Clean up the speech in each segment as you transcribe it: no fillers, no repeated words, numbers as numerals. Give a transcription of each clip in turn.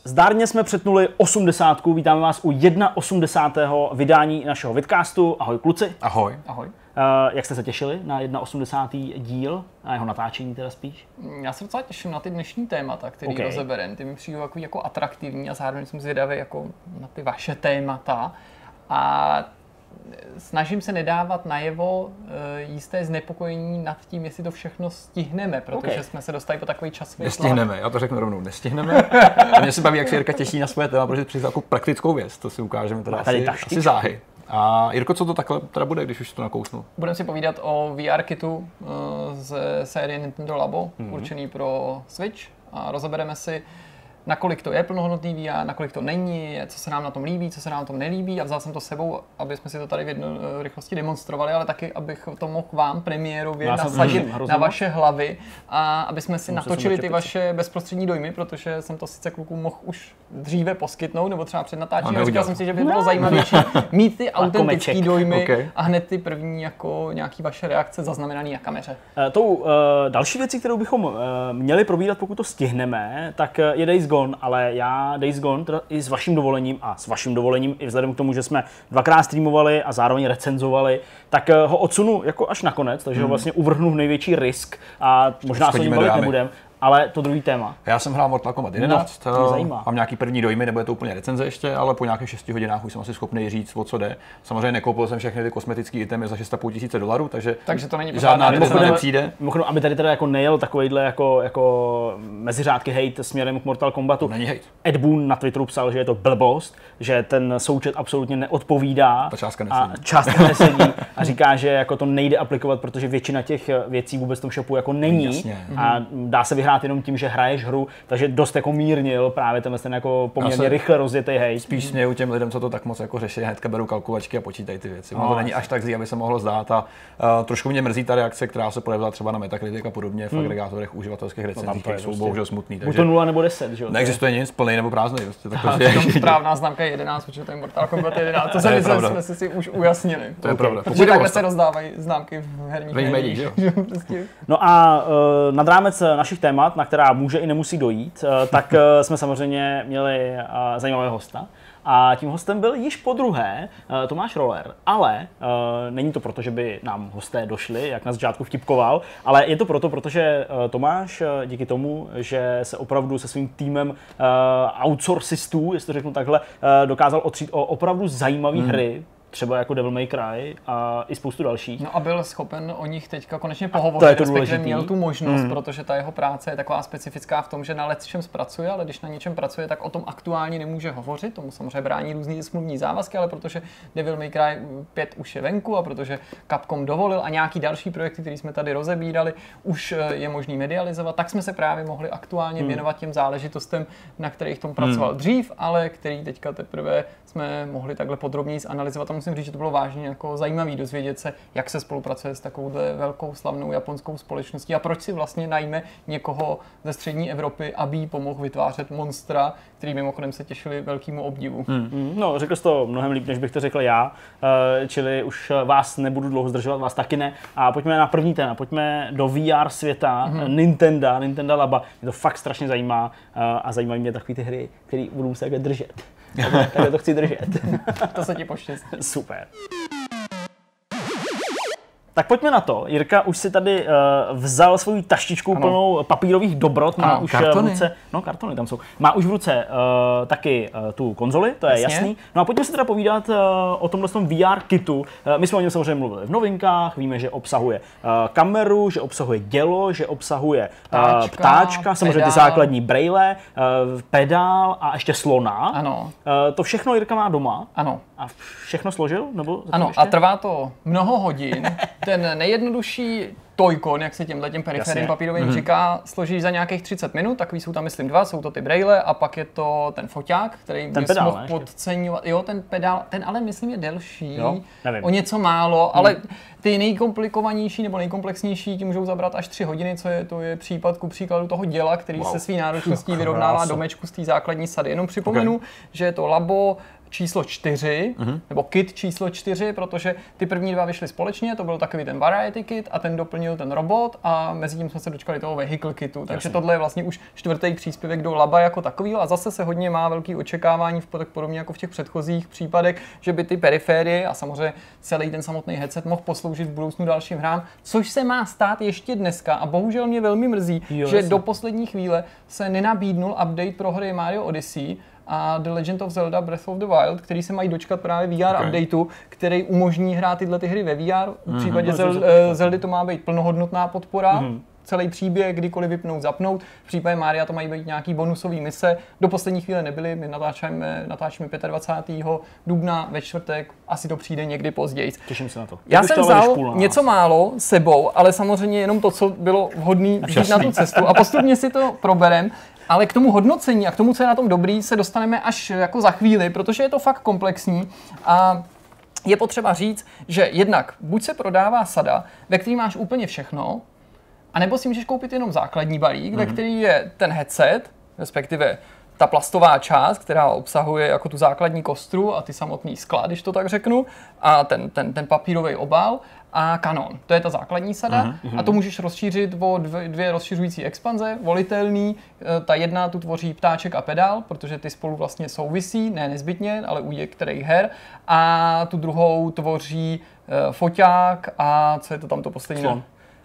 Zdárně jsme přetnuli 80. Vítáme vás u 81. vydání našeho vidcastu. Ahoj kluci. Ahoj. Ahoj. Jak jste se těšili na 81. díl? Na jeho natáčení teda spíš? Já se docela těším na ty dnešní témata, který rozeberem. Ty mi přijdou jako atraktivní a zároveň jsem zvědavý jako na ty vaše témata. A snažím se nedávat najevo jisté znepokojení nad tím, jestli to všechno stihneme, protože jsme se dostali po takový časový Nestihneme, já to řeknu rovnou, nestihneme. A mě se baví, jak se Jirka těší na svoje téma, protože přijde jako praktickou věc, to si ukážeme teda asi záhy. A Jirko, co to takhle teda bude, když už to nakousnu? Budeme si povídat o VR kitu z série Nintendo Labo, určený pro Switch, a rozebereme si, nakolik to je plnohodnotný VR, nakolik to není, co se nám na tom líbí, co se nám na tom nelíbí, a vzal jsem to s sebou, aby jsme si to tady v jedné rychlosti demonstrovali, ale taky, abych to mohl vám premiérově nasadit na vaše hlavy a aby jsme si natočili ty vaše bezprostřední dojmy, protože jsem to sice klukům mohl už dříve poskytnout, nebo třeba před natáčením, ale říkal jsem si, že by bylo zajímavější mít ty autentické dojmy a hned ty první jako nějaký vaše reakce zaznamenané na kameře. Tou další věcí, kterou bychom měli probírat, pokud to stihneme, tak je Days Gone, ale já Days Gone teda i s vaším dovolením a s vaším dovolením i vzhledem k tomu, že jsme dvakrát streamovali a zároveň recenzovali, tak ho odsunu jako až nakonec, takže ho vlastně uvrhnu v největší risk a možná se o něm bavit nebudem. Ale to druhý téma. Já jsem hrál Mortal Kombat 11, mám nějaký první dojmy, nebude to úplně recenze ještě, ale po nějakých 6 hodinách už jsem asi schopný říct, o co jde. Samozřejmě nekoupil jsem všechny ty kosmetické itemy za $6,500, takže to není žádná recenze nepřijde. Mimochodem, aby tady teda jako nejel takovejhle jako meziřádky hate směrem k Mortal Kombatu. Není hate. Ed Boon na Twitteru psal, že je to blbost, že ten součet absolutně neodpovídá. Ta částka nesedí. A částka nesedí a říká, že jako to nejde aplikovat, protože většina těch věcí vůbec v tom shopu jako není. Jasně. A dá se vyhrát jenom tím, že hraješ hru, takže dost jako mírnil právě ten jako poměrně rychle rozjetý hej. Spíš směju těm lidem, co to tak moc jako řeší, hnedka berou kalkulačky a počítají ty věci. To není až tak zlý, aby se mohlo zdát, a trošku mě mrzí ta reakce, která se projevila třeba na Metacritic a podobně v agregátorech uživatelských recenzí, které jsou bohužel smutný. Buď to 0 nebo 10, že jo? Neexistuje nic plný nebo prázdný. Správná známka je 11, protože to je Mortal Kombat 11. To jsme si už ujasnili. To je pravda. Protože takhle se rozdávají známky v herních médiích. No a nad rámec našich témat, na která může i nemusí dojít, tak jsme samozřejmě měli zajímavého hosta. A tím hostem byl již podruhé Tomáš Roller, ale není to proto, že by nám hosté došli, jak na začátku vtipkoval, ale je to proto, protože Tomáš díky tomu, že se opravdu se svým týmem outsourcistů, jestli to řeknu takhle, dokázal otřít o opravdu zajímavé hry, třeba jako Devil May Cry a i spoustu dalších. No a byl schopen o nich teďka konečně pohovořit, respektive měl tu možnost, protože ta jeho práce je taková specifická v tom, že na lecčem pracuje, ale když na něčem pracuje, tak o tom aktuálně nemůže hovořit, tomu samozřejmě brání různý smluvní závazky, ale protože Devil May Cry 5 už je venku a protože Capcom dovolil a nějaký další projekty, které jsme tady rozebírali, už je možný medializovat, tak jsme se právě mohli aktuálně věnovat těm záležitostem, na kterých tom pracoval dřív, ale který teďka teprve jsme mohli takhle podrobněji zanalyzovat. A musím říct, že to bylo vážně jako zajímavý dozvědět se, jak se spolupracuje s takovouhle velkou slavnou japonskou společností a proč si vlastně najme někoho ze střední Evropy, aby jí pomohl vytvářet monstra, který mimochodem se těšili velkému obdivu. No, řekl jsi to mnohem líp, než bych to řekl já, čili už vás nebudu dlouho zdržovat, vás taky ne. A pojďme na první téma, pojďme do VR světa Nintendo Laba. Mě to fakt strašně zajímá a zajímají mě takové ty hry, které budou se takhle držet. Takže to chci držet. To se ti poštěstí. Super. Tak pojďme na to. Jirka už si tady vzal svou taštičku plnou papírových dobrot. Má už kartony. V ruce, no kartony tam jsou. Má už v ruce taky tu konzoli, to je jasný. No a pojďme si teda povídat o tomhle VR kitu. My jsme o něm samozřejmě mluvili v novinkách, víme, že obsahuje kameru, že obsahuje dělo, že obsahuje ptáčka, samozřejmě ty základní brejle, pedál a ještě slona. Ano. To všechno Jirka má doma. Ano. A všechno složil? Nebo ano, a trvá to mnoho hodin. Ten nejjednodušší Toy-Con, jak se těmhletěm periferím papírovým říká, složíš za nějakých 30 minut, takový jsou tam myslím 2, jsou to ty brejle a pak je to ten foťák, který bys mohl podceňovat. Jo, ten pedál, ten ale myslím je delší, o něco málo, ale ty nejkomplikovanější nebo nejkomplexnější ti můžou zabrat až 3 hodiny, to je případ ku příkladu toho děla, který se svý náročností vyrovnává domečku z té základní sady. Jenom připomenu, že je to Labo číslo 4, nebo kit číslo 4, protože ty první dva vyšly společně, to byl takový ten Variety kit a ten doplnil ten robot a mezi tím jsme se dočkali toho Vehicle kitu, takže tohle je vlastně už 4. příspěvek do laba jako takovýho a zase se hodně má velký očekávání, podobně jako v těch předchozích případech, že by ty periférie a samozřejmě celý ten samotný headset mohl posloužit v budoucnu dalším hrám, což se má stát ještě dneska a bohužel mě velmi mrzí, že do poslední chvíle se nenabídnul update pro hry Mario Odyssey a The Legend of Zelda Breath of the Wild, který se mají dočkat právě VR updateu, který umožní hrát tyhle ty hry ve VR. V případě Zeldy to má být plnohodnotná podpora, celý příběh, kdykoliv vypnout, zapnout. V případě Mária to mají být nějaký bonusový mise. Do poslední chvíle nebyly, my natáčíme 25. dubna ve čtvrtek, asi to přijde někdy později. Těším se na to. Já jsem vzal něco málo sebou, ale samozřejmě jenom to, co bylo vhodné vzít na tu cestu a postupně si to proberem. Ale k tomu hodnocení a k tomu, co je na tom dobrý, se dostaneme až jako za chvíli, protože je to fakt komplexní a je potřeba říct, že jednak buď se prodává sada, ve který máš úplně všechno, anebo si můžeš koupit jenom základní balík, ve který je ten headset, respektive ta plastová část, která obsahuje jako tu základní kostru a ty samotný skla, když to tak řeknu, a ten papírový obal a kanon. To je ta základní sada a to můžeš rozšířit o dvě rozšiřující expanze, volitelný. Ta jedna tu tvoří ptáček a pedál, protože ty spolu vlastně souvisí, ne nezbytně, ale u některých her. A tu druhou tvoří foťák a co je to tam to poslední?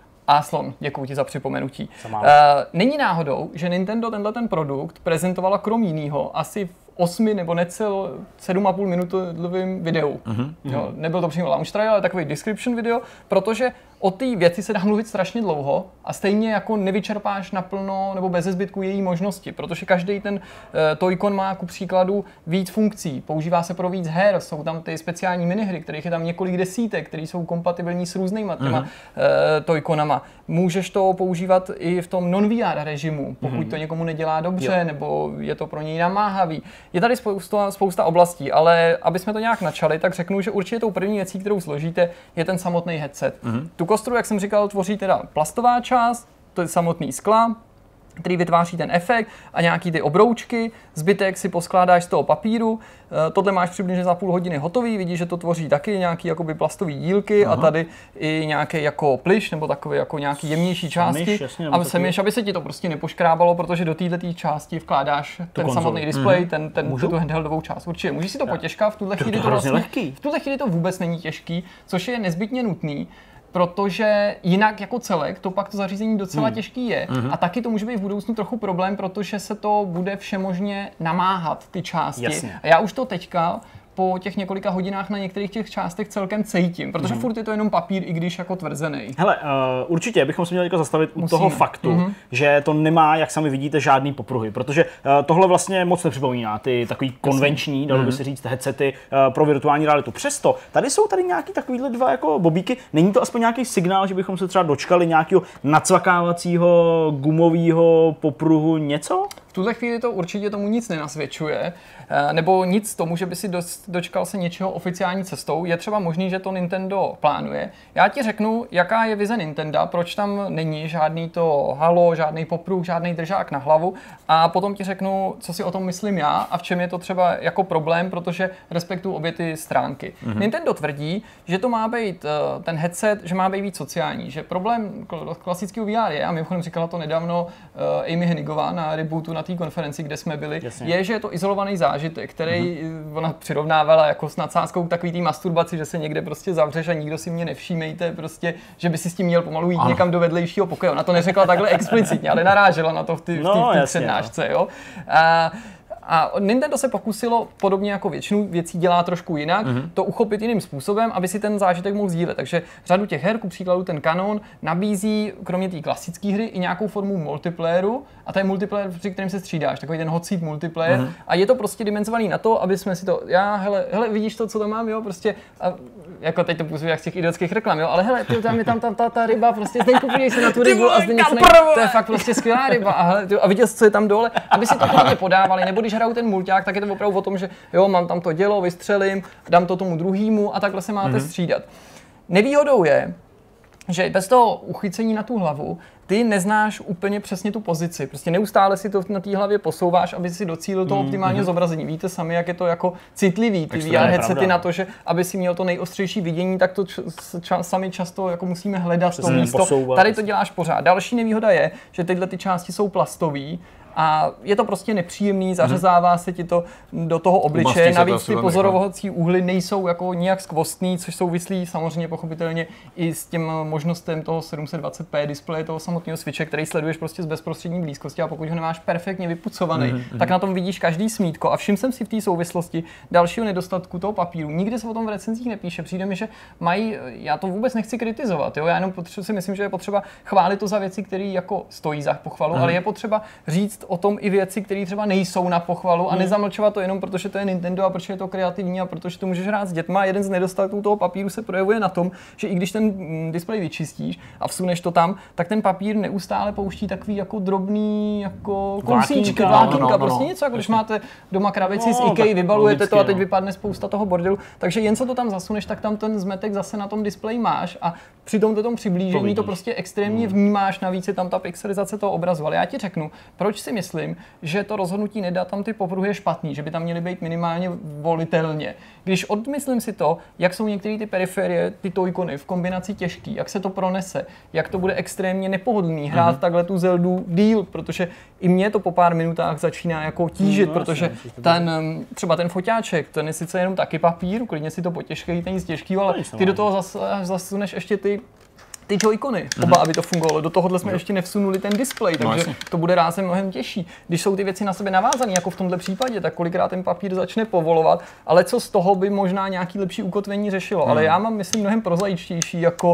A slon, děkuji ti za připomenutí. Není náhodou, že Nintendo ten produkt prezentovala krom jinýho asi v 8 nebo necel 7,5 minutovým videu. Jo, nebyl to přímo launch trial, ale takový description video, protože o té věci se dá mluvit strašně dlouho a stejně jako nevyčerpáš naplno nebo bez zbytku její možnosti, protože každý ten Toy-Con má ku příkladu víc funkcí, používá se pro víc her, jsou tam ty speciální minihry, kterých je tam několik desítek, které jsou kompatibilní s různýma těma Toy-Conama. Můžeš to používat i v tom non-VR režimu, pokud to někomu nedělá dobře, nebo je to pro něj namáhavý. Je tady spousta oblastí, ale aby jsme to nějak načali, tak řeknu, že určitě tou první věcí, kterou složíte, je ten samotný headset. Tu kostru, jak jsem říkal, tvoří teda plastová část, to je samotný skla, který vytváří ten efekt a nějaký ty obroučky, zbytek si poskládáš z toho papíru. Tohle máš přibližně za půl hodiny hotový, vidíš, že to tvoří taky nějaký jakoby plastový dílky a tady i nějaký jako plyš nebo takové jako nějaký jemnější částky. A semíš, aby se ti to prostě nepoškrábalo, protože do této části vkládáš ten samotný displej, tu handheldovou část. Určitě, můžeš si to potěžkat, v tuhle chvíli to vůbec není těžký, což je nezbytně nutný. Protože jinak jako celek to pak to zařízení docela těžký je. A taky to může být v budoucnu trochu problém, protože se to bude všemožně namáhat ty části. Jasně. A já už to teďka po těch několika hodinách na některých těch částech celkem cítím, protože furt je to jenom papír, i když jako tvrzený. Hele, určitě bychom se měli jako zastavit u toho faktu, že to nemá, jak sami vidíte, žádný popruhy, protože tohle vlastně moc nepřipomíná ty takový konvenční, dalo by se říct, headsety pro virtuální realitu. Přesto, tady jsou nějaký takovýhle dva jako bobíky, není to aspoň nějaký signál, že bychom se třeba dočkali nějakého nacvakávacího gumového popruhu něco? V tuhle chvíli to určitě tomu nic nenasvědčuje, nebo nic tomu, že by si dočkal se něčeho oficiální cestou. Je třeba možný, že to Nintendo plánuje. Já ti řeknu, jaká je vize Nintendo, proč tam není žádný to halo, žádný popruh, žádný držák na hlavu a potom ti řeknu, co si o tom myslím já a v čem je to třeba jako problém, protože respektuju obě ty stránky. Nintendo tvrdí, že to má být ten headset, že má být víc sociální, že problém klasického VR je, a mimochodem říkala to nedávno Amy Henigová na Rebootu na té konferenci, kde jsme byli, je, že je to izolovaný zážitek, který ona přirovnávala jako s nadsázkou k takový té masturbaci, že se někde prostě zavřeš a nikdo si mě nevšímejte, prostě, že by si s tím měl pomalu jít někam do vedlejšího pokoje. Ona to neřekla takhle explicitně, ale narážela na to v té přednášce. Jo? A Nintendo se pokusilo, podobně jako většinu věcí dělá trošku jinak, to uchopit jiným způsobem, aby si ten zážitek mohl sdílet. Takže řadu těch her, ku příkladu ten Canon, nabízí kromě té klasické hry i nějakou formu multiplayeru. A to je multiplayer, při kterém se střídáš, takový ten hot seat multiplayer. A je to prostě dimenzovaný na to, aby jsme si to, hele, vidíš to, co tam mám, jo, prostě, a jako teď to působí jak z těch idiotských reklam, jo, ale hele, tam je tam ta ryba, prostě Zdeňku, podívej se na tu rybu a Zdeňku, to je fakt prostě skvělá ryba a hele, a viděl jsi, co je tam dole, aby si to hodně podávali, nebo když hrajou ten mulťák, tak je to opravdu o tom, že jo, mám tam to dělo, vystřelím, dám to tomu druhýmu a takhle se máte střídat. Nevýhodou je, že bez toho uchycení na tu hlavu ty neznáš úplně přesně tu pozici. Prostě neustále si to na té hlavě posouváš, aby si docílil to optimální zobrazení. Víte sami, jak je to jako citlivý, ty VR headsety na to, že aby si měl to nejostřejší vidění, tak to sami často jako musíme hledat to místo. Tady to děláš pořád. Další nevýhoda je, že tyhle ty části jsou plastový, a je to prostě nepříjemný, zařezává se ti to do toho obličeje, navíc ty pozorovací úhly nejsou jako nijak skvostný, což souvislí samozřejmě pochopitelně i s těm možnostem toho 720p displeje toho samotného switche, který sleduješ prostě z bezprostřední blízkosti, a pokud ho nemáš perfektně vypucovaný, tak na tom vidíš každý smítko. A všiml jsem si v té souvislosti dalšího nedostatku toho papíru. Nikde se o tom v recenzích nepíše, přijde mi, že mají, já to vůbec nechci kritizovat, jo? Já jenom si myslím, že je potřeba chválit to za věci, které jako stojí za pochvalu, ale je potřeba říct o tom i věci, které třeba nejsou na pochvalu a nezamlčovat to jenom protože to je Nintendo a protože je to kreativní a protože to můžeš hrát s dětma. Jeden z nedostatků toho papíru se projevuje na tom, že i když ten displej vyčistíš a vsuneš to tam, tak ten papír neustále pouští takový jako drobný jako kousíčky, vlákínka, prostě něco, jako když máte doma krabici z IKEA, vybalujete to a teď vypadne spousta toho bordelu, takže jen co to tam zasuneš, tak tam ten zmetek zase na tom displeji máš a při tom přiblížení to prostě extrémně vnímáš, navíc je tam ta pixelizace toho obrazu. Ale já ti řeknu, proč si myslím, že to rozhodnutí nedá tam ty popruhy je špatný, že by tam měly být minimálně volitelně. Když odmyslím si to, jak jsou některé ty periferie, tyto ikony v kombinaci těžký, jak se to pronese, jak to bude extrémně nepohodlný hrát takhle tu Zeldu díl, protože i mě to po pár minutách začíná jako tížit, protože třeba ten foťáček, ten je sice jenom taky papír, klidně si to potěžkej, ten nic těžkýho, ale ty do toho zasuneš ještě ty joycony, oba, aby to fungovalo. Do tohohle jsme ještě nevsunuli ten displej, takže to bude rázem mnohem těžší. Když jsou ty věci na sebe navázané, jako v tomhle případě, tak kolikrát ten papír začne povolovat, ale co z toho by možná nějaký lepší ukotvení řešilo. Ale já mám, myslím, mnohem prozaičtější jako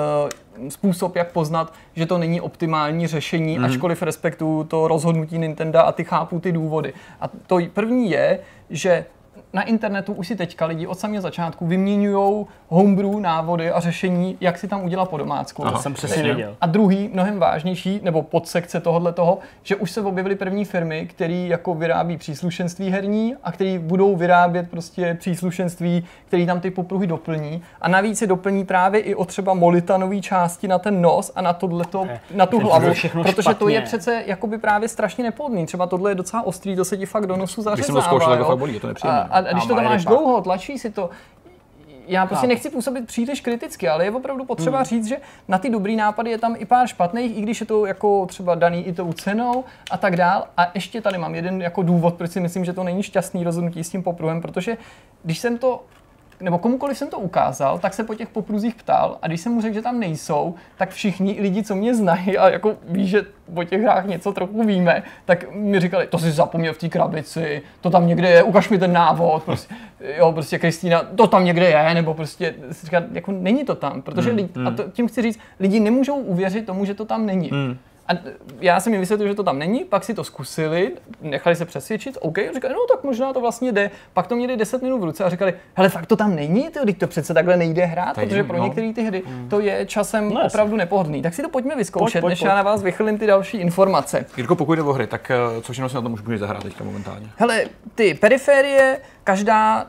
způsob, jak poznat, že to není optimální řešení, ačkoliv respektuju to rozhodnutí Nintendo a ty chápu ty důvody. A to první je, že na internetu už si teďka lidi od samého začátku vyměňují homebrew návody a řešení, jak si tam udělat po domácku. To jsem přesně věděl. A druhý, mnohem vážnější, nebo podsekce toho, že už se objevily první firmy, které jako vyrábí příslušenství herní a které budou vyrábět prostě příslušenství, které tam ty popruhy doplní. A navíc se doplní právě i o třeba molitanový části na ten nos a na tohleto, na tu hlavu, protože špatně. To je přece jakoby právě strašně nepohodlný. Třeba tohle je docela ostrý, to se ti fakt do nosu zařezává. A když to tam máš dlouho, tlačí si to. Já prostě nechci působit příliš kriticky, ale je opravdu potřeba říct, že na ty dobrý nápady je tam i pár špatných, i když je to jako třeba daný i tou cenou a tak dál. A ještě tady mám jeden jako důvod, proč si myslím, že to není šťastný rozhodnutí s tím popruhem, protože když jsem to nebo komukoliv jsem to ukázal, tak se po těch popruzích ptal a když jsem mu řekl, že tam nejsou, tak všichni lidi, co mě znají a jako ví, že o těch hrách něco trochu víme, tak mi říkali, to jsi zapomněl v té krabici, to tam někde je, ukaž mi ten návod, prostě Kristýna, to tam někde je, nebo prostě říká, jako není to tam, protože tím chci říct, lidi nemůžou uvěřit tomu, že to tam není. A já jsem jim vysvětlil, že to tam není, pak si to zkusili, nechali se přesvědčit, OK, říkali, no tak možná to vlastně jde. Pak to měli 10 minut v ruce a říkali, hele, fakt to tam není, teď to přece takhle nejde hrát, protože pro některé ty hry to je časem opravdu nepohodlný. Tak si to pojďme vyzkoušet, než já na vás vychylím ty další informace. Jirko, pokud jde o hry, tak co všechno si na tom můžeš zahrát teďka momentálně? Hele, ty periferie, každá,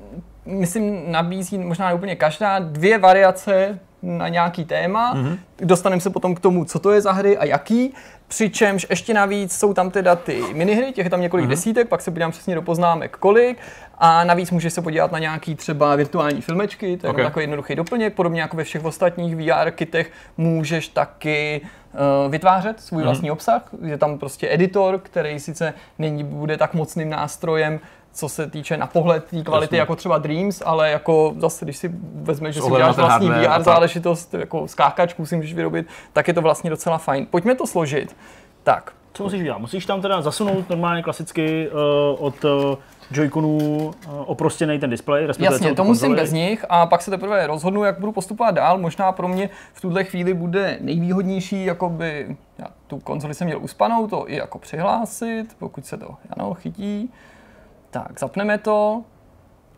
myslím, nabízí možná úplně každá 2 variace na nějaký téma. Dostaneme se potom k tomu, co to je za hry a jaký. Přičemž ještě navíc jsou tam teda ty minihry, těch je tam několik desítek, pak se podívám přesně do poznámek kolik. A navíc můžeš se podívat na nějaký třeba virtuální filmečky, to je takový jednoduchý doplněk, podobně jako ve všech ostatních VR kitech můžeš taky vytvářet svůj vlastní obsah. Je tam prostě editor, který sice bude tak mocným nástrojem, co se týče na pohled té kvality jako třeba Dreams, ale jako zase, když si vezmeš, že si uděláš vlastní VR záležitost, jako skákačku si můžeš vyrobit, tak je to vlastně docela fajn. Pojďme to složit. Tak. Co musíš dělat? Musíš tam teda zasunout normálně klasicky od Joy-Conů oprostěnej ten displej. Jasně, to musím bez nich a pak se teprve rozhodnu, jak budu postupovat dál. Možná pro mě v tuhle chvíli bude nejvýhodnější, jakoby, já tu konzoli jsem měl uspanou, to i jako přihlásit, pokud se to chytí. Tak, zapneme to.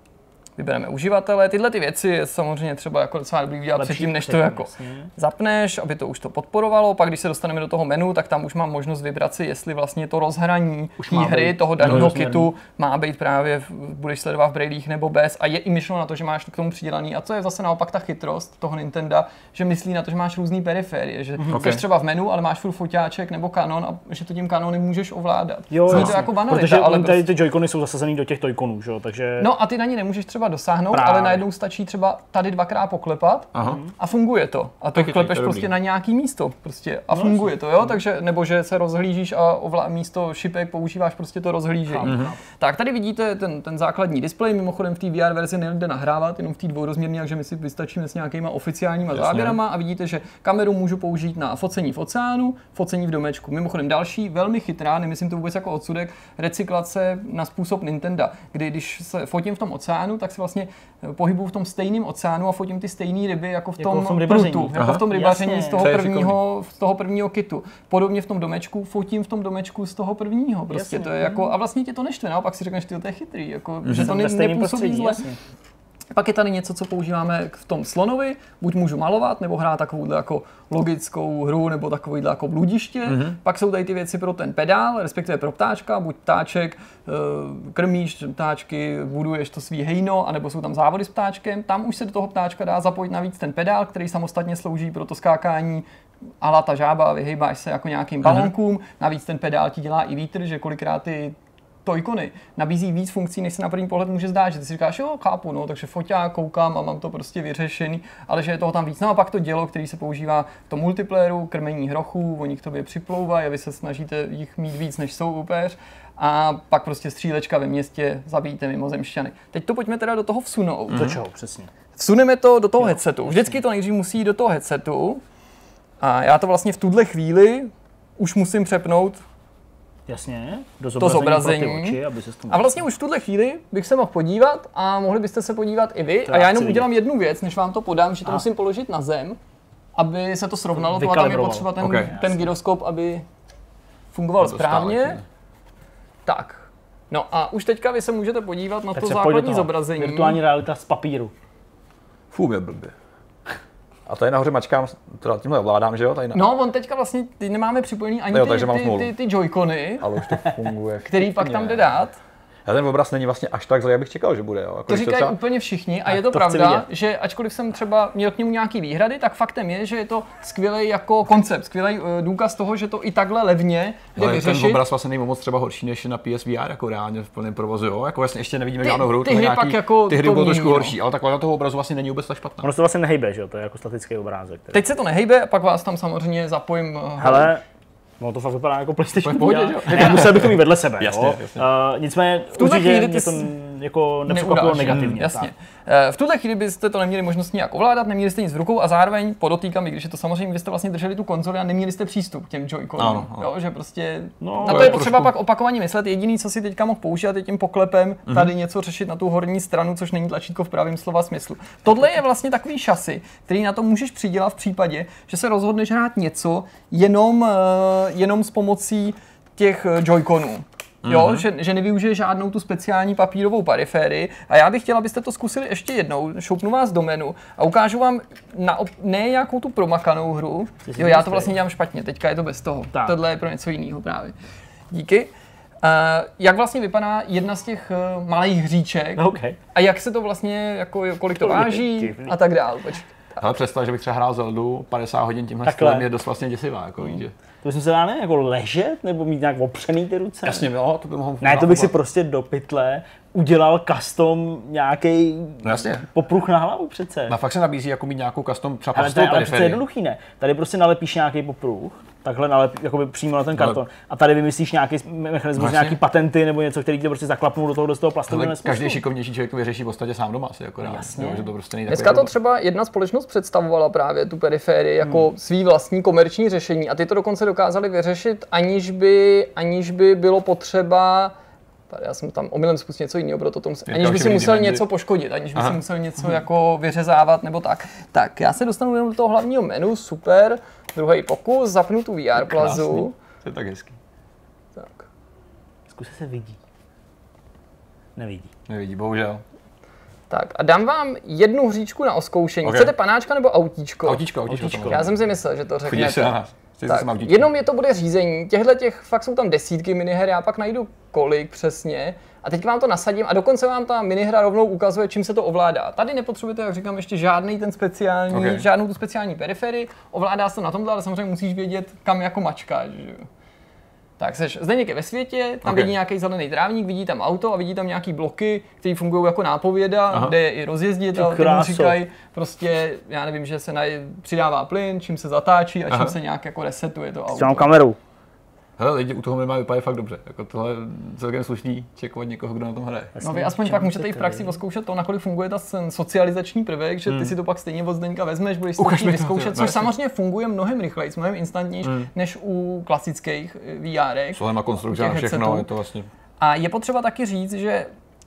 Vybereme uživatele, tyhle ty věci je samozřejmě třeba jako docela dobrý udělat předtím, než to jako zapneš, aby to už to podporovalo. Pak když se dostaneme do toho menu, tak tam už mám možnost vybrat si, jestli vlastně to rozhraní té hry, toho daného kitu má být právě, budeš sledovat v brailích nebo bez. A je i myšleno na to, že máš k tomu přidělaný. A to je zase naopak ta chytrost toho Nintendo, že myslí na to, že máš různý periférie, že jsi třeba v menu, ale máš furt foťáček nebo kanon a že to tím kanony můžeš ovládat. Jo, to jako banalita, protože ale tady ty joycony jsou zasazený do těch toyconů, že jo, takže... No a ty na ně nemůžeš třeba dosáhnout, ale najednou stačí třeba tady dvakrát poklepat a funguje to. A to klepeš prostě na nějaký místo prostě a funguje to, jo? Takže nebo že se rozhlížíš a místo šipek používáš prostě to rozhlížení. Tak tady vidíte ten základní displej, mimochodem v té VR verzi nejde nahrávat, jenom v té dvourozměrné, takže my si vystačíme s nějakýma oficiálníma záběrama a vidíte, že kameru můžu použít na focení v oceánu, focení v domečku. Mimochodem další velmi chytrá, nemyslím to vůbec jako odsudek, recyklace na způsob Nintendo, kdy když se fotím v tom oceánu, tak se vlastně pohybuju v tom stejném oceánu a fotím ty stejné ryby jako v tom prutu, jako v tom rybaření z toho prvního kitu. Podobně v tom domečku, fotím v tom domečku z toho prvního. Prostě to je jako, a vlastně tě to neštve, naopak si řekneš, to je chytrý, jako, že to nepůsobí zle. Pak je tady něco, co používáme v tom slonovi, buď můžu malovat, nebo hrát takovouhle jako logickou hru, nebo takovýhle jako bludiště. Pak jsou tady ty věci pro ten pedál, respektive pro ptáčka, buď ptáček, krmíš ptáčky, buduješ to svý hejno, anebo jsou tam závody s ptáčkem. Tam už se do toho ptáčka dá zapojit navíc ten pedál, který samostatně slouží pro to skákání ala ta žába, vyhejbáš se jako nějakým balonkům. Navíc ten pedál ti dělá i vítr, že kolikrát ty toykony nabízí víc funkcí, než se na první pohled může zdát, že ty si říkáš, jo, chápu, no, takže foťák, koukám a mám to prostě vyřešený, ale že je toho tam víc. No a pak to dělo, který se používá v tom multiplayeru, krmení hrochů, oni k tobě připlouvají a vy se snažíte jich mít víc, než jsou upéř. A pak prostě střílečka ve městě, zabijte mimozemšťany. Teď to pojďme teda do toho vsunout. Do čeho, přesně? Vsuneme to do toho headsetu. Vždycky to nejdřív musí jít do toho headsetu. A já to vlastně v tuhle chvíli už musím přepnout. Jasně, to zobrazení. Oči, aby se a vlastně už v tuhle chvíli bych se mohl podívat a mohli byste se podívat i vy. A já jenom udělám jednu věc, než vám to podám, že to musím položit na zem, aby se to srovnalo. To tam je potřeba ten gyroskop, aby fungoval správně. Tak. No a už teďka vy se můžete podívat na to základní zobrazení. Virtuální realita z papíru. Je blbě. A tady nahoře mačkám, teda tímhle ovládám, že jo? Tady No, on teďka vlastně, nemáme připojený ani ty joycony, ale už to funguje. Který pak tam jde dát. A ten obraz není vlastně až tak zle, jak bych čekal, že bude. Jo? Jako to říkají úplně všichni a je to pravda, že ačkoliv jsem třeba měl k němu nějaký výhrady, tak faktem je, že je to skvělý jako koncept, skvělý důkaz toho, že to i takhle levně jde vyřešit. Ten obraz vlastně není moc třeba horší než na PSVR, jako reálně v plném provozu, jo? Jako vlastně ještě nevidíme žádnou hru, ty hry budou trošku horší, ale takhle na toho obrazu vlastně není vůbec tak špatná. Ono se vlastně nehejbe, že jo? To je jako statický obrázek. Teď se to nehejbe, pak vás tam samozřejmě zapojím. Hele, no to fakt vypadá jako PlayStation. Museli bychom jít vedle sebe. Jasně. Nicméně určitě mě to jako nepřekvapilo negativně. Jasně. V tuhle chvíli byste to neměli možnost nějak ovládat, neměli jste nic v rukou a zároveň podotýkám, i když je to samozřejmě, vy jste vlastně drželi tu konzoli a neměli jste přístup k těm joyconům. Že prostě na to je potřeba pak opakovaně myslet. Jediný, co si teďka mohl použít, je tím poklepem tady něco řešit na tu horní stranu, což není tlačítko v pravém slova smyslu. Tohle je vlastně takový šasy, který na to můžeš přidělat v případě, že se rozhodneš hrát něco jenom s pomocí těch joyconů. Jo, že nevyužije žádnou tu speciální papírovou periférii. A já bych chtěla, abyste to zkusili ještě jednou. Šoupnu vás do menu a ukážu vám ne nějakou tu promakanou hru. Jo, já to vlastně dělám špatně, teďka je to bez toho. Tohle je pro něco jiného právě. Díky. Jak vlastně vypadá jedna z těch malých hříček a jak se to vlastně, jako, kolik to váží a tak dál. Ale představ, že bych třeba hrál Zeldu 50 hodin tímhle stylem, je dost vlastně děsivá. Jako, to bychom se dá jako ležet nebo mít nějak opřený ty ruce? Jasně, jo, to by mohl Ne, to bych si prostě do pytle udělal custom nějaký popruh na hlavu přece. No fakt se nabízí jako mít nějakou custom třeba ale to je přece jednoduchý, ne? Tady prostě nalepíš nějaký popruh, takhle jakoby přímo na ten karton a tady vymyslíš nějaký mechanismus, nějaký patenty nebo něco, který tě prostě zaklapnou do toho plastového způsobu. Každý šikovnější člověk to vyřeší v podstatě sám doma asi akorát. Jasně. Jo, že to prostě dneska to třeba jedna společnost představovala právě tu periférii jako svý vlastní komerční řešení a ty to dokonce dokázali vyřešit, aniž by bylo potřeba. Já jsem tam omylem spustil něco jiného, proto tom, aniž by si musel něco poškodit, aniž by si musel něco jako vyřezávat nebo tak. Tak, já se dostanu jenom do toho hlavního menu, super, druhý pokus, zapnu tu VR plazu. To je tak hezký. Tak. Zkus se vidí. Nevidí. Nevidí, bohužel. Tak a dám vám jednu hříčku na oskoušení. Okay. Chcete panáčka nebo autíčko? Autíčko. Já jsem si myslel, že to řeknete. Tak, jenom je to bude řízení. Těch fakt jsou tam desítky miniher, já pak najdu kolik přesně. A teď vám to nasadím a dokonce vám ta minihra rovnou ukazuje, čím se to ovládá. Tady nepotřebujete, jak říkám, ještě žádnou tu speciální periferii. Ovládá se to na tomto, ale samozřejmě musíš vědět, kam jako mačkáš. Tak Zdeněk je ve světě, tam vidí nějaký zelený trávník, vidí tam auto a vidí tam nějaký bloky, které fungují jako nápověda, kde je i rozjezdit a ty mu říkají prostě, já nevím, že se přidává plyn, čím se zatáčí a čím se nějak jako resetuje to auto. S kamerou. Hele, lidi u toho vypadají fakt dobře. Jako tohle je celkem slušný čekovat někoho, kdo na tom hraje. No vy aspoň pak můžete i v praxi zkoušet to, nakolik funguje ta socializační prvek, že ty si to pak stejně od Zdeňka vezmeš, budeš si to vyzkoušet, což samozřejmě funguje mnohem rychleji, mnohem instantnější než u klasických VRek. Tohle má konstrukce a všechno, je to vlastně. A je potřeba taky říct, že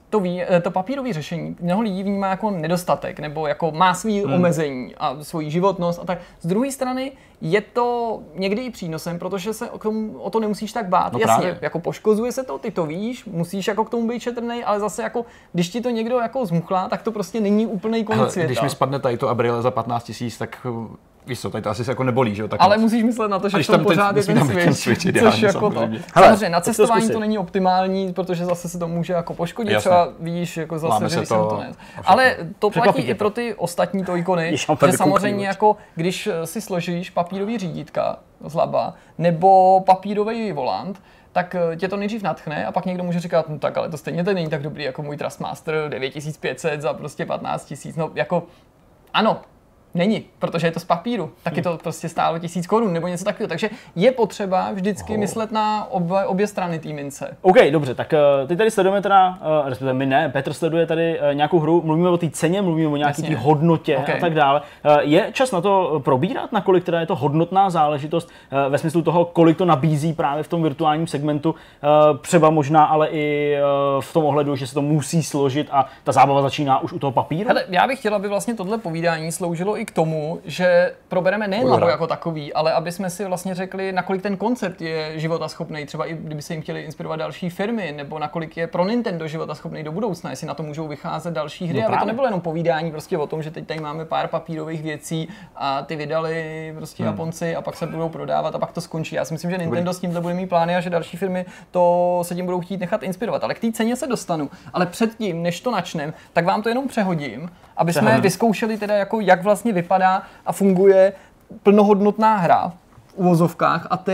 to papírové řešení mnoho lidí vnímá jako nedostatek, nebo jako má svý omezení a svoji životnost a tak. Z druhé strany je to někdy i přínosem, protože se o to nemusíš tak bát. No jasně, právě. jako poškozuje se to, ty to víš, musíš jako k tomu být šetrnej, ale zase jako, když ti to někdo jako zmuchlá, tak to prostě není úplný konec světa. Když mi spadne tady to Abriele za 15 000, tak víš co, tady to asi jako nebolí, že jo? Ale musíš myslet na to, že tam pořád je ten switch, což jako to. Samozřejmě na cestování to není optimální, protože zase se to může jako poškodit, třeba víš, jako zase, že jsem to ne. Ale to platí i pro ty ostatní Toy-Cony, že samozřejmě jako, když si složíš papírový řídítka z laba, nebo papírový volant, tak tě to nejdřív nadchne a pak někdo může říkat, no tak ale to stejně to není tak dobrý jako můj Trustmaster 9500 za prostě 15 000, no jako ano. Není, protože je to z papíru, taky to prostě stálo 1000 korun nebo něco takového, takže je potřeba vždycky myslet na obě strany té mince. OK, dobře, tak teď tady sledujeme teda, respektive my ne, Petr sleduje tady nějakou hru, mluvíme o té ceně, mluvíme o nějaké té hodnotě a tak dále. Je čas na to probírat, nakolik teda je to hodnotná záležitost ve smyslu toho, kolik to nabízí právě v tom virtuálním segmentu, třeba možná ale i v tom ohledu, že se to musí složit a ta zábava začíná už u toho papíru? Hele, já bych chtěla, aby vlastně tohle povídání sloužilo i k tomu, že probereme nejen Labo jako takový, ale aby jsme si vlastně řekli, nakolik ten koncept je životaschopný, třeba i kdyby se jim chtěli inspirovat další firmy, nebo nakolik je pro Nintendo životaschopný do budoucna, jestli na to můžou vycházet další hry, aby to nebylo jenom povídání prostě o tom, že teď tady máme pár papírových věcí a ty vydali prostě Japonci a pak se budou prodávat a pak to skončí. Já si myslím, že Nintendo s tímhle bude mít plány a že další firmy to se tím budou chtít nechat inspirovat, ale k té ceně se dostanu. Ale předtím, než to načnem, tak vám to jenom přehodím, aby jsme vyzkoušeli teda jako jak vlastně vypadá a funguje plnohodnotná hra v uvozovkách a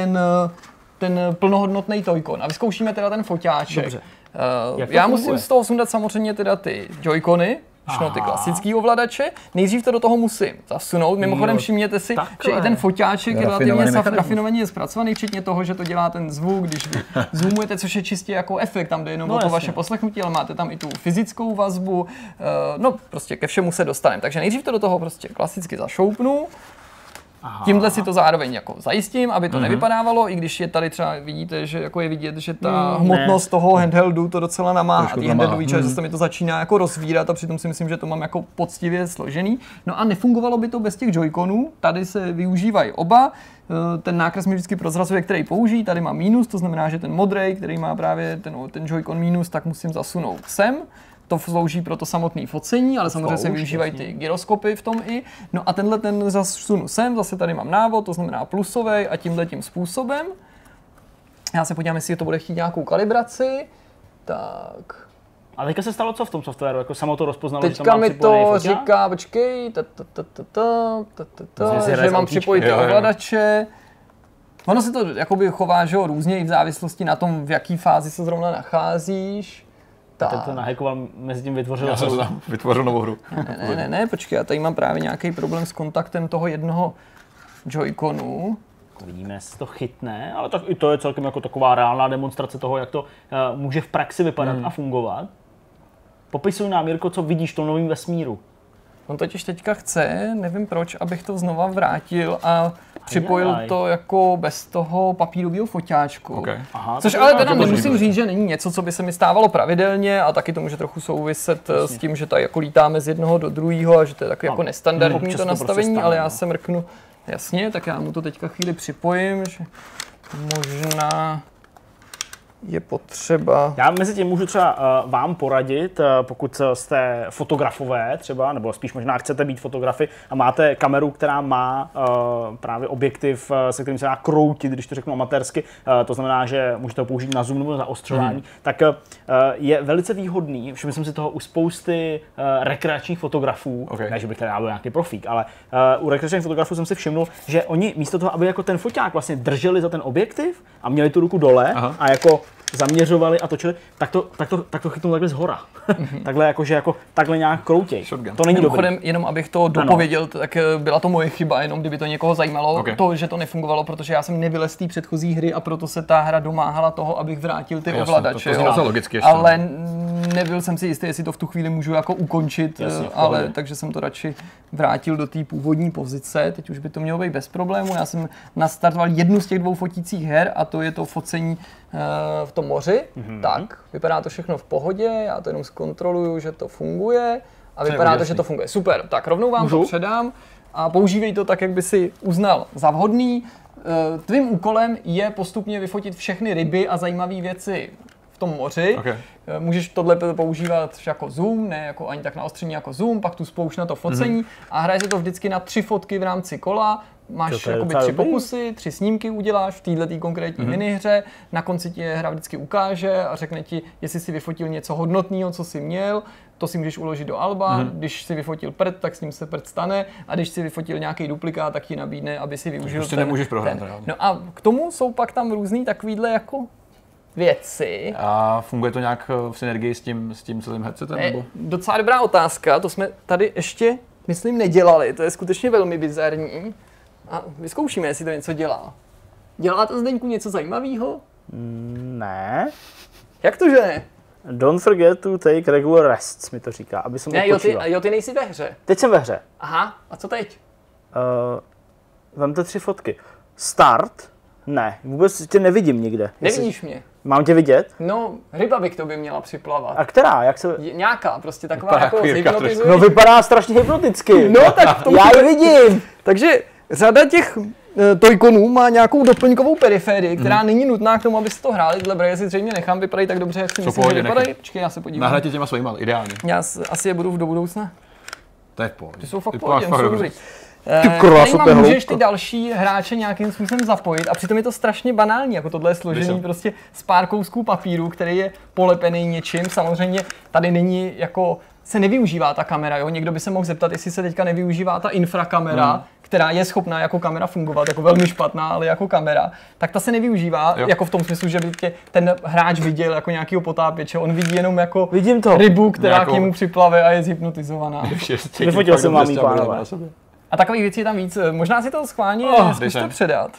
ten plnohodnotný Toy-Con. A vyzkoušíme teda ten foťáček. Dobře. Já musím z toho sundat samozřejmě teda ty Joy-Cony, ty klasický ovladače. Nejdřív to do toho musím zasunout. Mimochodem všimněte si, že i ten foťáček je relativně rafinovaně zpracovaný, včetně toho, že to dělá ten zvuk, když vy zoomujete, což je čistě jako efekt, tam jde jenom o to vaše poslechnutí, ale máte tam i tu fyzickou vazbu. No prostě ke všemu se dostaneme. Takže nejdřív to do toho prostě klasicky zašoupnu. Tímhle si to zároveň jako zajistím, aby to nevypadávalo, i když je tady třeba vidíte, že jako je vidět, že ta hmotnost toho handheldu to docela namáhá. Ty handheldový čas, že se mi to začíná jako rozvírat a přitom si myslím, že to mám jako poctivě složený. No a nefungovalo by to bez těch Joy-Conů, tady se využívají oba. Ten nákres mi vždycky prozrazuje, který použijí, tady má mínus, to znamená, že ten modrý, který má právě ten Joy-Con mínus, tak musím zasunout sem. To slouží pro to samotné focení, ale samozřejmě se využívají ty gyroskopy v tom i. No a tenhle ten zasunu sem, zase tady mám návod, to znamená plusový a tímhletím způsobem. Já se podívám, jestli to bude chtít nějakou kalibraci. Tak. A teďka se stalo co v tom softwaru? Jako samo to rozpoznalo, teďka že tam mám připojený foťák? Teďka mi to říká, počkej, že mám připojit ty ovladače. Ono se to jakoby chová, že různě i v závislosti na tom, v jaký fázi se zrovna nacházíš. Ten to nahackoval, mezi tím vytvořil novou hru. Ne, počkej, já tady mám právě nějaký problém s kontaktem toho jednoho Joy-Conu. Vidíme, jestli to chytne, ale tak i to je celkem jako taková reálná demonstrace toho, jak to může v praxi vypadat a fungovat. Popisuj nám, Jirko, co vidíš v tom novém vesmíru. On totiž teďka chce, nevím proč, abych to znova vrátil a připojil to jako bez toho papírového foťáčku. Okay. Aha, což ale teda nemusím říct, že není něco, co by se mi stávalo pravidelně a taky to může trochu souviset s tím, že tady jako lítáme z jednoho do druhého a že to je takový jako nestandardní to nastavení, ale já se mrknu. Jasně, tak já mu to teďka chvíli připojím, že možná je potřeba. Já mezi tím můžu třeba vám poradit, pokud jste fotografové třeba, nebo spíš možná chcete být fotografy a máte kameru, která má právě objektiv, se kterým se dá kroutit, když to řeknu amatérsky, to znamená, že můžete ho použít na zoom nebo na zaostřování, tak je velice výhodný, všiml jsem si toho u spousty rekreačních fotografů, ne, že bych tady byl nějaký profík, ale u rekreačních fotografů jsem si všiml, že oni místo toho, aby jako ten foťák vlastně drželi za ten objektiv a měli tu ruku dole a jako zaměřovali a točili, tak to chytnou takhle zhora. Takhle jakože jako takhle nějak kroutěj. To není dobré. Jenom abych to dopověděl, tak byla to moje chyba, jenom kdyby to někoho zajímalo, to, že to nefungovalo, protože já jsem nevylez z té předchozí hry a proto se ta hra domáhala toho, abych vrátil ty ovladače. Ale nebyl jsem si jistý, jestli to v tu chvíli můžu jako ukončit, ale takže jsem to radši vrátil do té původní pozice. Teď už by to mělo být bez problému. Já jsem nastartoval jednu z těch dvou fotících her a to je to focení v tom moři. Tak, vypadá to všechno v pohodě, já to jenom zkontroluju, že to funguje a vypadá to, že to funguje. Super, tak rovnou vám to předám a používej to tak, jak by si uznal za vhodný. Tvým úkolem je postupně vyfotit všechny ryby a zajímavé věci v tom moři. Můžeš tohle používat jako zoom, ne jako ani tak na ostření jako zoom, pak tu spoušť na to focení a hraje se to vždycky na 3 fotky v rámci kola. Máš jakoby 3 pokusy, 3 snímky uděláš v této konkrétní minihře, na konci ti hra vždycky ukáže a řekne ti, jestli si vyfotil něco hodnotného, co jsi měl, to si můžeš uložit do alba, když si vyfotil prd, tak s ním se prd stane a když si vyfotil nějaký duplikát, tak ti nabídne, aby si využil prostě nemůžeš prohrát. No a k tomu jsou pak tam různý takovýhle jako věci. A funguje to nějak v synergii s tím celým headsetem? Nebo? Docela dobrá otázka, to jsme tady ještě, myslím, nedělali, to je skutečně velmi bizarní. A vyzkoušíme, jestli to něco dělá. Dělá to, Zdeňku, něco zajímavého? Ne. Jak to, že ne? Don't forget to take regular rests, mi to říká, aby jsem odpočíval. Ty nejsi ve hře. Teď jsem ve hře. Aha, a co teď? Vemte 3 fotky. Start? Ne, vůbec tě nevidím nikde. Nevidíš mě? Mám tě vidět? No, ryba by k tobě měla připlavat. A která? Jak se... Nějaká, prostě taková jako hypnotizuje. No vypadá strašně hypnoticky. No tak to já ji vidím. Takže řada těch Toyconů má nějakou doplňkovou periférii, která není nutná k tomu, abyste to hráli. Dle Braille si zřejmě nechám, vypadají tak dobře, jak si myslím, že vypadají. Počkej, já se podívám. Nahrajte těma svýma, ideálně. Já asi je budu do budoucna. To je v pohodě. Ty jsou fakt v pohodě, jsou dobrý. Tady můžeš ty další hráče nějakým způsobem zapojit a přitom je to strašně banální, jako tohle je složený prostě z pár kousků papíru, který je polepený něčím. Samozřejmě tady není jako, se nevyužívá ta kamera, jo? Někdo by se mohl zeptat, jestli se teďka nevyužívá ta infrakamera, která je schopná jako kamera fungovat, jako velmi špatná, ale jako kamera, tak ta se nevyužívá, jako v tom smyslu, že by tě ten hráč viděl jako nějakýho potápěče, on vidí jenom jako rybu, která k němu připlave a je zhypnotizovaná. Vyfotil jsem vám pánové. A takových věcí je tam víc. Možná si to schválně zkuste předat.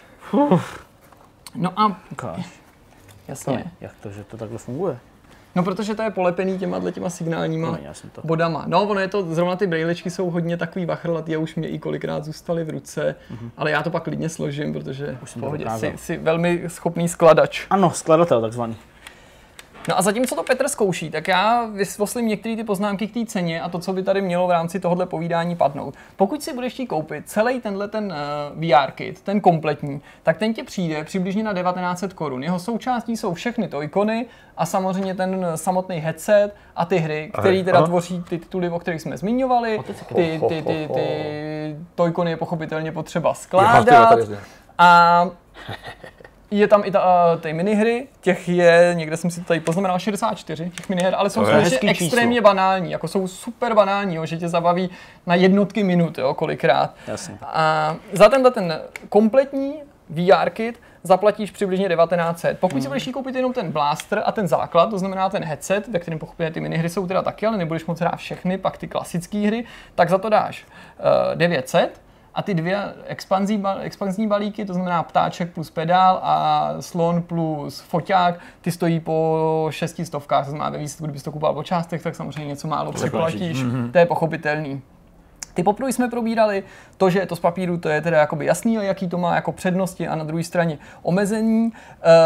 No a... Jasně. Jak to, že to takhle funguje? No, protože to je polepený těma signálníma bodama. No, ono je to, zrovna ty brailečky jsou hodně takový vachrlatý a už mě i kolikrát zůstaly v ruce, ale já to pak klidně složím, protože v pohodě jsi velmi schopný skladač. Ano, skladatel takzvaný. No a zatímco to Petr zkouší, tak já vysvětlím některé ty poznámky k té ceně a to, co by tady mělo v rámci tohohle povídání padnout. Pokud si budeš chtít koupit celý ten VR kit, ten kompletní, tak ten ti přijde přibližně na 1900 korun. Jeho součástí jsou všechny Toycony a samozřejmě ten samotný headset a ty hry, které teda tvoří ty tituly, o kterých jsme zmiňovali. Ty Toycony je pochopitelně potřeba skládat. A je tam i ty minihry, těch je, někde jsem si tady poznamenal 64 těch miniher, ale jsou skutečně extrémně banální, jako jsou super banální, jo, že tě zabaví na jednotky minut, jo, kolikrát. Jasně. A za ten kompletní VR kit zaplatíš přibližně 1900. Pokud si budeš koupit jenom ten blaster a ten základ, to znamená ten headset, ve kterém pochopitelně ty minihry jsou teda taky, ale nebudeš moc hrát všechny, pak ty klasické hry, tak za to dáš 900. A ty 2 expanzní balíky, to znamená ptáček plus pedál a slon plus foťák, ty stojí po 600, to znamená ve výsledku, kdybys to kupoval po částech, tak samozřejmě něco málo přeplatíš, to je pochopitelný. Ty poprvé jsme probírali to, že je to z papíru, to je teda jakoby jasný, jaký to má jako přednosti a na druhé straně omezení.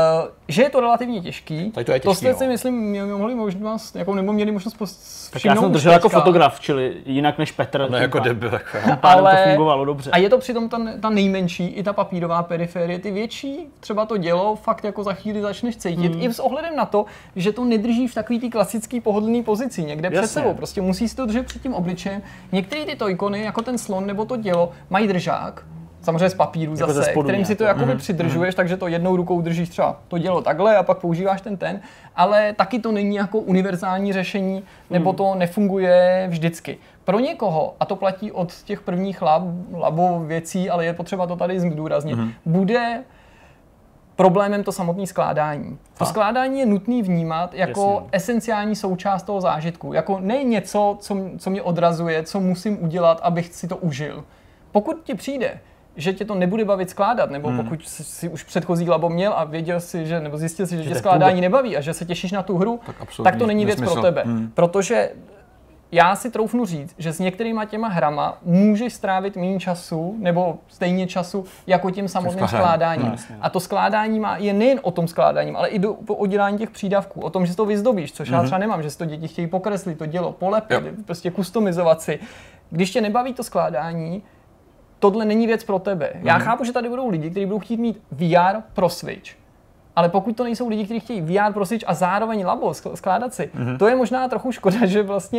že je to relativně těžký, to jste si myslím mohli možnost, jako nebo měli možnost tak já jsem držel jako fotograf, čili jinak než Petr. No jako debil. Ale to fungovalo dobře. A je to přitom ta nejmenší, i ta papírová periferie, ty větší, třeba to dělo fakt jako za chvíli začneš cítit. I s ohledem na to, že to nedrží v takový ty klasický pohodlný pozici, někde před sebou. Prostě musí si to držet před tím obličejem. Některé ty ikony, jako ten slon nebo to dělo, mají držák. Samozřejmě z papíru jako zase, kterým si to jakoby přidržuješ, takže to jednou rukou držíš třeba to dělo takhle a pak používáš ten, ale taky to není jako univerzální řešení, nebo to nefunguje vždycky. Pro někoho, a to platí od těch prvních labo věcí, ale je potřeba to tady zdůraznit, bude problémem to samotné skládání. To skládání je nutný vnímat jako esenciální součást toho zážitku, jako ne něco, co mě odrazuje, co musím udělat, abych si to užil. Pokud ti přijde, že tě to nebude bavit skládat, nebo pokud si už předchozí labo měl a věděl si, že, nebo zjistil si, že tě skládání nebaví a že se těšíš na tu hru, tak to není věc pro tebe. Protože já si troufnu říct, že s některýma těma hrama můžeš strávit méně času, nebo stejně času, jako tím samotným skládáním. A to skládání je nejen o tom skládáním, ale i o dělání těch přídavků, o tom, že to vyzdobíš, což já třeba nemám, že si to děti chtějí pokreslit, to dělo, polepit, prostě customizovat si. Když tě nebaví to skládání, tohle není věc pro tebe. Já chápu, že tady budou lidi, kteří budou chtít mít VR pro Switch. Ale pokud to nejsou lidi, kteří chtějí VR pro Switch a zároveň labo skládat si, to je možná trochu škoda, že vlastně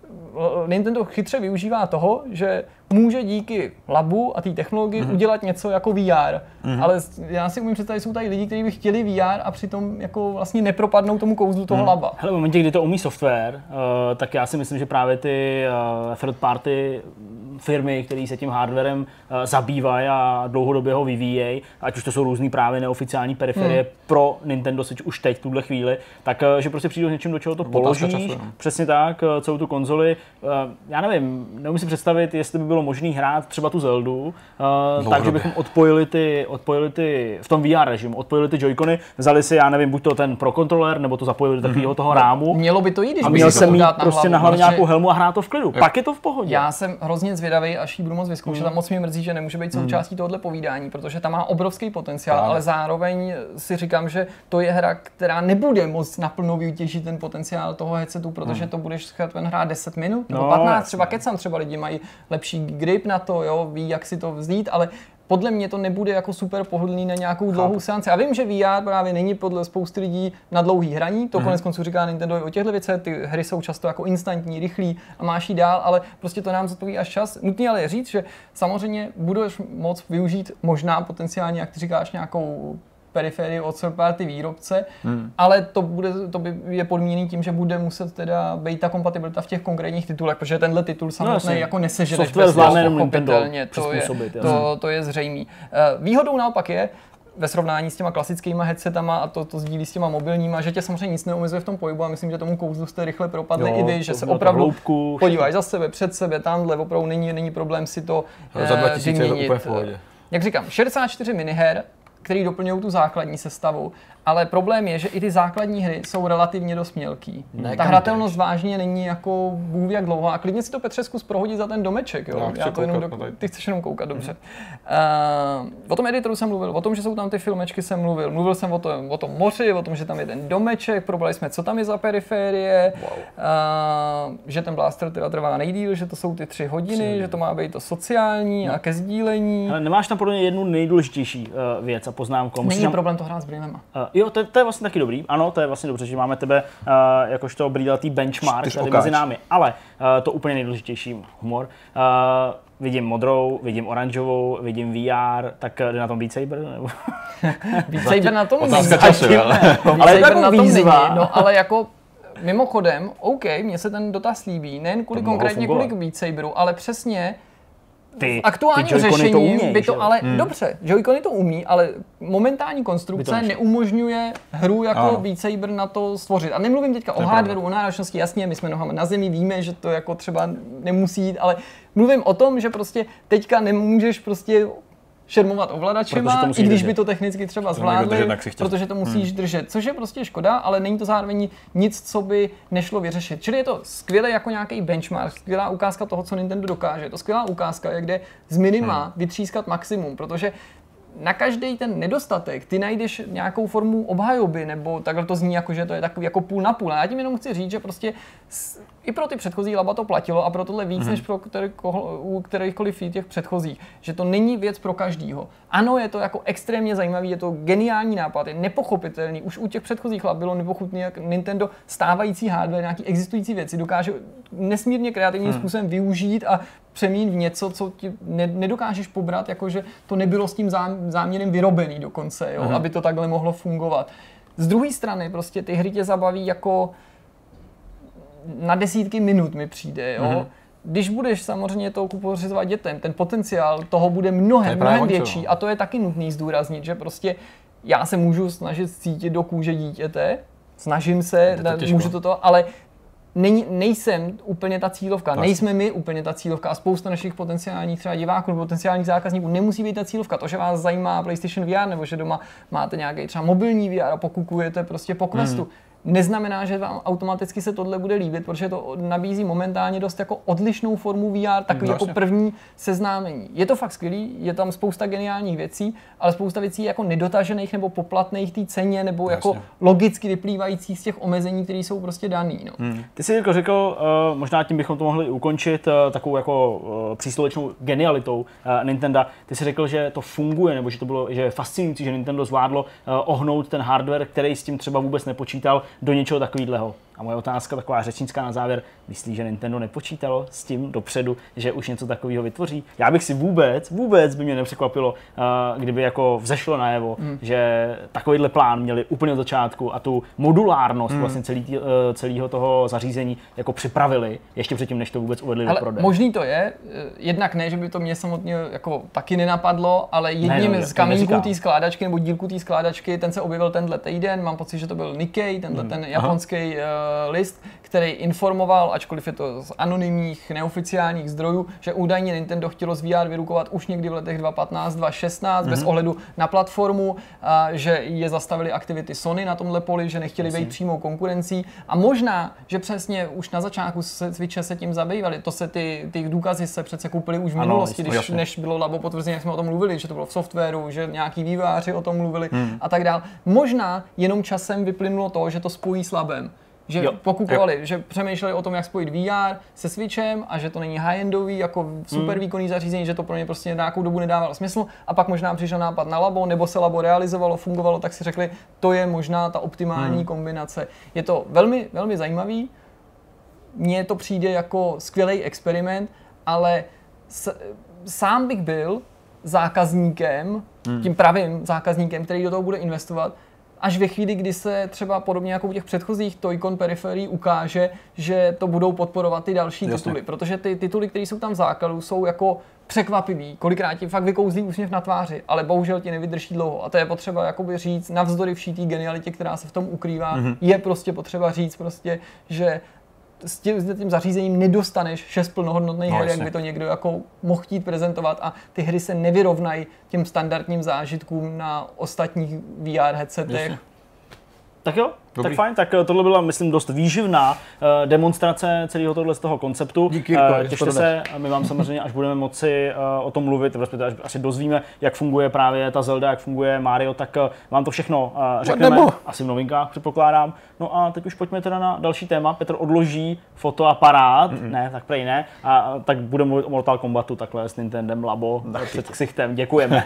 Nintendo chytře využívá toho, že může díky labu a té technologii udělat něco jako VR. Ale já si umím představit, že jsou tady lidi, kteří by chtěli VR a přitom jako vlastně nepropadnou tomu kouzlu toho laba. Hele, v momentě, kdy to umí software, tak já si myslím, že právě ty third party firmy, které se tím hardwarem zabývají a dlouhodobě ho vyvíjejí, ať už to jsou různý právě neoficiální periferie pro Nintendo Switch už teď, v tuhle chvíli, tak že prostě přijdou s něčím, do čeho to položíš. Přesně tak, celou tu konzoli. Já nevím, neumím si představit, jestli by bylo možné hrát třeba tu Zeldu, takže bychom odpojili ty v tom VR režimu, odpojili ty joycony, vzali si, já nevím, buď to ten Pro Controller, nebo to zapojili do takového toho rámu. Mělo by to jít, když a měl jsem mít prostě na hlavě nějakou helmu a hrát to v klidu. Pak je to v pohodě. Já jsem hrozně zvědavý, až ji budu moc vyzkoušet, a moc mě mrzí, že nemůže být součástí tohohle povídání, protože tam má obrovský potenciál, ale zároveň si říkám, že to je hra, která nebude moc naplno vytěžit ten potenciál toho headsetu, protože to budeš hrát 10 minut nebo 15, třeba kecam, třeba lidi mají lepší grip na to, jo, ví, jak si to vzít, ale podle mě to nebude jako super pohodlný na nějakou dlouhou seanci. A vím, že VR právě není podle spousty lidí na dlouhý hraní, to konec konců říká Nintendo i o těchto věcech, ty hry jsou často jako instantní, rychlý a máš jí dál, ale prostě to nám zodpoví až čas. Nutný ale je říct, že samozřejmě budeš moct využít možná potenciálně, jak ty říkáš, nějakou periferii od third party výrobce, ale to je podmíněný tím, že bude muset teda být ta kompatibilita v těch konkrétních titulech, protože tenhle titul samotný jako nesežereš bez pochopitelně, to je zřejmý. Výhodou naopak je, ve srovnání s těma klasickýma headsetama a to sdílí s těma mobilníma, že tě samozřejmě nic neomezuje v tom pohybu a myslím, že tomu kouzlu jste rychle propadli i vy, že se opravdu podíváš za sebe, před sebe, tamhle, opravdu není problém si to vyměnit. Jak říkám, 64 miniher, který doplňují tu základní sestavu, ale problém je, že i ty základní hry jsou relativně dost mělký. Ta hratelnost vážně není jako bůh jak dlouhá. A klidně si to, Petře, zkus prohodit za ten domeček. Jo? Ty chceš jenom koukat, dobře. O tom editoru jsem mluvil, o tom, že jsou tam ty filmečky jsem mluvil. Mluvil jsem o tom moři, o tom, že tam je ten domeček, probrali jsme, co tam je za periferie, že ten blaster teda trvá nejdýl, že to jsou ty 3 hodiny, že to má být to sociální a ke sdílení. Ale nemáš tam podle mě jednu nejdůležitější věc a poznámku. Není problém to hrát s brýlema. Jo, to je vlastně taky dobrý. Ano, to je vlastně dobře, že máme tebe jakožto brýlatý benchmark tady mezi námi. Ale to úplně nejdůležitější humor. Vidím modrou, vidím oranžovou, vidím VR, tak jde na tom Beat Saber? Nebo? Beat Saber na tom není. Ale jako na tom není. No, ale jako mimochodem, OK, mně se ten dotaz líbí, nejen konkrétně kvůli Beat Saberu, ale přesně aktuálním řešením by to ale dobře, Joy-Cony to umí, ale momentální konstrukce neumožňuje hru jako Beat Saber na to stvořit. A nemluvím teďka o hardwareu, o náročnosti, jasně, my jsme nohama na zemi, víme, že to jako třeba nemusí jít, ale mluvím o tom, že prostě teďka nemůžeš prostě šermovat ovladačema, i když by to technicky třeba zvládli, protože to musíš držet, což je prostě škoda, ale není to zároveň nic, co by nešlo vyřešit. Čili je to skvělé jako nějaký benchmark, skvělá ukázka toho, co Nintendo dokáže. Je to skvělá ukázka, jak jde z minima vytřískat maximum, protože na každý ten nedostatek ty najdeš nějakou formu obhajoby, nebo takhle to zní jako, že to je takový jako půl na půl. A já tím jenom chci říct, že prostě i pro ty předchozí laba to platilo a pro tohle víc než pro kterýchkoliv těch předchozích, že to není věc pro každýho. Ano, je to jako extrémně zajímavý, je to geniální nápad, je nepochopitelný. Už u těch předchozích lab bylo nepochopitelné, jak Nintendo stávající hardware, nějaký existující věci dokáže nesmírně kreativním způsobem využít a přeměnit v něco, co ti nedokážeš pobrat, jakože to nebylo s tím záměrem vyrobený dokonce, jo, aby to takhle mohlo fungovat. Z druhé strany prostě ty hry tě zabaví jako na desítky minut mi přijde, jo. Když budeš samozřejmě to pořizovat dětem, ten potenciál toho bude mnohem větší a to je taky nutný zdůraznit, že prostě já se můžu snažit cítit do kůže dítěte, snažím se, můžu toto, ale nejsem úplně ta cílovka, nejsme my úplně ta cílovka a spousta našich potenciálních třeba diváků nebo potenciálních zákazníků nemusí být ta cílovka. To, že vás zajímá PlayStation VR nebo že doma máte nějaký třeba mobilní VR a pokukujete prostě po Questu, neznamená, že vám automaticky se tohle bude líbit, protože to nabízí momentálně dost jako odlišnou formu VR, takový jako první seznámení. Je to fakt skvělý, je tam spousta geniálních věcí, ale spousta věcí jako nedotažených nebo poplatných té ceně nebo jako logicky vyplývajících z těch omezení, které jsou prostě daný. No. Ty jsi řekl, možná tím bychom to mohli ukončit takovou jako příslovečnou genialitou Nintendo. Ty jsi řekl, že to funguje, nebo že to bylo, že je fascinující, že Nintendo zvládlo ohnout ten hardware, který s tím třeba vůbec nepočítal, do něčeho takového. A moje otázka taková řečnická na závěr, myslíš, že Nintendo nepočítalo s tím dopředu, že už něco takového vytvoří? Já bych si vůbec by mě nepřekvapilo, kdyby jako vzešlo najevo, že takovýhle plán měli úplně od začátku a tu modulárnost vlastně celého toho zařízení jako připravili, ještě předtím, než to vůbec uvedli do prodeje. Možný to je, jednak ne, že by to mě samotně jako taky nenapadlo, ale jedním z kamínků té skládačky nebo dílku té skládačky, ten se objevil tenhle týden, mám pocit, že to byl Nikkei, ten japonský list, který informoval, ačkoliv je to z anonymních, neoficiálních zdrojů, že údajně Nintendo chtělo z VR vyrukovat už někdy v letech 2015, 2016, bez ohledu na platformu, že je zastavili aktivity Sony na tomhle poli, že nechtěli být přímou konkurencí a možná, že přesně už na začátku Switche se tím zabývali, to se ty důkazy se přece koupily už v minulosti, než bylo labo potvrzení, jak jsme o tom mluvili, že to bylo v softwaru, že nějaký vývojáři o tom mluvili a tak dál. Možná jenom časem vyplynulo to, že to spojí s labem. Že pokukovali, že přemýšleli o tom, jak spojit VR se Switchem a že to není high-endový, jako super výkonný zařízení, že to pro ně prostě nějakou dobu nedávalo smysl a pak možná přišel nápad na labo, nebo se labo realizovalo, fungovalo, tak si řekli, to je možná ta optimální kombinace. Je to velmi, velmi zajímavý, mně to přijde jako skvělý experiment, ale sám bych byl zákazníkem, tím pravým zákazníkem, který do toho bude investovat, až ve chvíli, kdy se třeba podobně jako u těch předchozích Toy-Con periferií ukáže, že to budou podporovat ty další tituly. Protože ty tituly, které jsou tam v základu, jsou jako překvapivý. Kolikrát ti fakt vykouzlí úsměv na tváři, ale bohužel ti nevydrží dlouho. A to je potřeba jakoby říct, navzdory vší té genialitě, která se v tom ukrývá, je prostě potřeba říct prostě, že s tím zařízením nedostaneš 6 plnohodnotných her, jak by to někdo jako mohl chtít prezentovat a ty hry se nevyrovnají těm standardním zážitkům na ostatních VR headsetech. Tak jo, tak fajn, tak tohle byla, myslím, dost výživná demonstrace celého tohle z toho konceptu. Díky, těšte se, my vám samozřejmě, až budeme moci o tom mluvit, respektive až asi dozvíme, jak funguje právě ta Zelda, jak funguje Mario, tak vám to všechno řekneme, asi v novinkách předpokládám. No a teď už pojďme teda na další téma. Petr odloží fotoaparát, ne, tak prej ne, a tak budeme mluvit o Mortal Kombatu takhle s Nintendem Labo před ksichtem. Děkujeme.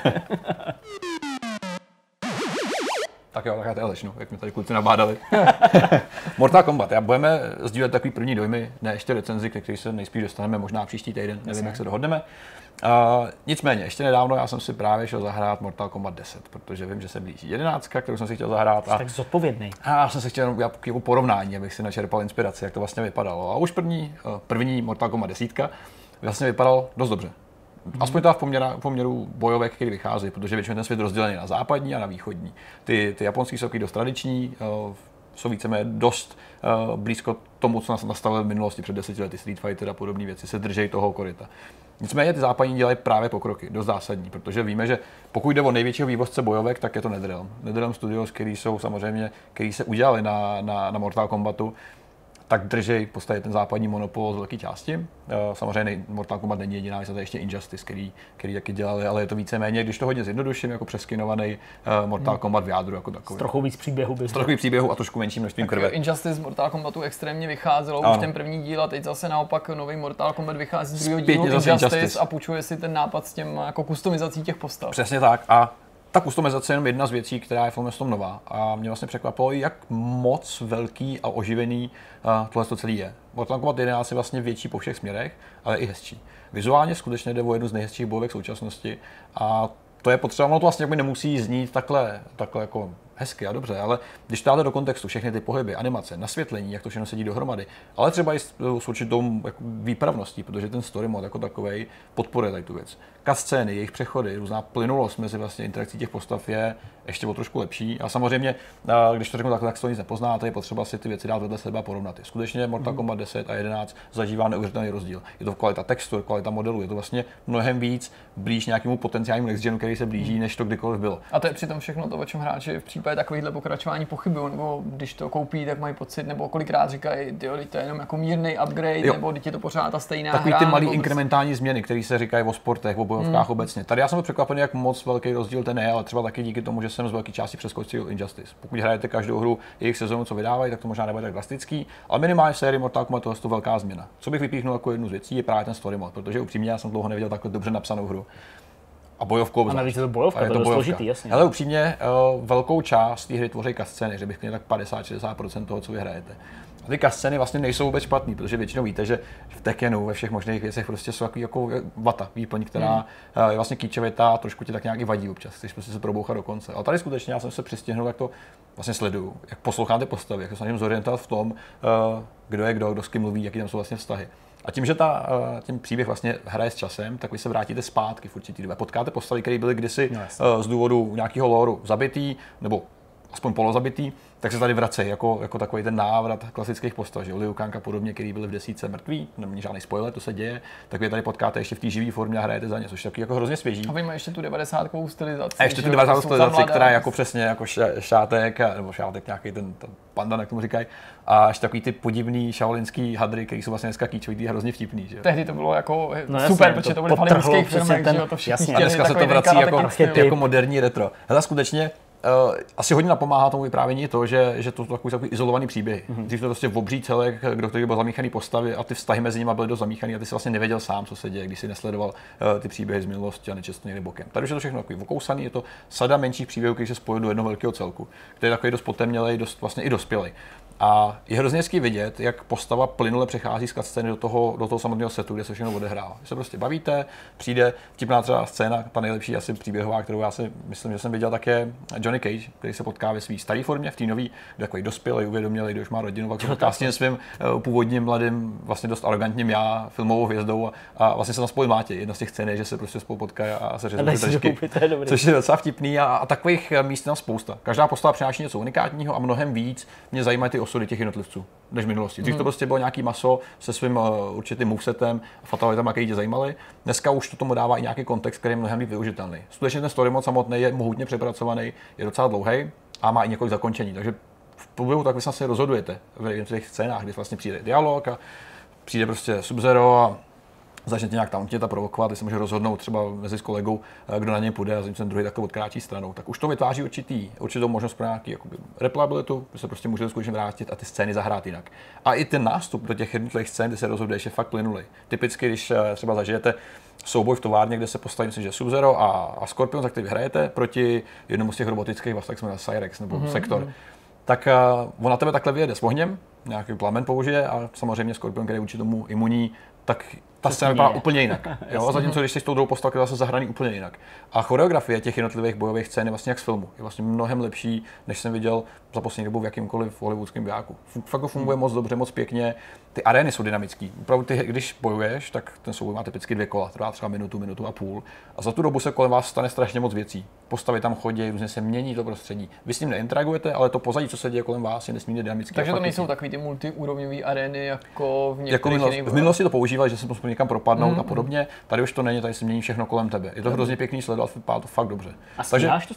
Tak jo, tak já teda začnu, jak mě tady kluci nabádali. Mortal Kombat, já budeme sdílet takový první dojmy, ne ještě recenzi, ke který se nejspíš dostaneme možná příští týden, nevím, jak se dohodneme. Nicméně, ještě nedávno já jsem si právě šel zahrát Mortal Kombat 10, protože vím, že se blíží 11, kterou jsem si chtěl zahrát. Tak zodpovědný. A já jsem si chtěl udělat porovnání, abych si načerpal inspiraci, jak to vlastně vypadalo. A už první Mortal Kombat 10 vlastně vypadal dost dobře. Aspoň to v poměru bojovek, který vychází, protože většinou ten svět rozdělený na západní a na východní. Ty japonský jsou dost tradiční, jsou víceméně dost blízko tomu, co nás nastavili v minulosti před 10 lety, Street Fighter a podobné věci, se držejí toho koryta. Nicméně ty západní dělají právě pokroky, dost zásadní, protože víme, že pokud jde o největšího vývozce bojovek, tak je to NetherRealm. NetherRealm Studios, který se udělali na Mortal Kombatu, tak drží v podstatě ten západní monopol z velké části. Samozřejmě Mortal Kombat není jediná, je to ještě Injustice, který taky dělali, ale je to víceméně, když to hodně zjednoduším, jako přeskinovaný Mortal Kombat v jádru jako takový. S trochu víc příběhu. S trochu víc příběhu a trošku menším množstvím krve. Injustice z Mortal Kombatu extrémně vycházelo už ten první díl a teď zase naopak nový Mortal Kombat vychází z druhého dílu Injustice a půjčuje si ten nápad s těm jako kustomizací těch postav. Přesně tak. A ta kustomizace je jenom jedna z věcí, která je v tom nová. A mě vlastně překvapilo, jak moc velký a oživený tohle celý je. Mortal Kombat 11 je vlastně větší po všech směrech, ale i hezčí. Vizuálně skutečně jde o jednu z nejhezčích bojovek současnosti a to je potřeba, ono to vlastně nemusí znít takhle jako hezky a dobře, ale když to dáte do kontextu všechny ty pohyby, animace, nasvětlení, jak to všechno sedí dohromady, ale třeba i s určitou jako výpravností, protože ten story mod jako takovej podporuje tady tu věc. Cutscény, jejich přechody, různá plynulost mezi vlastně interakcí těch postav je ještě o trošku lepší. A samozřejmě, když to řeknu takhle, tak to nic nepoznáte, je potřeba si ty věci dát vedle sebe a porovnat. Skutečně Mortal Kombat 10 a 11 zažívá neuvěřitelný rozdíl. Je to kvalita textur, kvalita modelu, je to vlastně mnohem víc blíž nějakému potenciálnímu next genu, který se blíží, než to kdykoliv bylo. A to je přitom všechno to, o čem hráči v případě takovýchhle pokračování pochybují, nebo když to koupí, tak mají pocit, nebo kolikrát říkají, to je jenom jako mírný upgrade, jo. Nebo je to pořád ta stejná takový hra. Ty malý inkrementální změny, které se říkají o sportech, o bojovkách obecně. Tady já jsem byl překvapený, jak moc velký rozdíl ten je, ale třeba taky díky tomu, že jsem z velké části přeskočil Injustice. Pokud hrajete každou hru jejich sezónu, co vydávají, tak to možná nebude tak drastický, ale minimálně v sérii Mortal Kombat to je velká změna. Co bych vypíchnul jako jednu z věcí, je právě ten story mod, protože upřímně já jsem dlouho neviděl takhle dobře napsanou hru. A bojovku. A navíc je to bojovka, to je složitý, jasně. Ale upřímně velkou část té hry tvoří cutscény, že bych měl tak 50-60% toho, co vy hrajete. A ty cutscény vlastně nejsou vůbec špatný, protože většinou víte, že v Tekkenu, ve všech možných věcech prostě jsou takový jako vata, výplň, která je vlastně kýčovitá a trošku ti tak nějak i vadí občas, chceš prostě se probouchat do konce. Ale tady skutečně já jsem se přistihnul, jak to vlastně sleduju, jak poslouchám ty postavy, jak se snažím zorientovat v tom, kdo je kdo s kým mluví, jaký tam jsou vlastně vztahy. A tím, že ten příběh vlastně hraje s časem, tak vy se vrátíte zpátky v určitý době. Potkáte postavy, které byly kdysi z důvodu nějakého lóru zabitý, nebo aspoň polozabitý, tak se tady vracejí jako takový ten návrat klasických postav, že Liu Kang a podobně, který byli v desítce mrtví, není žádný spoiler, to se děje, tak vy tady potkáte ještě v té živé formě a hrajete za ně, což je taky jako hrozně svěží. A vy máte ještě tu 90kovou stylizaci. A ještě tu 90kovou stylizaci, která je jako přesně jako šátek, nebo šátek nějaký ten pandan, jak tomu říkají, a ještě takový ty podivný šaolinský hadry, který jsou vlastně dneska kýčový, hrozně vtipný, že? Tehdy to bylo jako super, protože to byly v hollywoodských filmech, že to všichni. A dneska se to vrací jako moderní retro. Hele, skutečně asi hodně napomáhá tomu vyprávění to, že to jsou takový izolovaný příběhy. Dřív to prostě obří celek, do kterého byl zamíchaný postavy a ty vztahy mezi nimi byly dost zamíchaný a ty si vlastně nevěděl sám, co se děje, když si nesledoval ty příběhy z minulosti a nečasto někde bokem. Tady už je to všechno takový okousaný, je to sada menších příběhů, které se spojují do jednoho velkého celku, který je takový dost potemnělej, dost vlastně i dospělej. A je hrozně hezký vidět, jak postava plynule přechází z cutscény do toho samotného setu, kde se všechno odehrává. Vy se prostě bavíte, přijde vtipná třeba scéna, ta nejlepší asi příběhová, kterou já si myslím, že jsem viděl, tak je Johnny Cage, který se potká ve své staré formě, v té nový, takový dospělý, uvědomělý, kdo už má rodinu, pak se potká s tím svým původním mladým, vlastně dost arrogantním já, filmovou hvězdou a vlastně se tam spolu mátě. Jedna z těch scén je, že se prostě spolu potkají a se řezou ty držky, což je docela vtipný a takových míst tam spousta. Každá postava přináší něco unikátního a mnohem víc mě zajímají ty osudy těch jednotlivců než v minulosti. Dřív to prostě bylo nějaký maso se svým určitým movesetem, fatalitama, který tě zajímaly. Dneska už to tomu dává i nějaký kontext, který je mnohem líp využitelný. Skutečně ten story mod samotný je mohutně přepracovaný, je docela dlouhý a má i několik zakončení. Takže v průběhu tak vy se rozhodujete v těch scénách, kdy vlastně přijde dialog a přijde prostě Sub-Zero a začnete nějak tauntit a provokovat, když se může rozhodnout třeba mezi s kolegou, kdo na něj půjde a ten druhý takhle odkráčí stranou. Tak už to vytváří určitou možnost pro nějaký replayabilitu, že se prostě můžete skutečně vrátit a ty scény zahrát jinak. A i ten nástup do těch jednotlivých scén, kdy se rozhoduješ, je fakt plynulý. Typicky, když třeba zažijete souboj v továrně, kde se postaví, myslím, že Sub-Zero a Scorpion, za který vyhrajete, proti jednomu z těch robotických vás, tak se jmenuje Cyrex nebo Sektor. Tak on na tebe takhle vyjede s ohněm, nějaký plamen použije a samozřejmě Scorpion, který je vůči tomu imunní, tak ta scéna vypadá úplně jinak. Jo? Zatímco když jsi s tou druhou postavou, která se zahraný úplně jinak. A choreografie těch jednotlivých bojových scén je vlastně jak z filmu. Je vlastně mnohem lepší, než jsem viděl za poslední dobu v jakýmkoliv hollywoodském bijáku. Fakt to funguje moc dobře, moc pěkně. Ty arény jsou dynamický. Opravdu když bojuješ, tak ten souboj má typicky 2 kola, trvá třeba minutu a půl. A za tu dobu se kolem vás stane strašně moc věcí. Postavy tam chodí, různě se mění to prostředí. Vy s ním neinteragujete, ale to pozadí, co se děje kolem vás, je nesmírně dynamické. Takže to nejsou takový ty multiúrovňové arény jako v některých jiných. V minulosti to používali, že se musel někam propadnout a podobně. Tady už to není, tady se mění všechno kolem tebe. Je to hrozně pěkný sledovat, vypadá to fakt dobře. A stíháš to sledovat?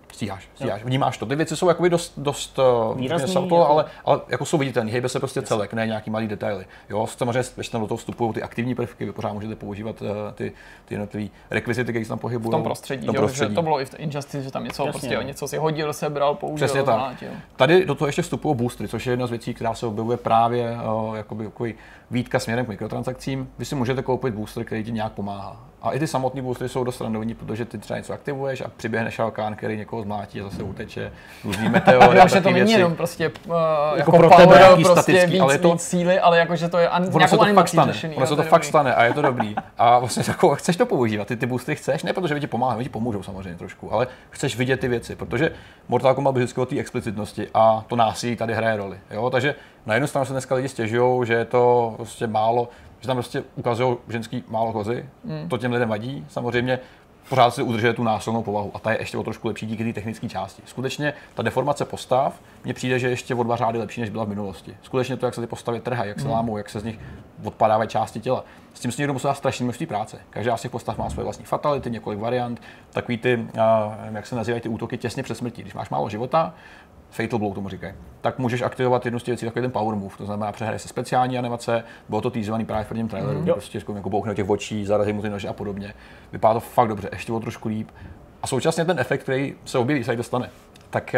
Stíháš. Vnímáš to. Ty věci jsou jakoby dost výrazný, ale jako jsou viditelný, hejbe se prostě celek, ne nějaký malý detaily. Jo, samozřejmě, když tam do toho vstupují ty aktivní prvky, vy pořád můžete používat ty jednotlivé rekvizity, které se tam pohybují. V tom prostředí, že to bylo i v Injustice, že tam něco si hodil, sebral, použil. Přesně tak. Tady do toho ještě vstupují boostry, což je jedna z věcí, která se objevuje právě jakoby výtka směrem k mikrotransakcím. Vy si můžete koupit booster, který ti nějak pomáhá. A i ty samotné boostry jsou dost randovní, protože ty třeba něco aktivuješ a přiběhne Shao Kahn, který někoho zmlátí a zase uteče, různý meteory. Takže to není jenom prostě jako pro tebe nějaký statický, ale je to víc síly, ale jakože to je nějakou animací řešený. Ono se to fakt stane a je to dobrý. A vlastně jako chceš to používat, ty boostry chceš, ne protože by ti pomáhají, ti pomůžou samozřejmě trošku, ale chceš vidět ty věci, protože Mortal Kombat byl vždycky o té explicitnosti a to násilí tady hraje roli. Jo? Takže na jednu stranu se dneska lidi stěžují, že je to prostě málo, že tam prostě ukazují ženský málo kozy, to těm lidem vadí, samozřejmě pořád si udržuje tu násilnou povahu a ta je ještě o trošku lepší díky té technické části. Skutečně ta deformace postav mně přijde, že ještě o 2 řády lepší, než byla v minulosti. Skutečně to, jak se ty postavy trhají, jak se lámou, jak se z nich odpadávají části těla. S tím si někdo musel dát strašně množství práce. Každá z těch postav má svoje vlastní fatality, několik variant, takový ty, jak se nazývají ty útoky těsně před smrtí. Když máš málo života, Fatal Blow tomu říkají, tak můžeš aktivovat jednu z těch věcí, takový ten power move, to znamená přehraje se speciální animace, bylo to teasovaný právě v prvním traileru, prostě jako bouchne do těch očí, zarazí mu ty nože a podobně. Vypadá to fakt dobře, ještě o trošku líp. A současně ten efekt, který se objeví, se dostane, tak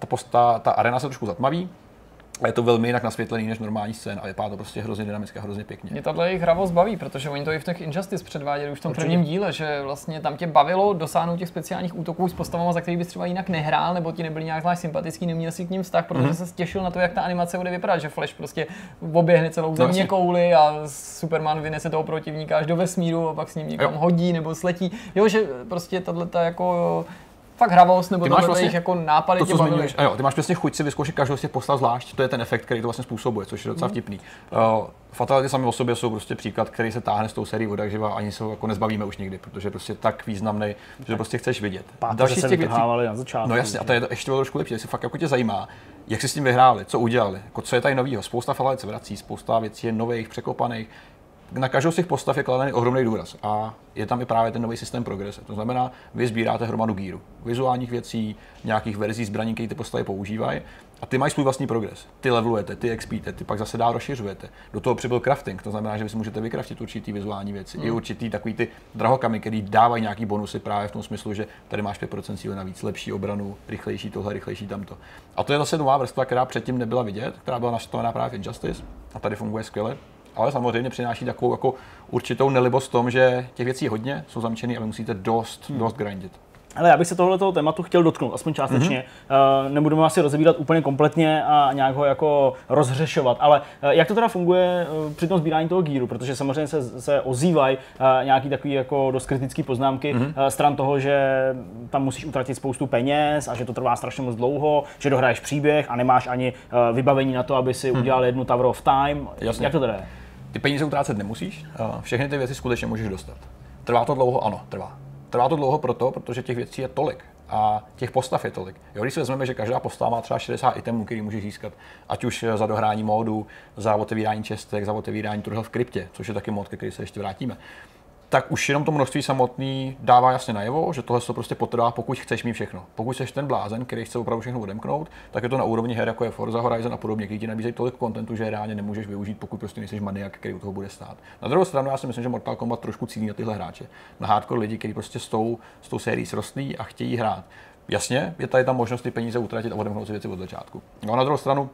ta arena se trošku zatmaví. A je to velmi jinak nasvětlený než normální scén a vypadá to prostě hrozně dynamicky a hrozně pěkně. Mě tahle jejich hravost baví, protože oni to i v těch Injustice předváděli už v tom prvním díle, že vlastně tam tě bavilo dosáhnout těch speciálních útoků s postavami, za který bys třeba jinak nehrál, nebo ti nebyli nějak zvlášť sympatický, neměl si k ním vztah, protože se těšil na to, jak ta animace bude vypadat, že Flash prostě oběhne celou země kouli a Superman vynese toho protivníka až do vesmíru a pak s ním někam hodí nebo sletí. Jo, že prostě tato jako fakt hravost, nebo to vlastně jako nápady to, co zmiňuješ. Ty máš přesně chuť si vyzkoušet každou z těch postav zvlášť, to je ten efekt, který to vlastně způsobuje, což je docela vtipný. Fatality sami o sobě jsou prostě příklad, který se táhne s tou sérií od jak živa, ani se ho jako nezbavíme už nikdy, protože je prostě tak významný, že prostě chceš vidět. Další z těch věcí na začátku. No jasně, a to je to ještě trošku lepší, jestli fakt jako tě zajímá, jak si s tím vyhráli, co udělali, jako co je tady novýho. Spousta Fatality se vrací, spousta věcí je nových, překopaných. Na každou z těch postav je kladený ohromný důraz a je tam i právě ten nový systém progrese. To znamená, vy sbíráte hromadu gíru, vizuálních věcí, nějakých verzí zbraní, které ty postavy používají a ty mají svůj vlastní progres. Ty levelujete, ty expíte, ty pak zase dál rozšiřujete. Do toho přibyl crafting, to znamená, že vy si můžete vykraftit určitý vizuální věci, i určitý takový ty drahokamy, který dávají nějaký bonusy právě v tom smyslu, že tady máš 5% síly navíc, lepší obranu, rychlejší tohle, rychlejší tamto. A to je zase nová vrstva, která předtím nebyla vidět, která byla nastavená právě v Injustice a tady funguje skvěle. Ale samozřejmě přináší takovou jako určitou nelibost v tom, že těch věcí hodně jsou zamčený a vy musíte dost grindit. Ale já bych se tohoto tématu chtěl dotknout, aspoň částečně. Nebudeme asi rozebírat úplně kompletně a nějak ho jako rozhřešovat, ale jak to teda funguje při tom sbírání toho gíru, protože samozřejmě se ozývají nějaký takový jako dost kritický poznámky stran toho, že tam musíš utratit spoustu peněz a že to trvá strašně moc dlouho, že dohraješ příběh a nemáš ani vybavení na to, aby si udělal jednu Tower of Time. Jasně. Jak to teda je? Ty peníze utrácet nemusíš, všechny ty věci skutečně můžeš dostat. Trvá to dlouho? Ano, trvá. Trvá to dlouho protože těch věcí je tolik a těch postav je tolik. Jo, když si vezmeme, že každá postava má třeba 60 itemů, který můžeš získat, ať už za dohrání módu, za otevírání čestek, za otevírání turhel v kryptě, což je taky mod, ke který se ještě vrátíme, tak už jenom to množství samotný dává jasně najevo, že tohle se prostě potrvá, pokud chceš mít všechno. Pokud jsi ten blázen, který chce opravdu všechno odemknout, tak je to na úrovni her, jako je Forza Horizon a podobně, který ti nabízejí tolik kontentu, že reálně nemůžeš využít, pokud prostě nejsi maniak, který u toho bude stát. Na druhou stranu já si myslím, že Mortal Kombat trošku cílí na tyhle hráče, na hardcore lidi, kteří prostě s tou sérií srostlí a chtějí hrát. Jasně, je tady ta možnost ty peníze utratit a odemknout si věci od začátku. No a na druhou stranu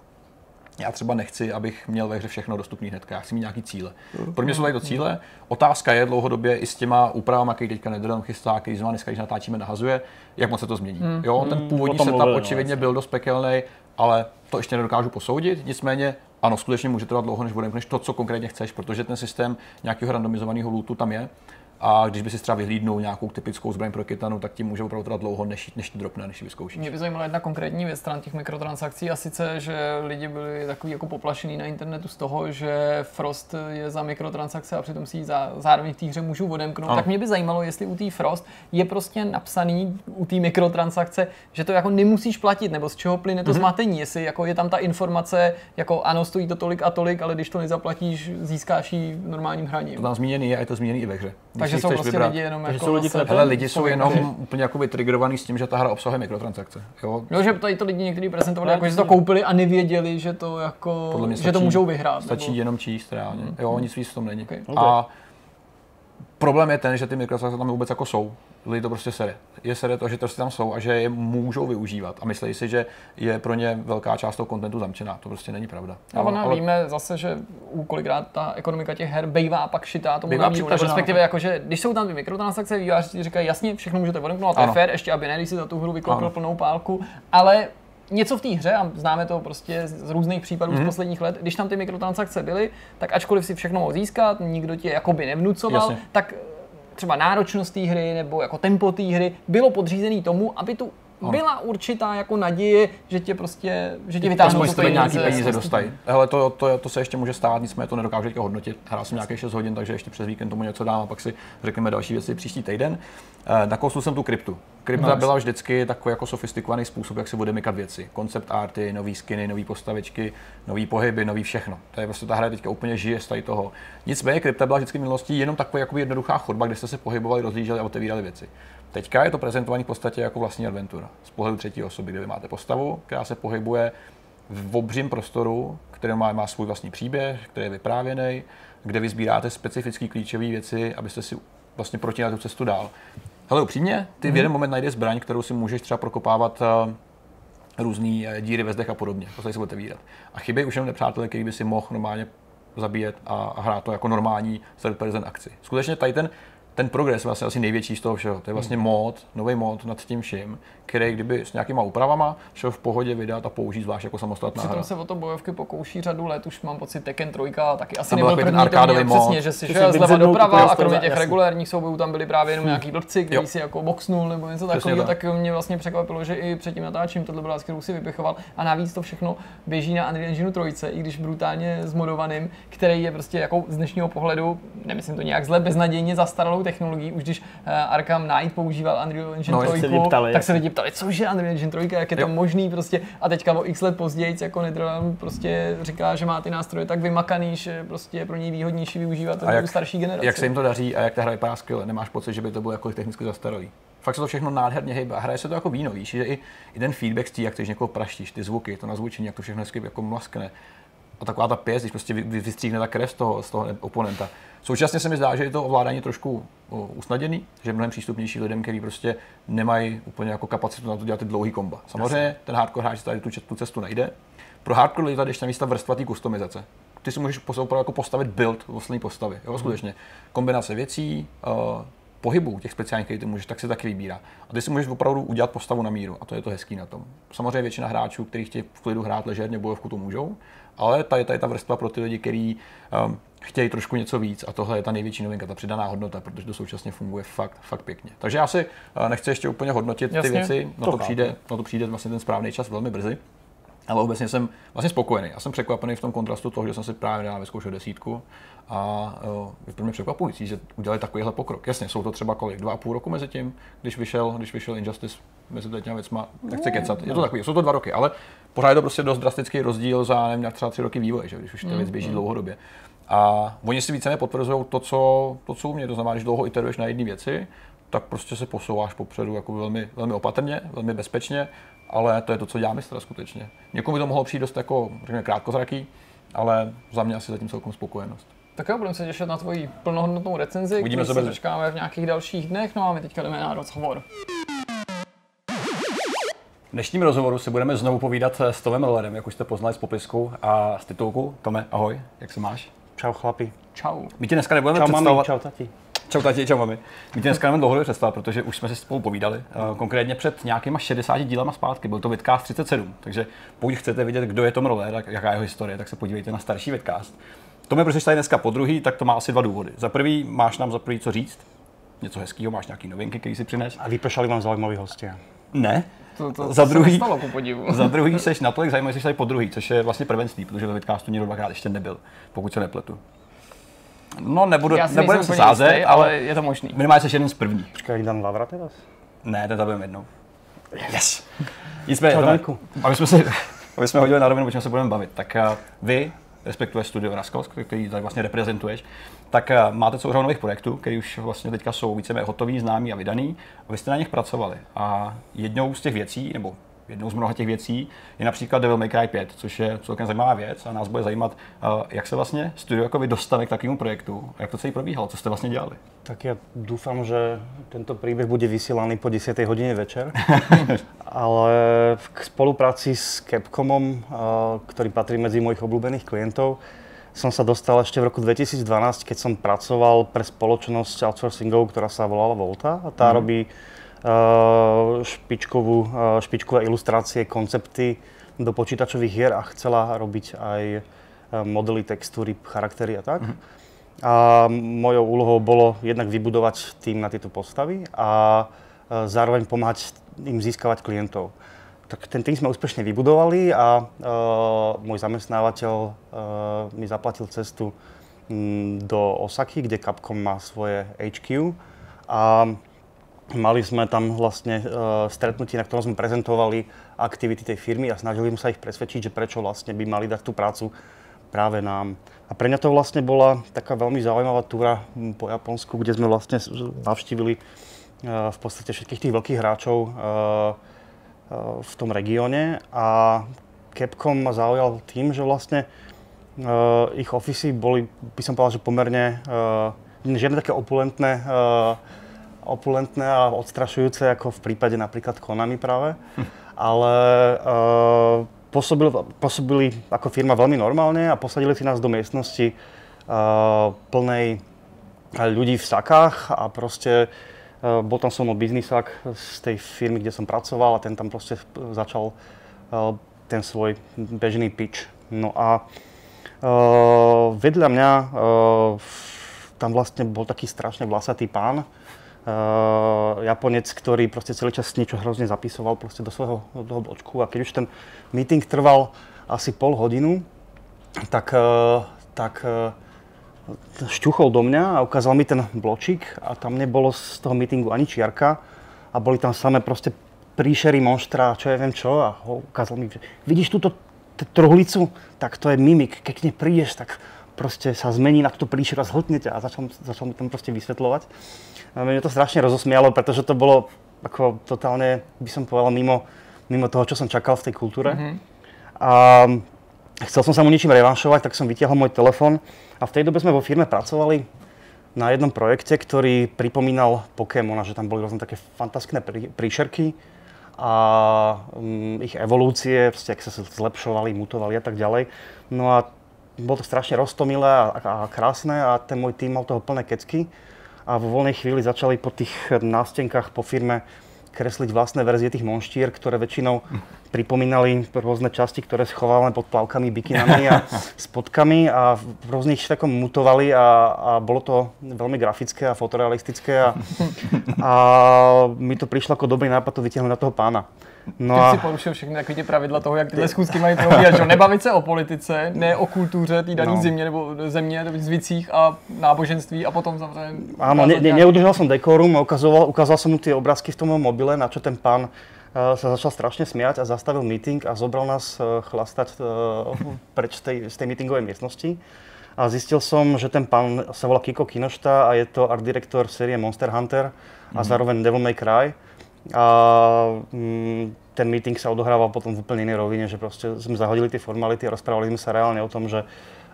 já třeba nechci, abych měl ve hře všechno dostupný hnedka, já chci mít nějaký cíle. Pro mě jsou tady to cíle. Otázka je dlouhodobě i s těma úpravami, který teďka Netherrealm chystá, který z dneska, když natáčíme, nahazuje, jak moc se to změní. Jo, ten původní setup očividně byl dost pekelný, ale to ještě nedokážu posoudit. Nicméně ano, skutečně může trvat dlouho, než odemkneš to, co konkrétně chceš, protože ten systém nějakého randomizovaného lootu tam je. A když by si třeba vyhlídnul nějakou typickou zbraň pro Kitanu, tak ti může opravdu trvat dlouho, než ti dropne, než ji vyzkoušíš. Mě by zajímala jedna konkrétní věc stran těch mikrotransakcí, a sice, že lidi byli takový jako poplašený na internetu z toho, že Frost je za mikrotransakce a přitom si ji zároveň v té hře můžu odemknout. Ano. Tak mě by zajímalo, jestli u té Frost je prostě napsaný u té mikrotransakce, že to jako nemusíš platit, nebo z čeho plyne to zmatení, jestli jako je tam ta informace, jako ano, stojí to tolik a tolik, ale když to nezaplatíš, získáš ji v normálním hraní. To tam zmíněný je a je to zmíněný i ve hře. Takže jsou prostě lidi jenom jako lidi jsou jenom úplně jako vytriggerovaný s tím, že ta hra obsahuje mikrotransakce. Jo, že tady to lidi někteří prezentovali, jako že to koupili a nevěděli, že to jako že to můžou vyhrát. Stačí jenom číst reálně. Jo, nic víc v tom není. A problém je ten, že ty mikrotransakce tam vůbec jako jsou. Lidi to prostě sere. Je sere to, že to tam jsou a že je můžou využívat. A myslí si, že je pro ně velká část toho kontentu zamčená. To prostě není pravda. Ale víme zase, že kolikrát ta ekonomika těch her bývá pak šitá tomu na míru. Respektive jakože, když jsou tam ty mikrotransakce, vývojáři říkají jasně, všechno můžete odemknout, to je fair, ještě aby ne, když si za tu hru vyklopil plnou pálku, ale něco v té hře, a známe to prostě z různých případů z posledních let, když tam ty mikrotransakce byly, tak ačkoliv si všechno mohl získat, nikdo ti jakoby nevnucoval, tak třeba náročnost té hry nebo jako tempo té hry bylo podřízený tomu, aby tu byla určitá jako naděje, že tě prostě, že tě vytáhnou to nějaký peníze dostají. Hele, to se ještě může stát, nicméně to nedokážu teďka hodnotit. Hrál jsem nějakých 6 hodin, takže ještě přes víkend tomu něco dám a pak si řekneme další věci příští týden. Nakousl jsem tu kryptu. Krypta byla vždycky takový jako sofistikovaný způsob, jak se bude mykat věci. Koncept arty, nový skiny, nový postavičky, nový pohyby, nový všechno. To je prostě ta hra teďka úplně žije z tady toho. Nicméně krypta byla vždycky v minulosti jenom taková jako jednoduchá chodba, kde jste se pohybovali, rozhlíželi a otevírali věci. Teďka je to prezentované v podstatě jako vlastní adventura. Z pohledu třetí osoby, kde vy máte postavu, která se pohybuje v obřím prostoru, který má svůj vlastní příběh, který je vyprávěný, kde vy sbíráte specifické klíčové věci, abyste si vlastně protinali tu cestu dál. Hele, upřímně, ty v jeden moment najdeš zbraň, kterou si můžeš třeba prokopávat různý díry ve zdech a podobně, to se otevírat. A chybí už jenom nepřátelé, který by si mohl normálně zabíjet a hrát to jako normální third person akci. Skutečně tady ten progres je vlastně asi největší z toho všeho. To je vlastně nový mod nad tím vším, který kdyby s nějakýma úpravama šel v pohodě vydat a použít zvlášť jako samostatná hra. Přitom se o to bojovky pokouší řadu let, už mám pocit Tekken 3 taky asi nebyl první to měl přesně, že si šel zleva doprava a kromě těch regulérních soubojů tam byli právě jenom nějaký blbci, který si jako boxnul nebo něco takového, tak mě vlastně překvapilo, že i před tím natáčím tohle byla, kterou si vypichoval a navíc to všechno běží na Unreal Engine 3, i když brutálně zmodovaným, který je prostě jako z dnešního pohledu, nemyslím to nějak zle, beznadějně zastaralou technologií, už když Arkham Knight používal Unreal Engine 3, tak se lidi ptali, cože Unreal Engine 3, jak je to možný prostě a teďka o x let později jako Netherrealm prostě říká, že má ty nástroje tak vymakaný, že prostě je pro něj výhodnější využívat tu starší generaci. Jak se jim to daří a jak ta hra vypadá skvěle, nemáš pocit, že by to bylo jako technicky zastaralý. Fakt se to všechno nádherně hejbe a hraje se to jako víno, víš, že i ten feedback z tí, jak chceš někoho praštíš, ty zvuky, to nazvučení, jak to všechno hezky jako mlaskne. A taková ta pěst, když prostě vystříhne ta krev z toho oponenta. Současně se mi zdá, že je to ovládání trošku usnadněný, že je mnohem přístupnější lidem, kteří prostě nemají úplně jako kapacitu na to dělat ty dlouhý komba. Samozřejmě ten hardcore hráč tady tu cestu najde. Pro hardcore lidi tady ještě navíc ta vrstva té kustomizace. Ty si můžeš jako postavit build vlastní postavy, jo, skutečně. Kombinace věcí, pohybů těch speciálních, který ty můžeš, tak si taky vybírá. A ty si můžeš opravdu udělat postavu na míru a to je to hezký na tom. Samozřejmě většina hráčů, kteří chtějí v klidu hrát ležerně bojovku, to můžou, ale tady ta vrstva pro ty lidi, kteří chtějí trošku něco víc a tohle je ta největší novinka, ta přidaná hodnota, protože to současně funguje fakt pěkně. Takže já si nechci ještě úplně hodnotit ty věci, na to přijde vlastně ten správný čas velmi brzy. Ale obecně jsem vlastně spokojený. Já jsem překvapený v tom kontrastu toho, že jsem si právě dál vyzkoušel 10 a je pro mě překvapující, že udělali takovýhle pokrok. Jasně, jsou to třeba kolik, 2,5 roku mezi tím, když vyšel Injustice mezi těmi věcma, nechci kecat. Je to takový, jsou to 2 roky, ale pořád je to prostě dost drastický rozdíl za nevím, třeba 3 roky vývoje, že? Když už ta věc běží dlouhodobě. A oni si víceméně potvrzují to, co umějí. To znamená, když dlouho iteruješ na jedné věci, tak prostě se posouváš popředu jako velmi, velmi opatrně, velmi bezpečně, ale to je to, co dělá mistra skutečně. Někomu by to mohlo přijít dost jako, řekněme, krátkozraký, ale za mě asi zatím celkom spokojenost. Tak jo, budeme se těšit na tvoji plnohodnotnou recenzi, kterou se dočkáme v nějakých dalších dnech, no a my teďka jdeme na rozhovor. V dnešním rozhovoru si budeme znovu povídat s Tomem Rollerem, jak už jste poznali z popisku a z titulku. Tome, ahoj, jak se máš? Čau chlapi. Čau. My ti dneska nebudeme představovat... Mami, čau tati. Čau tati, čau mami. My ti dneska nebudeme dlouhodobě představovat, protože už jsme si spolu povídali. Konkrétně před nějakýma 60 dílama zpátky, byl to Vidcast 37. Takže pokud chcete vidět, kdo je Tom Roller, jaká je jeho historie, tak se podívejte na starší Vidcast. Tome, protože jsi tady dneska podruhý, tak to má asi 2 důvody. Za prvý, máš nám co říct? Něco hezkého, máš nějaký novinky, který si přines? A vypršali vám zajímaví hosté? Ne. To za druhý, nestalo, ku podivu. Za druhý seš natolik zajímavý, jsi tady podruhý, což je vlastně prvenství, protože ve Vidcastu nikdo 2krát ještě nebyl, pokud se nepletu. No, nebudeme se sázet, ale je to možný. Minimálně jsi jeden z prvních. Počkej, Dan Lavra teraz? Ne, ten zabijeme jednou. Yes! Nicméně, aby jsme hodili na rovinu, o čem se budeme bavit. Tak vy respektive studio Rascals, který tady vlastně reprezentuješ, tak máte celou řadu nových projektů, které už vlastně teďka jsou víceméně hotový, známý a vydaný, a vy jste na nich pracovali. A jednou z těch věcí, nebo jednou z mnoha těch věcí je například Devil May Cry 5, což je celkem zajímavá věc a nás bude zajímat, jak se vlastně studio jako vy dostane k takovému projektu a jak to celý probíhalo, co jste vlastně dělali. Tak ja dúfam, že tento príbeh bude vysielaný po 10. hodine večer, ale k spolupráci s Capcomom, ktorý patrí medzi mojich obľúbených klientov, som sa dostal ešte v roku 2012, keď som pracoval pre spoločnosť outsourcingovú, ktorá sa volala Volta a tá robí špičkové ilustrácie, koncepty do počítačových hier a chcela robiť aj modely, textúry, charaktery a tak. A mojou úlohou bolo jednak vybudovať tým na tieto postavy a zároveň pomáhať im získavať klientov. Tak ten tým sme úspešne vybudovali a môj zamestnávateľ mi zaplatil cestu do Osaky, kde Capcom má svoje HQ. A mali sme tam vlastne stretnutie, na ktorom sme prezentovali aktivity tej firmy a snažili sme sa ich presvedčiť, že prečo vlastne by mali dať tú prácu práve nám. A pre mňa to vlastne bola taká veľmi zaujímavá túra po Japonsku, kde sme vlastne navštívili v podstate všetkých tých veľkých hráčov v tom regióne. A Capcom ma zaujal tým, že vlastne ich ofisy boli, by som povedal, že pomerne žiadne také opulentné a odstrašujúce, ako v prípade napríklad Konami práve, ale pôsobili ako firma veľmi normálne a posadili si nás do miestnosti plnej ľudí v sakách a proste bol tam so mnou biznisák z tej firmy, kde som pracoval a ten tam proste začal ten svoj bežný pitch. No a vedľa mňa tam vlastne bol taký strašne vlasatý pán, Japonec, ktorý proste celý čas niečo hrozne zapisoval proste do svojho bločku a keď už ten meeting trval asi pol hodinu, tak šťuchol do mňa a ukázal mi ten bločík a tam nebolo z toho meetingu ani čiarka a boli tam samé proste príšery, monštra, čo ja viem čo a ukázal mi, že vidíš túto truhlicu, tak to je mimik, keď k nej prídeš, tak proste sa zmení na túto príšeru a zhltnete a začal mi tam proste vysvetľovať. A mňa to strašne rozosmialo, pretože to bolo ako totálne, by som povedal, mimo toho, čo som čakal v tej kultúre. A chcel som sa mu ničím revanšovať, tak som vytiahol môj telefón a v tej dobe sme vo firme pracovali na jednom projekte, ktorý pripomínal Pokémona, že tam boli rôzne také fantastické príšerky a ich evolúcie, proste, ak sa zlepšovali, mutovali a tak ďalej. No a bolo to strašne roztomilé a krásne a ten môj tým mal toho plné kecky. A vo voľnej chvíli začali po tých nástenkách po firme kresliť vlastné verzie tých monštier, ktoré väčšinou pripomínali rôzne časti, ktoré schovávame pod plavkami, bikinami a spodkami a rôznych švekom mutovali a bolo to veľmi grafické a fotorealistické a mi to prišlo ako dobrý nápad to vytiahnuť na toho pána. No ty si porušil všechny takové ty pravidla toho, jak tyhle schůzky mají probíhat, že nebavit se o politice, ne o kultuře té dané země nebo zvicích a náboženství a potom samozřejmě... Áno, neudržal som dekorum, ukázal som mu tie obrázky v tom mobile, na čo ten pán sa začal strašne smiať a zastavil meeting a zobral nás chlastať preč z tej meetingovej miestnosti. A zistil som, že ten pán sa volá Kiko Kinoshita a je to art direktor série Monster Hunter a zároveň Devil May Cry. A ten meeting sa odohrával potom v úplne inej rovine, že proste sme zahodili tie formality a rozprávali sme sa reálne o tom, že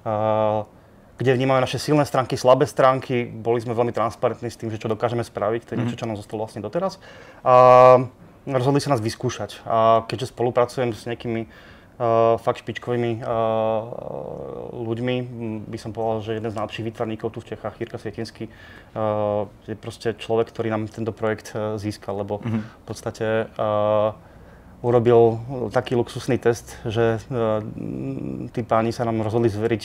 kde vnímame naše silné stránky, slabé stránky, boli sme veľmi transparentní s tým, že čo dokážeme spraviť, to je niečo, čo nám zostalo vlastne doteraz. A rozhodli sa nás vyskúšať. A keďže spolupracujem s nejakými fakt špičkovými ľuďmi. By som povedal, že jeden z najlepších výtvarníkov tu v Čechách, Jirka Svietinský, je proste človek, ktorý nám tento projekt získal, lebo v podstate urobil taký luxusný test, že tí páni sa nám rozhodli zveriť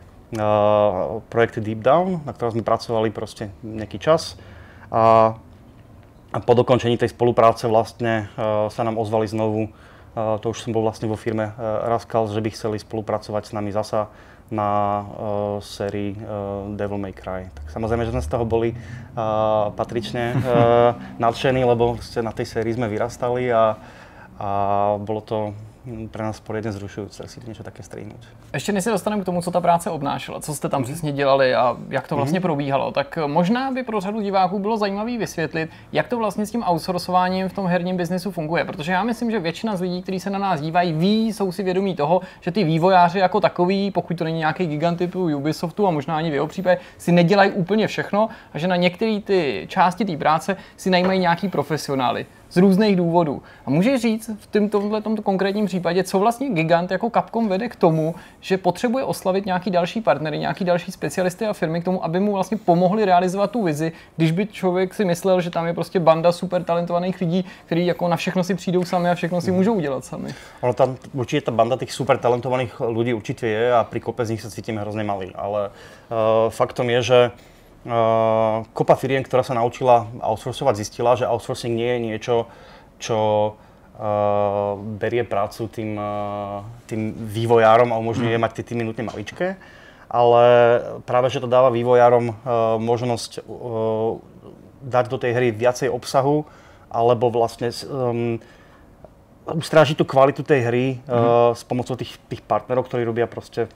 projekt Deep Down, na ktorom sme pracovali proste nejaký čas. A po dokončení tej spolupráce vlastne sa nám ozvali znovu. To už som bol vlastne vo firme Rascals, že by chceli spolupracovať s nami zasa na sérii Devil May Cry. Tak samozrejme, že sme z toho boli patrične nadšení, lebo na tej sérii sme vyrastali a bolo to pre nás poriadne zrušujúce si niečo také strihnúť. Ještě než se dostaneme k tomu, co ta práce obnášela, co jste tam přesně dělali a jak to vlastně probíhalo, tak možná by pro řadu diváků bylo zajímavé vysvětlit, jak to vlastně s tím outsourcováním v tom herním biznesu funguje, protože já myslím, že většina z lidí, kteří se na nás dívají, jsou si vědomí toho, že ty vývojáři jako takový, pokud to není nějaký gigant typu Ubisoftu a možná ani v jeho případě, si nedělají úplně všechno a že na některé ty části té práce si najímají nějaký profesionály z různých důvodů. A můžeš říct v tomto konkrétním případě, co vlastně gigant jako Capcom vede k tomu, že potřebuje oslavit nějaký další partnery, nějaký další specialisty a firmy k tomu, aby mu vlastně pomohli realizovat tu vizi, když by člověk si myslel, že tam je prostě banda super talentovaných lidí, kteří jako na všechno si přijdou sami a všechno si můžou udělat sami. Ono tam určitě ta banda těch super talentovaných lidí určitě je a pri kope z nich sa cítime hrozne malý, ale faktom je, že kopa firiem, ktorá sa naučila outsourcovať, zistila, že outsourcing nie je niečo, čo berie prácu tým vývojárom a umožňuje mať tie týmy nutne maličké, ale práve, že to dáva vývojárom možnosť dať do tej hry viacej obsahu, alebo vlastne ustrážiť tú kvalitu tej hry s pomocou tých partnerov, ktorí robia proste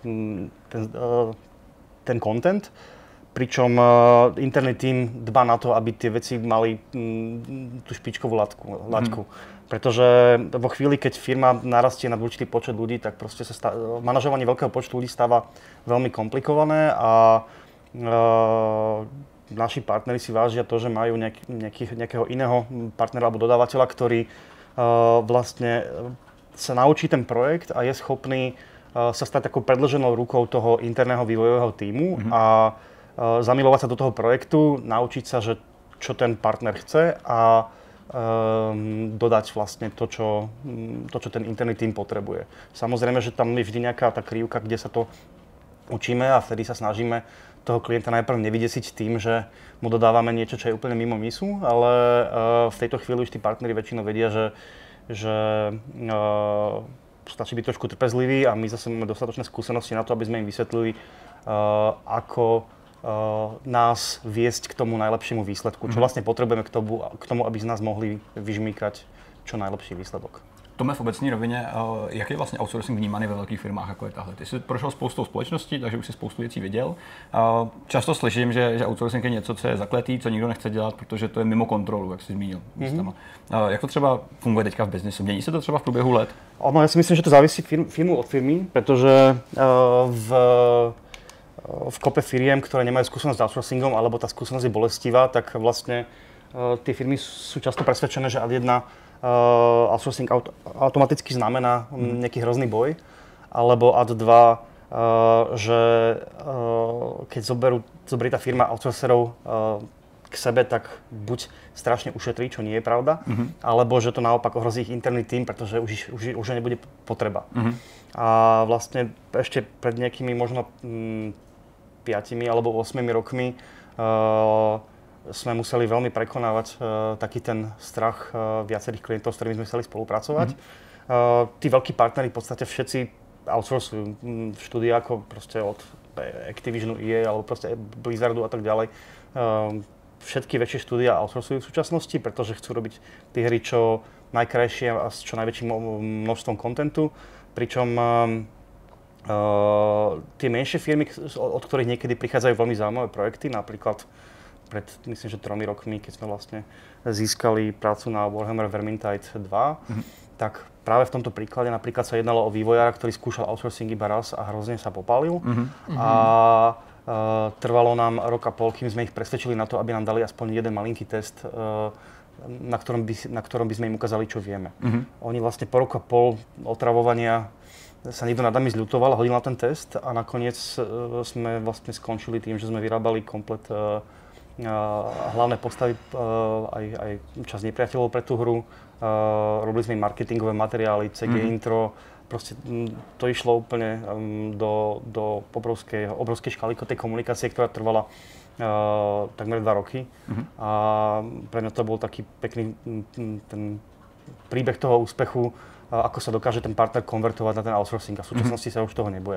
ten content. Pričom interný tím dbá na to, aby tie veci mali tú špičkovú laťku. Pretože vo chvíli, keď firma narastie na určitý počet ľudí, tak proste sa manažovanie veľkého počtu ľudí stáva veľmi komplikované a naši partneri si vážia to, že majú nejakého iného partnera alebo dodávateľa, ktorý vlastne sa naučí ten projekt a je schopný sa stať takou predĺženou rukou toho interného vývojového tímu a zamilovať sa do toho projektu, naučiť sa, že čo ten partner chce a dodať vlastne to, čo ten interný tím potrebuje. Samozrejme, že tam je vždy nejaká tá krivka, kde sa to učíme a vtedy sa snažíme toho klienta najprv nevydesiť tým, že mu dodávame niečo, čo je úplne mimo misu, ale v tejto chvíli už tí partneri väčšinou vedia, že stačí byť trošku trpezlivý a my zase máme dostatočné skúsenosti na to, aby sme im vysvetlili, ako nás viesť k tomu najlepšiemu výsledku, čo vlastne potrebujeme k tomu, aby z nás mohli vyžmýkať čo najlepší výsledok. Tome, v obecní rovině, jak je vlastně outsourcing vnímaný ve velkých firmách, jako je tahle? Ty jsi prošel spoustou společností, takže už si spoustu věcí viděl. Často slyším, že outsourcing je něco, co je zakletý, co nikdo nechce dělat, protože to je mimo kontrolu, jak jsi zmínil. Jak to třeba funguje teďka v biznesu? Mění se to třeba v průběhu let? Ja si myslím, že to závisí firmu od firmy, pretože v kope firiem, ktoré nemajú skúsenosť s outsourcingom, alebo tá skúsenosť je bolestivá, tak vlastne tie firmy sú často presvedčené, že ad jedna outsourcing automaticky znamená nejaký hrozný boj, alebo ad dva, že keď zoberie tá firma outsourcerov k sebe, tak buď strašne ušetrí, čo nie je pravda, alebo že to naopak ohrozí ich interný tím, pretože už nebude potreba. A vlastne ešte pred nejakými možno 5 alebo 8 rokmi sme museli veľmi prekonávať taký ten strach viacerých klientov, s ktorými sme chceli spolupracovať. Tí veľkí partneri v podstate všetci outsourcujú štúdia ako proste od Activisionu, EA alebo proste Blizzardu a tak ďalej. Všetky väčšie štúdia outsourcujú v súčasnosti, pretože chcú robiť tie hry čo najkrajšie a s čo najväčším množstvom kontentu. Pričom tie menšie firmy, od ktorých niekedy prichádzajú veľmi zaujímavé projekty, napríklad pred, myslím, že 3 rokmi, keď sme vlastne získali prácu na Warhammer Vermintide 2, tak práve v tomto príklade napríklad sa jednalo o vývojára, ktorý skúšal outsourcing iba raz a hrozne sa popálil. A trvalo nám rok a pol, kým sme ich presvedčili na to, aby nám dali aspoň jeden malinký test, na ktorom by sme im ukázali, čo vieme. Oni vlastne po rok a pol otravovania sa niekto nad nami zľutoval, hodil na ten test a nakoniec sme vlastne skončili tým, že sme vyrábali komplet hlavné postavy, aj časť nepriateľov pre tú hru. Robili sme im marketingové materiály, CG intro. Proste to išlo úplne do obrovskej škály tej komunikácie, ktorá trvala takmer 2 roky. A pre mňa to bol taký pekný ten príbeh toho úspechu, ako sa dokáže ten partner konvertovať na ten outsourcing a v súčasnosti sa už toho neboja.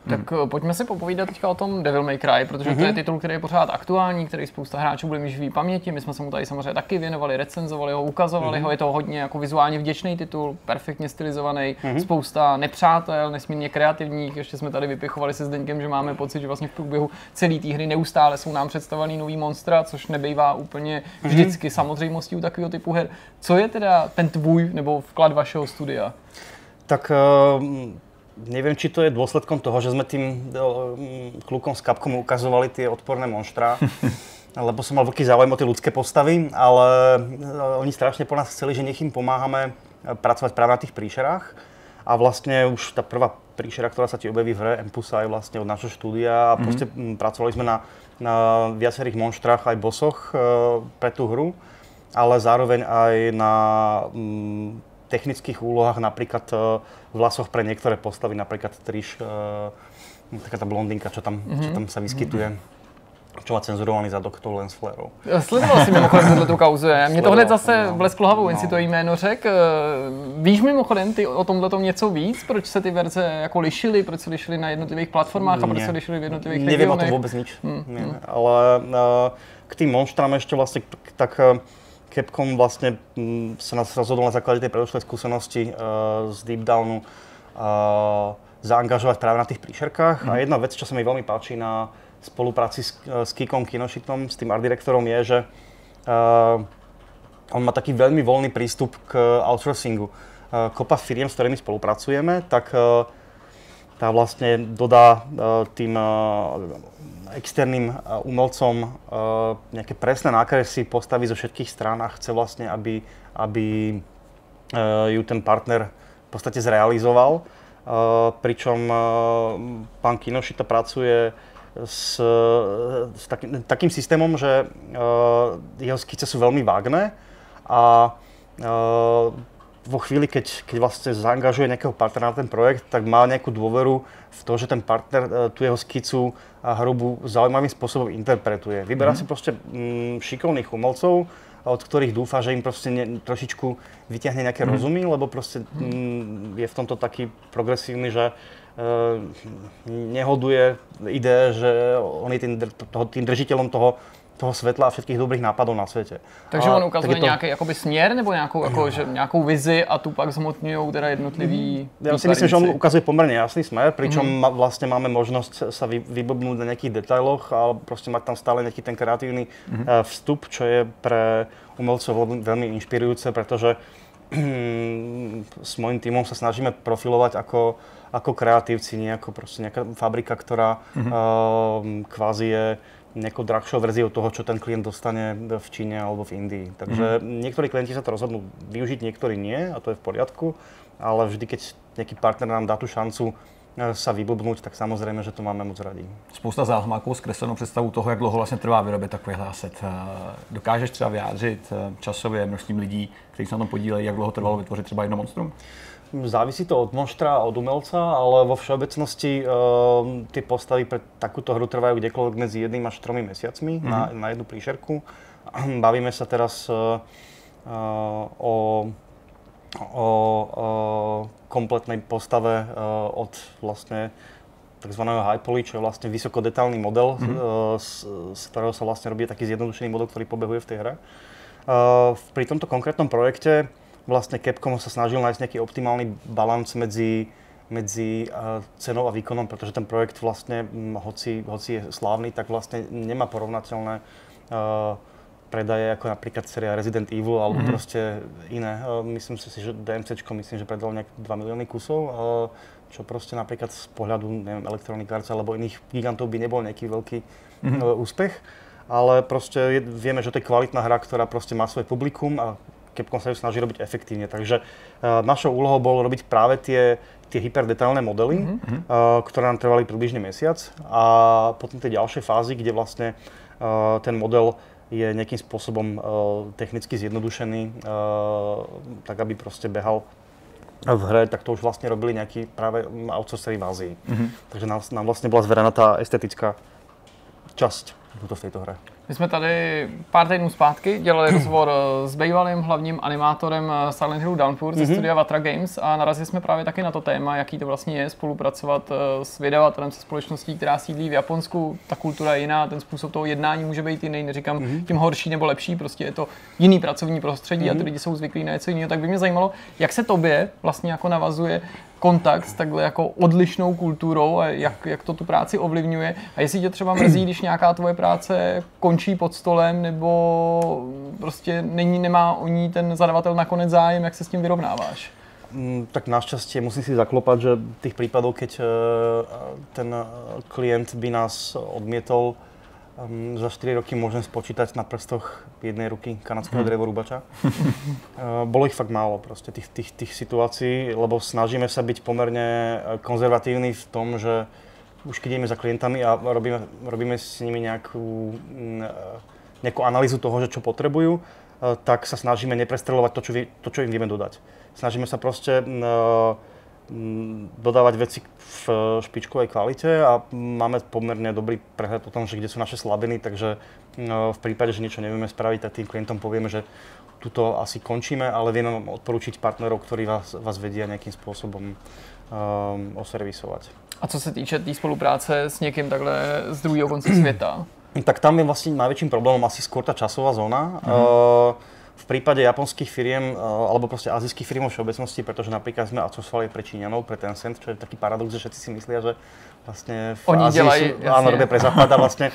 Tak pojďme si popovídat teďka o tom Devil May Cry, protože to je titul, který je pořád aktuální, který spousta hráčů bude mít živý paměti. My jsme se mu tady samozřejmě taky věnovali, recenzovali ho, ukazovali ho. Je to hodně jako vizuálně vděčný titul, perfektně stylizovaný, spousta nepřátel, nesmírně kreativních. Ještě jsme tady vypichovali se Zdeňkem, že máme pocit, že vlastně v průběhu celé té hry neustále jsou nám představovaný nový monstra, což nebývá úplně vždycky samozřejmostí u takového typu her. Co je teda ten tvůj nebo vklad vašeho studia? Tak neviem, či to je dôsledkom toho, že sme tým klukom z Capcomu ukazovali tie odporné monštrá, lebo som mal veľký záujem o tie ľudské postavy, ale oni strašne po nás chceli, že nech im pomáhame pracovať práve na tých príšerách. A vlastne už tá prvá príšera, ktorá sa ti objaví v hre, Empusa, je vlastne od našho štúdia a proste pracovali sme na viacerých monštrách aj bossoch pre tú hru, ale zároveň aj na technických úlohách, napríklad vlasoch pre niektoré postavy, napríklad Trish, taká tá blondinka, čo tam sa vyskytuje, čo má cenzurovaný zadok tou lens flarou. Sledoval si mimochodem tohleto kauzu. Mě to hned zase blesklo hlavou, jen si to jméno řekl. Víš mimochodem ty o tomhletom něco víc? Proč se ty verze jako lišily? Proč se lišily na jednotlivých platformách a proč se lišily v jednotlivých regionech? Neviem o tom vôbec nič. Ale k tým monštrám ešte vlastne tak Capcom vlastne sa nás rozhodol na základe tej predošlej skúsenosti z Deep Downu zaangažovať práve na tých príšerkách. A jedna vec, čo sa mi veľmi páči na spolupráci s Kikom Kinoshitom, s tým art direktorom, je, že on má taký veľmi voľný prístup k outsourcingu. Kopa firiem, s ktorými spolupracujeme, tak tá vlastne dodá tým externým umelcom nejaké presné nákresy postavy zo všetkých strán a chce vlastne, aby ju ten partner v podstate zrealizoval. Pričom pán Kinoshita pracuje s takým systémom, že jeho skice sú veľmi vágne a vo chvíli, keď vlastne zaangažuje nejakého partnera na ten projekt, tak má nejakú dôveru v to, že ten partner tú jeho skicu a hrubu zaujímavým spôsobom interpretuje. Vyberá si proste šikovných umelcov, od ktorých dúfa, že im proste trošičku vyťahne nejaké rozumy, lebo proste je v tomto taký progresívny, že nehoduje ideje, že on je tým držiteľom toho světla a všetkých dobrých nápadů na světě. Takže on ukazuje nějaký jakoby směr nebo nějakou vizi a tu pak zhmotňují teda jednotlivý Já si myslím, že on ukazuje poměrně jasný směr, pričom vlastně máme možnost se vybobnout na nějakých detailoch a prostě mať tam stále nějaký ten kreativní vstup, čo je pre umelcov velmi inšpirujúce, protože s mojím týmom sa snažíme profilovať ako kreatívci, nie ako prostě nejaká fabrika, ktorá kvázi je nejakou drahšou verziou toho, čo ten klient dostane v Číne alebo v Indii. Takže niektorí klienti sa to rozhodnú využiť, niektorí nie a to je v poriadku, ale vždy, keď nejaký partner nám dá tu šancu sa vyblbnúť, tak samozrejme, že to máme moc radí. Spousta z nás má takovou zkreslenou představu toho, jak dlouho vlastně trvá vyrobit takovýhle asset. Dokážeš třeba vyjádřit časově množstvím lidí, kteří se na tom podílejí, jak dlouho trvalo vytvořit třeba jedno monstrum? Závisí to od monštra a od umelca, ale vo všeobecnosti tie postavy pre takúto hru trvajú kdekoľvek medzi 1 až 3 mesiacmi na jednu príšerku. Bavíme sa teraz o kompletnej postave od vlastne takzvaného high poly, čo je vlastne vysokodetailný model, z ktorého sa vlastne robí taký zjednodušený model, ktorý pobehuje v tej hre. Pri tomto konkrétnom projekte vlastne Capcom sa snažil nájsť nejaký optimálny balans medzi cenou a výkonom, pretože ten projekt vlastne, hoci je slávny, tak vlastne nemá porovnateľné predaje ako napríklad séria Resident Evil alebo proste iné. Myslím si, že DMCčko myslím, že predalo nejak 2 milióny kusov, čo proste napríklad z pohľadu neviem, Electronic Arts alebo iných gigantov by nebol nejaký veľký úspech. Ale proste vieme, že to je kvalitná hra, ktorá proste má svoje publikum a Capcom sa ju snaží robiť efektívne. Takže našou úlohou bolo robiť práve tie hyperdetailné modely, ktoré nám trvali približne mesiac. A potom tej ďalšej fázy, kde vlastne ten model je nejakým spôsobom technicky zjednodušený, tak aby proste behal v hre, tak to už vlastne robili nejakí práve outsourcery v Ázii. Takže nám vlastne bola zverená tá estetická časť v tejto hre. My jsme tady pár týdnů zpátky dělali rozhovor s bývalým hlavním animátorem Silent Hill Downpour ze studia Vatra Games a narazili jsme právě taky na to téma, jaký to vlastně je spolupracovat s vydavatelem, se společností, která sídlí v Japonsku. Ta kultura je jiná, ten způsob toho jednání může být jiný, neříkám tím horší nebo lepší, prostě je to jiný pracovní prostředí a ty lidi jsou zvyklí na něco jiného. Tak by mě zajímalo, jak se tobě vlastně jako navazuje kontakt s takhle jako odlišnou kulturou a jak to tu práci ovlivňuje a jestli tě třeba mrzí, když nějaká tvoje práce končí pod stolem nebo prostě nemá o ní ten zadavatel nakonec zájem, jak se s tím vyrovnáváš? Tak našťastie musím si zaklopať, že tých prípadov, keď ten klient by nás odmietol, za 4 roky môžem spočítať na prstoch jednej ruky kanadského drevorúbača. Bolo ich fakt málo proste tých situácií, lebo snažíme sa byť pomerne konzervatívni v tom, že už keď ideme za klientami a robíme s nimi nejakú analýzu toho, že čo potrebujú, tak sa snažíme neprestreľovať to, čo im vieme dodať. Snažíme sa proste dodávať veci v špičkovej kvalite a máme pomerne dobrý prehľad o tom, že kde sú naše slabiny, takže v prípade, že niečo nevieme spraviť, tak tým klientom povieme, že tuto asi končíme, ale vieme vám odporučiť partnerov, ktorí vás vedia nejakým spôsobom oservisovať. A co se týče té spolupráce s někým takhle z druhého konce světa? Tak tam je vlastne najväčším problémom asi skôr tá časová zóna. V prípade japonských firiem, alebo proste azijských firiem vo všeobecnosti, pretože napríklad sme outsourcovali pre Číňanov, pre Tencent, čo je taký paradox, že všetci si myslia, že vlastne v Ázii áno, robia pre Západ a vlastne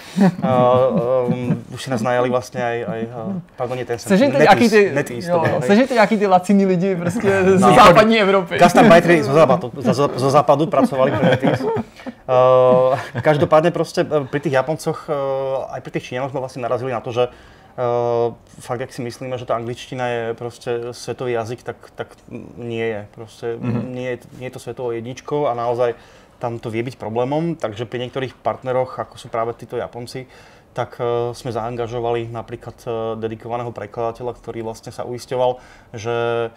už si nás najali vlastne aj pardon, nie Tencent, NetEase. Sežijte nějaký ty laciní lidi prostě ze západní Evropy. Gastarbeitery zo západu pracovali pre NetEase. Každopádne proste pri tých Japoncoch, aj pri tých Číňanoch sme vlastne narazili na to, že fakt, jak si myslíme, že tá angličtina je proste svetový jazyk, tak nie je. Proste nie je to svetovou jedničkou a naozaj tam to vie byť problémom, takže pri niektorých partneroch, ako sú práve títo Japonci, tak sme zaangažovali napríklad dedikovaného prekladateľa, ktorý vlastne sa uisťoval, že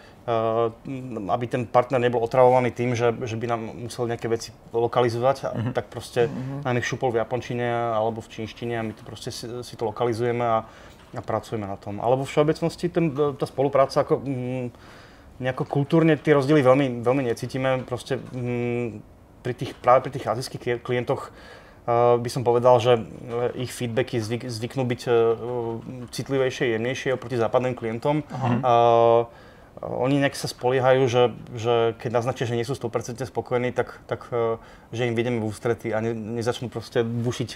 aby ten partner nebol otravovaný tým, že by nám musel nejaké veci lokalizovať, tak proste na nich šupol v japončine alebo v čínštine a my to proste si to lokalizujeme a pracujeme na tom. Ale vo všeobecnosti tá spolupráca ako nejako kultúrne tie rozdiely veľmi necítime. Proste práve pri tých azijských klientoch by som povedal, že ich feedbacky zvyknú byť citlivejšie, jemnejšie oproti západným klientom. Oni nejak sa spoliehajú, že keď naznačia, že nie sú 100% spokojní, tak že im vyjdeme v ústrety a nezačnú proste bušiť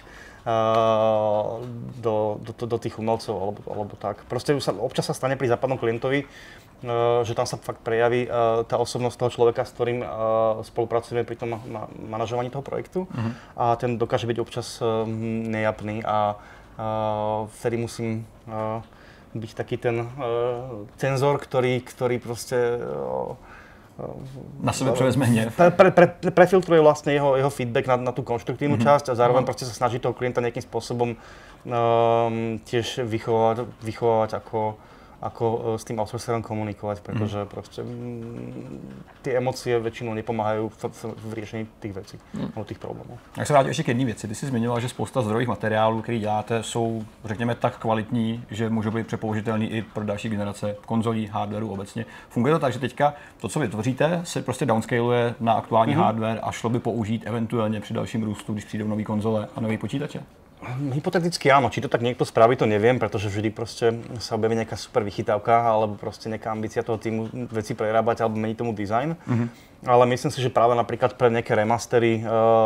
do tých umelcov alebo tak. Proste občas sa stane pri západnom klientovi, že tam sa fakt prejaví tá osobnosť toho človeka, s ktorým spolupracujeme pri tom manažovaní toho projektu a ten dokáže byť občas nejapný a vtedy musím byť taký ten cenzor, ktorý proste na sebe prevezme hnev. Prefiltruje vlastne jeho feedback na tú konštruktívnu časť a zároveň proste sa snaží toho klienta nejakým spôsobom tiež vychovávať ako s tým outsourcerom komunikovať, pretože proste ty emócie väčšinou nepomáhajú v riešení tých vecí nebo tých problémů. Jak se vrátil ještě k jedné věci, ty jsi zmiňoval, že spousta zdrojových materiálů, které děláte, jsou, řekněme, tak kvalitní, že můžou být přepoužitelný i pro další generace konzolí, hardwareu obecně. Funguje to tak, že teďka to, co vytvoříte, se prostě downscaluje na aktuální hardware a šlo by použít eventuálně při dalším růstu, když přijdou nové konzole a nové počítače? Hypoteticky áno, či to tak niekto spraví, to neviem, pretože vždy proste sa objaví nejaká super vychytávka alebo proste nejaká ambícia toho týmu veci prerábať alebo meniť tomu design. Ale myslím si, že práve napríklad pre nejaké remastery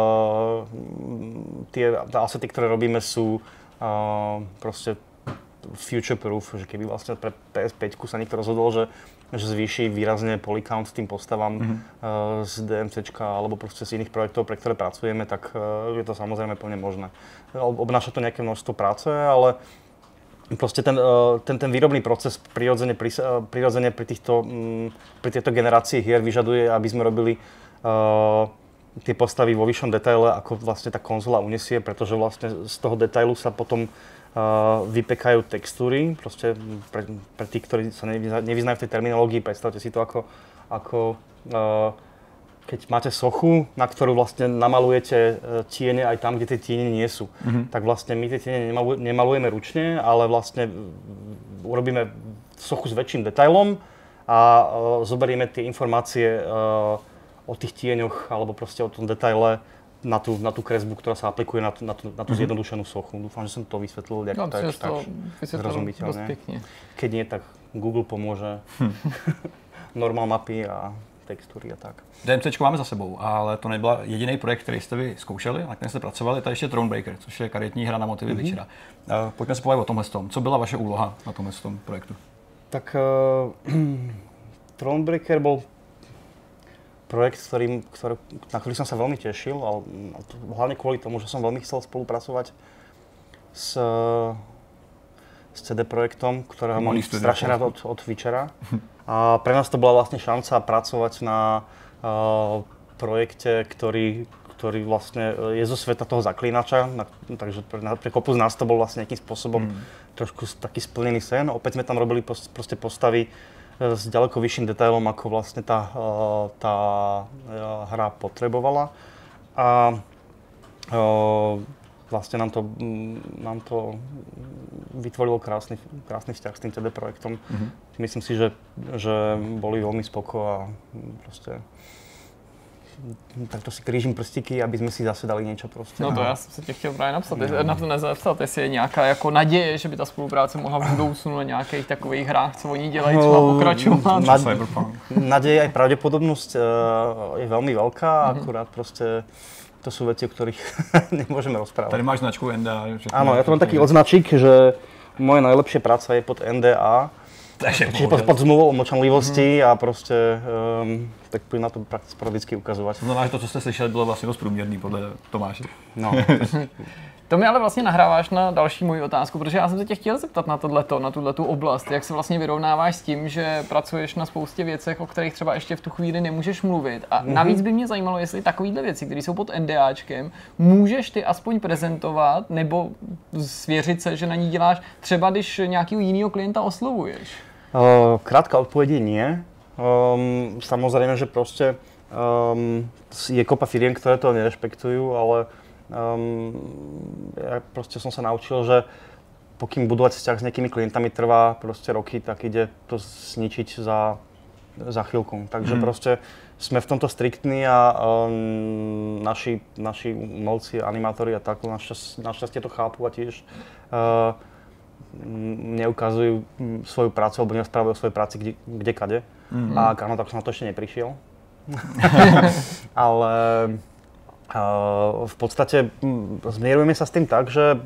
tie asety, ktoré robíme, sú proste future proof, že keby vlastne pre PS5 sa niekto rozhodol, že zvýši výrazne polycount tým postavám z DMCčka alebo proste z iných projektov, pre ktoré pracujeme, tak je to samozrejme plne možné. Obnáša to nejaké množstvo práce, ale proste ten výrobný proces prirodzene pri tejto generácii hier vyžaduje, aby sme robili tie postavy vo vyššom detaile, ako vlastne tá konzola unesie, pretože vlastne z toho detailu sa potom vypekajú textúry, proste pre tých, ktorí sa nevyznajú v tej terminológii, predstavte si to ako keď máte sochu, na ktorú vlastne namalujete tiene aj tam, kde tie tiene nie sú, tak vlastne my tie tiene nemalujeme ručne, ale vlastne urobíme sochu s väčším detailom a zoberieme tie informácie o tých tieňoch alebo proste o tom detaile na tú kresbu, ktorá sa aplikuje na tú zjednodušenú sochu. Dúfam, že som to vysvetlil tak zrozumiteľne. Keď nie, tak Google pomôže. Normal mapy a textury a tak. DMCčko máme za sebou, ale to nebyl jediný projekt, který jste vy zkoušeli, na kterém jste pracovali, to je ještě Thronebreaker, což je karetní hra na motivy Witchera. Pojďme se povědět o tomhle tom. Co byla vaše úloha na tomhle projektu? Tak Thronebreaker bol projekt, na ktorý som sa veľmi tešil, ale hlavne kvôli tomu, že som veľmi chcel spolupracovať s CD Projektom, ktorého mám strašne rád od Witchera. A pre nás to bola vlastne šanca pracovať na projekte, ktorý vlastne je zo sveta toho Zaklínača, takže pre kopu z nás to bol vlastne nejakým spôsobom trošku taký splnený sen. Opäť sme tam robili proste postavy s ďaleko vyšším detailom, ako vlastne tá hra potrebovala. A vlastne nám to vytvorilo krásny vzťah s tým CD Projektom. Myslím si, že boli veľmi spoko a proste takto si krížím prstíky, aby jsme si zase dali něco prostě. No to já jsem se tě chtěl právě napsat, na to nezapsat, jestli je nějaká jako naděje, že by ta spolupráce mohla v budoucnu na nějakých takových hrách, co oni dělají, třeba pokračovat. Naděje a pravděpodobnost je velmi velká, akorát prostě to jsou věci, o kterých nemůžeme rozprávat. Tady máš značku NDA. Ano, já to mám taký odznačík, že moje nejlepší práce je pod NDA. Čiže pod zmluvou o mlčanlivosti a prostě tak půjde na to prakticky ukazovat. To znamená, že to, co jste slyšeli, bylo vlastně dost průměrný podle Tomáše. No. To mi ale vlastně nahráváš na další moji otázku, protože já jsem se tě chtěl zeptat na tuhletu oblast, jak se vlastně vyrovnáváš s tím, že pracuješ na spoustě věcech, o kterých třeba ještě v tu chvíli nemůžeš mluvit. A navíc by mě zajímalo, jestli takovýhle věci, které jsou pod NDAčkem, můžeš ty aspoň prezentovat nebo svěřit se, že na ní děláš, třeba když nějakého jiného klienta oslovuješ. Krátka odpověď je nie. Samozřejmě, že prostě je kopa firiem, které to nerešpektujú, ale ja proste som sa naučil, že pokým budovať vzťah s nejakými klientami trvá proste roky, tak ide to zničiť za chvíľku. Takže proste sme v tomto striktní a naši umelci, animátori a tak našťastie to chápu a tiež neukazujú svoju prácu alebo nerozprávajú o svojej práci kade. A áno, tak som na to ešte neprišiel. Ale v podstate zmierujeme sa s tým tak, že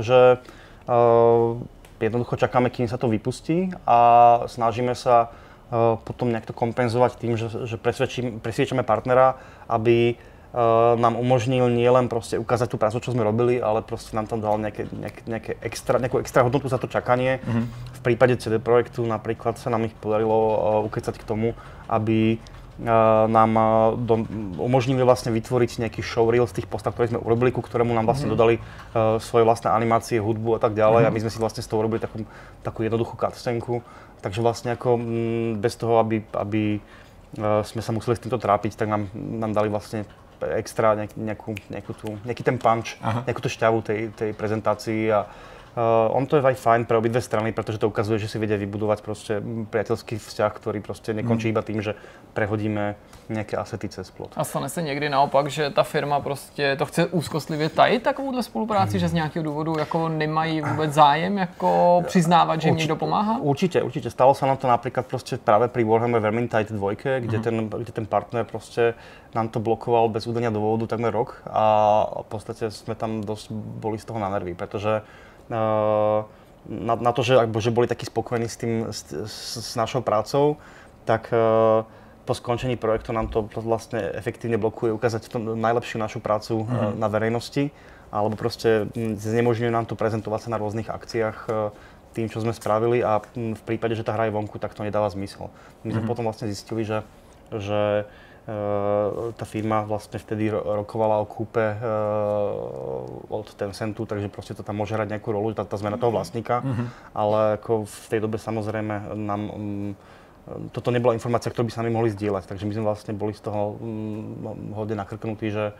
jednoducho čakáme, kým sa to vypustí a snažíme sa potom nejak to kompenzovať tým, že presviečame partnera, aby nám umožnil nielen proste ukázať tú prácu, čo sme robili, ale proste nám tam dal nejakú extra hodnotu za to čakanie. V prípade CD Projektu napríklad sa nám ich podarilo ukecať k tomu, aby nám umožnili vlastne vytvoriť nejaký showreel z tých postav, ktoré sme urobili, ku ktorému nám vlastne dodali svoje vlastné animácie, hudbu a tak ďalej. A my sme si vlastne z toho urobili takú jednoduchú cutscenku. Takže vlastne ako bez toho, aby sme sa museli s týmto trápiť, tak nám dali vlastne extra nejaký ten punch, nejakú tú šťavu tej prezentácii. A on to je aj fajn pre obidve strany, pretože to ukazuje, že si vedia vybudovať proste priateľský vzťah, ktorý proste nekončí iba tým, že prehodíme nějaké asety cez plot. A stane se někdy naopak, že ta firma prostě to chce úzkostlivě tajit takovouhle spolupráci, že z nějakého důvodu jako nemají vůbec zájem jako přiznávat, že jim někdo pomáhá? Určitě. Stalo se nám to například prostě právě pri Warhammer Vermintide 2, kde ten partner prostě nám to blokoval bez udania dôvodu takmer rok a v podstate sme tam dosť boli z toho na nervy, pretože na to, že boli takí spokojní s našou prácou, tak po skončení projektu nám to vlastne efektívne blokuje ukázať najlepšiu našu prácu na verejnosti, alebo proste znemožňuje nám to prezentovať sa na rôznych akciách tým, čo sme spravili a v prípade, že tá hra je vonku, tak to nedáva zmysel. My sme potom vlastne zistili, že tá firma vlastne vtedy rokovala o kúpe od Tencentu, takže proste to tam môže hrať nejakú rolu, tá zmena toho vlastníka, ale ako v tej dobe samozrejme nám toto nebola informácia, ktorú by sa nami mohli zdieľať. Takže my sme vlastne boli z toho hodne nakrknutí, že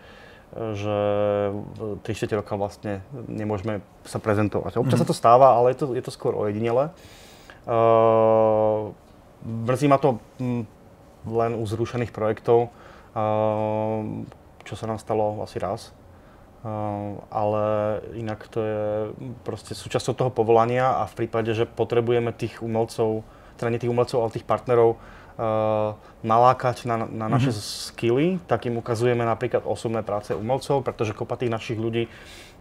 3/4 roka vlastne nemôžeme sa prezentovať. Občas sa to stáva, ale je to skôr ojedinele. Mrzí ma to len u zrušených projektov, čo sa nám stalo asi raz. Ale inak to je proste súčasťou toho povolania a v prípade, že potrebujeme tých umelcov, teda nie tých umelcov, ale tých partnerov nalákať na naše skilly, tak im ukazujeme napríklad osobné práce umelcov, pretože kopa tých našich ľudí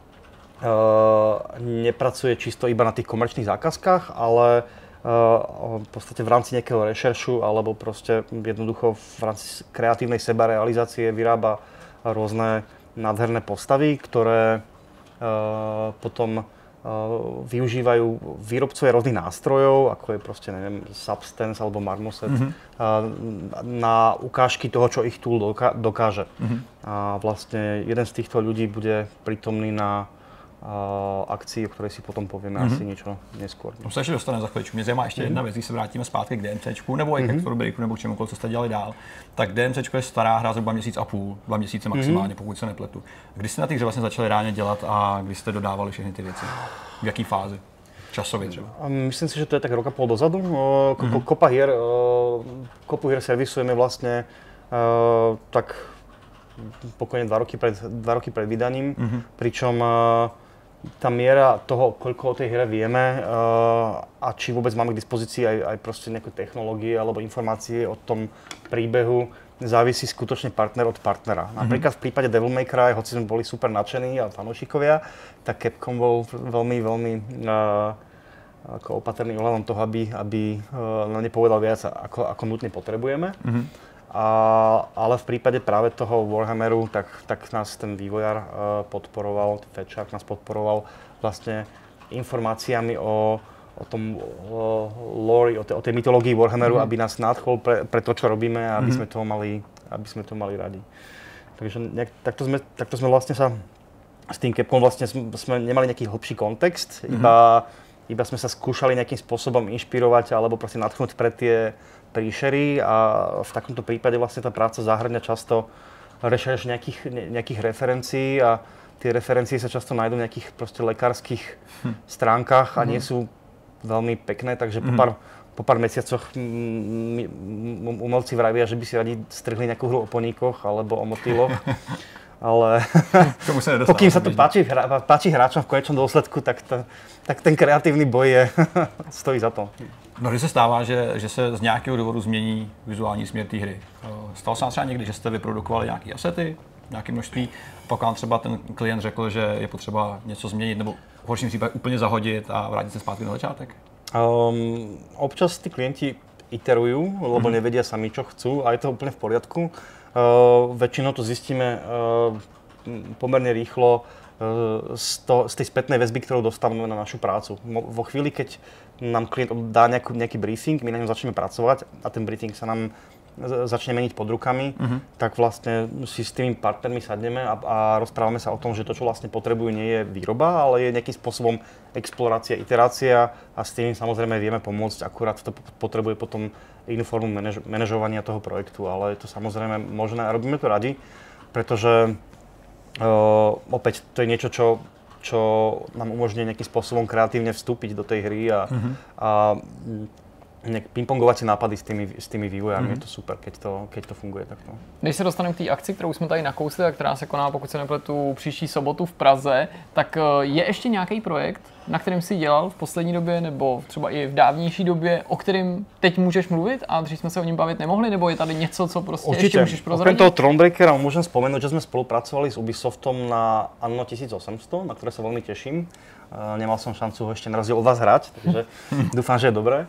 nepracuje čisto iba na tých komerčných zákazkách, ale v podstate v rámci nejakého rešeršu alebo proste jednoducho v rámci kreatívnej sebarealizácie vyrába rôzne nádherné postavy, ktoré potom využívajú výrobcovia rôznych nástrojov, ako je proste, neviem, Substance alebo Marmoset, na ukážky toho, čo ich tool dokáže. A vlastne jeden z týchto ľudí bude prítomný na akcí, o ktorej si potom povieme asi niečo neskôr. To se ještě dostane za chvíličku. Mě zajímá ještě jedna věc, když se vrátíme zpátky k DMCčku, nebo i k Hector Breaku, nebo k čemukoliv, co jste dělali dál. Tak DMCčko je stará hra zhruba 1,5 měsíce, 2 měsíce maximálně, pokud se nepletu. Kdy jste na té hře vlastně začali reálně dělat a kdy jste dodávali všechny ty věci? V jaký fázi? Časově třeba? Myslím si, že to je tak roka pol dozadu. Kopu hier servisujeme vlastne tak pokojne 2 roky pred vydaním, pričom tá miera toho, koľko o tej hre vieme a či vôbec máme k dispozícii aj proste nejaké technológie alebo informácie o tom príbehu, závisí skutočne partner od partnera. Napríklad v prípade Devil May Cry, hoci sme boli super nadšení a fanúšikovia, tak Capcom bol veľmi ako opatrný ohľadom toho, aby nám nepovedal viac, ako nutne potrebujeme. Ale v prípade práve toho Warhammeru, tak nás ten vývojár podporoval, Fetchak nás podporoval vlastne informáciami o tom lore, o tej mytológii Warhammeru, aby nás nadchol pre to, čo robíme a aby sme to mali radi. Takže takto sme vlastne sa s tým Capcom vlastne sme nemali nejaký hlbší kontext, iba sme sa skúšali nejakým spôsobom inšpirovať alebo proste nadchnúť pre tie príšery a v takomto prípade vlastne tá práca zahrňa často rešerš nejakých referencií a tie referencie sa často nájdú v nejakých proste lekárskych stránkach a nie sú veľmi pekné, takže po pár mesiacoch umelci vravia, že by si radi strhli nejakú hru o poníkoch alebo o motýloch. Ale pokým sa to páči hráčom v konečnom dôsledku, tak ten kreatívny boj stojí za to. No, když se stává, že se z nějakého důvodu změní vizuální směr té hry. Stalo se vám třeba někdy, že jste vyprodukovali nějaké asety, nějaké množství, pak vám třeba ten klient řekl, že je potřeba něco změnit, nebo v horším případě úplně zahodit a vrátit se zpátky na začátek? Občas tí klienti iterujú, lebo nevedia sami, čo chcú a je to úplne v poriadku. Väčšinou to zistíme pomerne rýchlo z tej spätnej väzby, ktorú dostávame na našu prácu. Vo chvíli, keď nám klient dá nejaký briefing, my na ňom začneme pracovať a ten briefing sa nám začne meniť pod rukami, tak vlastne si s tými partnermi sadneme a rozprávame sa o tom, že to, čo vlastne potrebujú, nie je výroba, ale je nejakým spôsobom explorácia, iterácia a s tým samozrejme vieme pomôcť, akurát to potrebuje potom inú formu manažovania toho projektu, ale je to samozrejme možné a robíme to radi, pretože opäť to je niečo, čo nám umožňuje nejakým spôsobom kreatívne vstúpiť do tej hry a pingpongovací nápady s tými vývojármi, je to super, keď to funguje takto. Když se dostaneme k té akci, kterou jsme tady nakousli a která se koná, pokud se nepletu, příští sobotu v Praze, tak je ještě nějaký projekt, na kterém jsi dělal v poslední době nebo třeba i v dávnější době, o kterém teď můžeš mluvit a dřív jsme se o něm bavit nemohli, nebo je tady něco, co prostě ještě můžeš prozradit? Okrem toho Thronebreakera môžem spomenúť, že sme spolupracovali s Ubisoftom na Anno 1800, na ktoré sa veľmi teším. Nemal som šancu ho ešte na rozdiel od vás hrať, takže dúfam, že je dobré.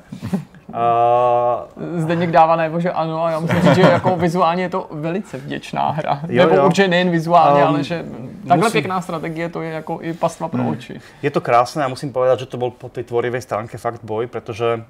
Zdeněk dává najevo, že ano, a já musím říct, že jako vizuálně je to velice vděčná hra. Nebo určitě nejen vizuálně, ale že takhle pěkná strategie, to je jako i pastva pro oči. Je to krásne a musím povedať, že to bol po tej tvorivej stránke fakt boj, pretože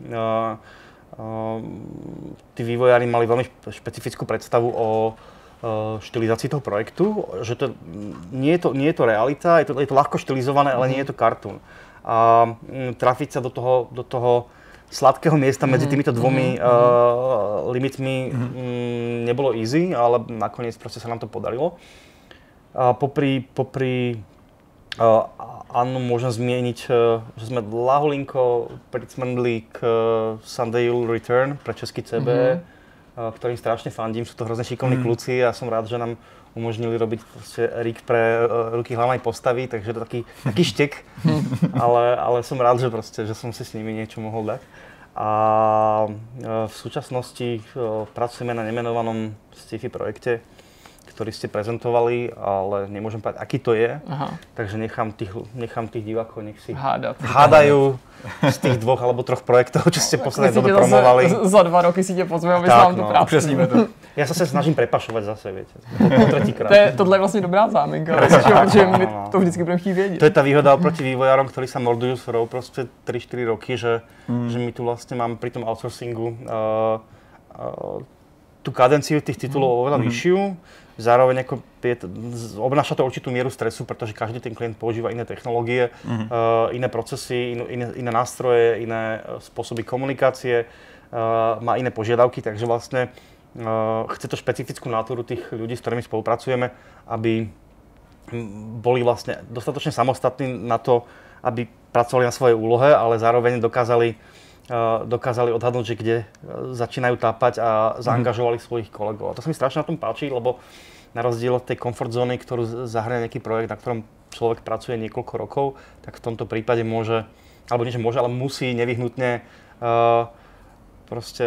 tí vývojári mali veľmi špecifickú predstavu o štilizácii toho projektu, že to nie je to realita, je to ľahko štilizované, ale nie je to kartún. A trafiť sa do toho sladkého miesta medzi týmito dvomi limitmi nebolo easy, ale nakoniec proste sa nám to podarilo. Popri Annu môžem zmieniť, že sme ľahulinko pricmrndli k Sunday You'll Return pre český CB, ktorým strašne fandím, sú to hrozne šikovní kluci a som rád, že nám umožnili robiť rig pre ruky hlavnej postavy, takže to taký štek, ale som rád, že som si s nimi niečo mohol dať. A v súčasnosti pracujeme na nemenovanom sci-fi projekte, ktorý ste prezentovali, ale nemôžem povedať, aký to je. Takže nechám tých divákov, nech si hádajú z tých 2 alebo 3 projektov, čo ste poslednej dobe promovali. Za 2 roky si tě pozveme, aby nám to práci. Upřesníme to. Ja sa snažím prepašovať zase, viete, po tretíkrát. Tohle je vlastně dobrá záminka, protože my to vždycky budeme chtít vědět. To je tá výhoda oproti vývojárom, ktorí sa mordujú s hrou proste 3-4 roky, že my tu vlastne máme pri tom outsourcingu tú kadenciu tých titulov oveľa vyššiu. Zároveň ako obnáša to určitú mieru stresu, pretože každý ten klient používa iné technológie, iné procesy, iné nástroje, iné spôsoby komunikácie, má iné požiadavky, takže vlastne chce to špecifickú natúru tých ľudí, s ktorými spolupracujeme, aby boli vlastne dostatočne samostatní na to, aby pracovali na svojej úlohe, ale zároveň dokázali odhadnúť, že kde začínajú tápať a zaangažovali svojich kolegov. A to sa mi strašne na tom páči, lebo na rozdiel od tej comfort zóny, ktorú zahrania nejaký projekt, na ktorom človek pracuje niekoľko rokov, tak v tomto prípade môže, alebo nie, že môže, ale musí nevyhnutne proste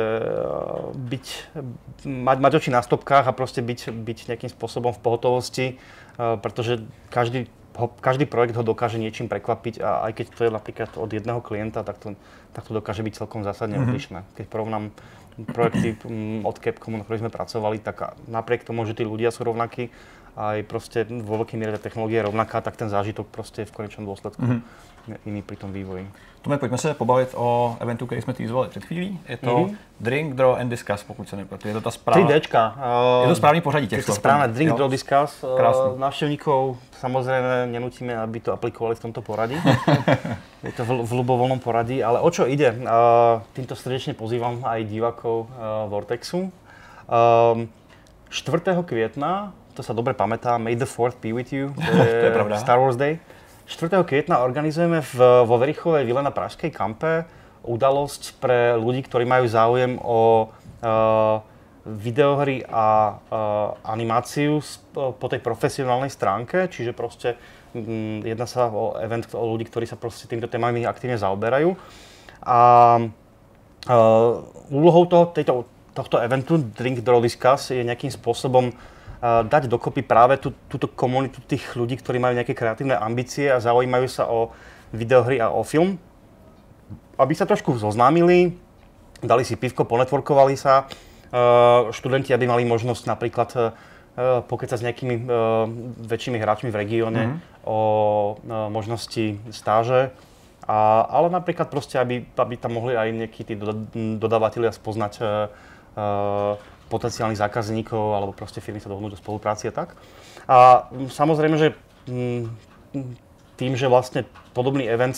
mať oči na stopkách a proste byť nejakým spôsobom v pohotovosti, pretože každý projekt ho dokáže niečím prekvapiť a aj keď to je napríklad od jedného klienta, tak to dokáže byť celkom zásadne odlišné. Keď porovnám projekty od Capcomu, na ktorých sme pracovali, tak napriek tomu, že tí ľudia sú rovnakí, aj proste vo veľkej miere tá technológia je rovnaká, tak ten zážitok proste je v konečnom dôsledku iný pri tom vývoji. Tome, pojďme se pobavit o eventu, který jsme teasovali před chvílí. Je to Drink, Draw and Discuss, pokud se nepletu. Je to ta správná. 3Dčka. Je to správný pořadí těchto. Je to správne Drink, Draw, Discuss. Návštevníkov samozrejme nenutíme, aby to aplikovali v tomto poradí. Je to v ľubovoľnom poradí, ale o čo ide? Týmto srdečne pozývam aj divákov Vortexu. 4. května, to sa dobre pamätá, May the 4th be with you, to je pravda. Star Wars Day. 4. května organizujeme vo Verichovej vile na Pražskej kampe udalosť pre ľudí, ktorí majú záujem o videohry a animáciu po tej profesionálnej stránke, čiže proste jedná sa o event o ľudí, ktorí sa proste týmto témami aktívne zaoberajú. A úlohou tohto eventu Drink, Draw, Discuss je nejakým spôsobom dať dokopy práve túto komunitu tých ľudí, ktorí majú nejaké kreatívne ambície a zaujímajú sa o videohry a o film, aby sa trošku zoznámili, dali si pivko, ponetworkovali sa. Študenti, aby mali možnosť napríklad pokecať s nejakými väčšími hráčmi v regióne o možnosti stáže, ale napríklad proste, aby tam mohli aj nejakí tí dodavatelia spoznať potenciálnych zákazníkov alebo proste firmy sa dohodnúť do spolupráci a tak. A samozrejme, že tým, že vlastne podobný event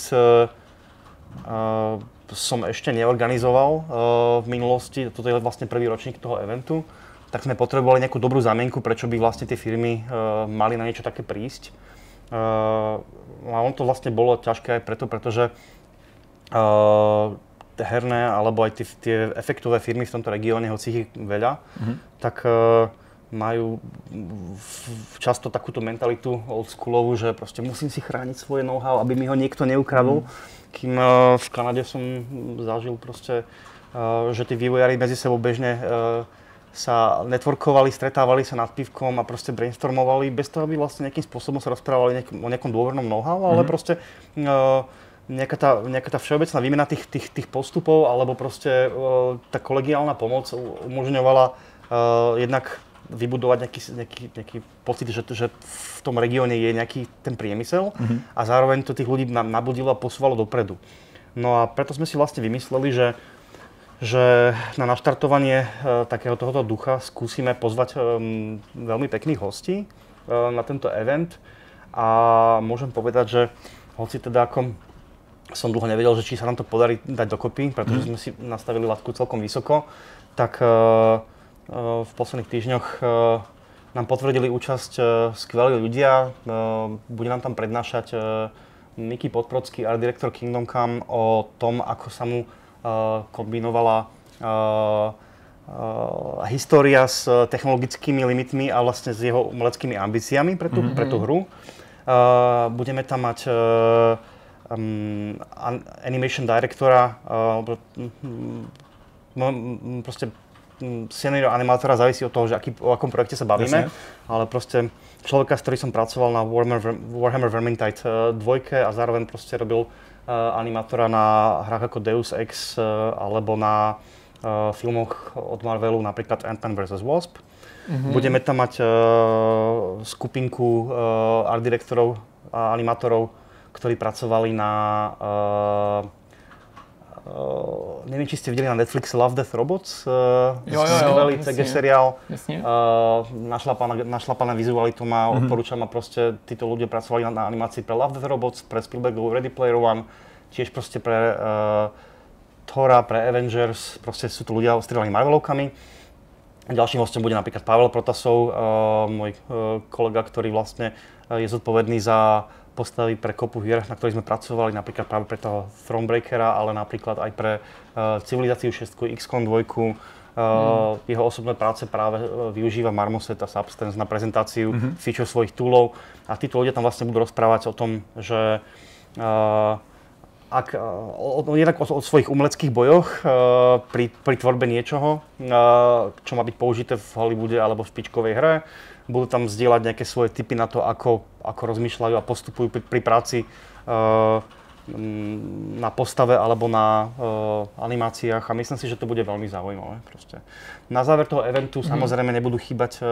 som ešte neorganizoval v minulosti, toto je vlastne prvý ročník toho eventu, tak sme potrebovali nejakú dobrú zámienku, prečo by vlastne tie firmy mali na niečo také prísť. A on to vlastne bolo ťažké aj preto, pretože herné alebo aj tie efektové firmy v tomto regióne, hoci ich veľa, tak majú často takúto mentalitu oldschoolovú, že proste musím si chrániť svoje know-how, aby mi ho niekto neukradol. Kým v Kanade som zažil proste, že tí vývojári medzi sebou bežne sa networkovali, stretávali sa nad pivkom a proste brainstormovali bez toho, aby vlastne nejakým spôsobom sa rozprávali o nejakom dôvernom know-how, ale proste nejaká tá všeobecná výmena tých postupov alebo proste tá kolegiálna pomoc umožňovala jednak vybudovať nejaký pocit, že v tom regióne je nejaký ten priemysel a zároveň to tých ľudí nabudilo a posúvalo dopredu. No a preto sme si vlastne vymysleli, že na naštartovanie takého tohoto ducha skúsime pozvať veľmi pekných hostí na tento event a môžem povedať, že hoci teda ako som dlho nevedel, že či sa nám to podarí dať dokopy, pretože sme si nastavili latku celkom vysoko, tak v posledných týždňoch nám potvrdili účasť skvelí ľudia. Bude nám tam prednášať Miky Podprodský, art director Kingdom Come, o tom, ako sa mu kombinovala história s technologickými limitmi a vlastne s jeho umeleckými ambíciami pre tú hru. Budeme tam mať animation directora, proste senior animátora, závisí od toho, že o akom projekte sa bavíme, ale proste človeka, s ktorým som pracoval na Warhammer Vermintide 2 a zároveň proste robil animátora na hrách ako Deus Ex alebo na filmoch od Marvelu, napríklad Ant-Man vs. Wasp. Budeme tam mať skupinku art direktorov a animátorov, ktorí pracovali na neviem, či ste videli na Netflix Love, Death, Robots, skvelý CG seriál, našlapané vizualitu má, odporúčam a proste títo ľudia pracovali na animácii pre Love, Death, Robots, pre Spielbergovú Ready Player One, tiež proste pre Thora, pre Avengers, proste sú tu ľudia ostrieľaní Marvelovkami. Ďalším hostom bude napríklad Pavel Protasov, môj kolega, ktorý vlastne je zodpovedný za postavy pre kopu hier, na ktorých sme pracovali, napríklad práve pre toho Thronebreakera, ale napríklad aj pre Civilizáciu 6, XCOM 2. Jeho osobné práce práve využíva Marmoset a Substance na prezentáciu feature svojich toolov. A títo ľudia tam vlastne budú rozprávať o tom, že jednak o svojich umeleckých bojoch pri tvorbe niečoho, čo má byť použité v Hollywoode alebo v špičkovej hre. Budú tam zdieľať nejaké svoje tipy na to, ako rozmýšľajú a postupujú pri práci na postave alebo na animáciách a myslím si, že to bude veľmi zaujímavé. Proste. Na záver toho eventu samozrejme nebudú chýbať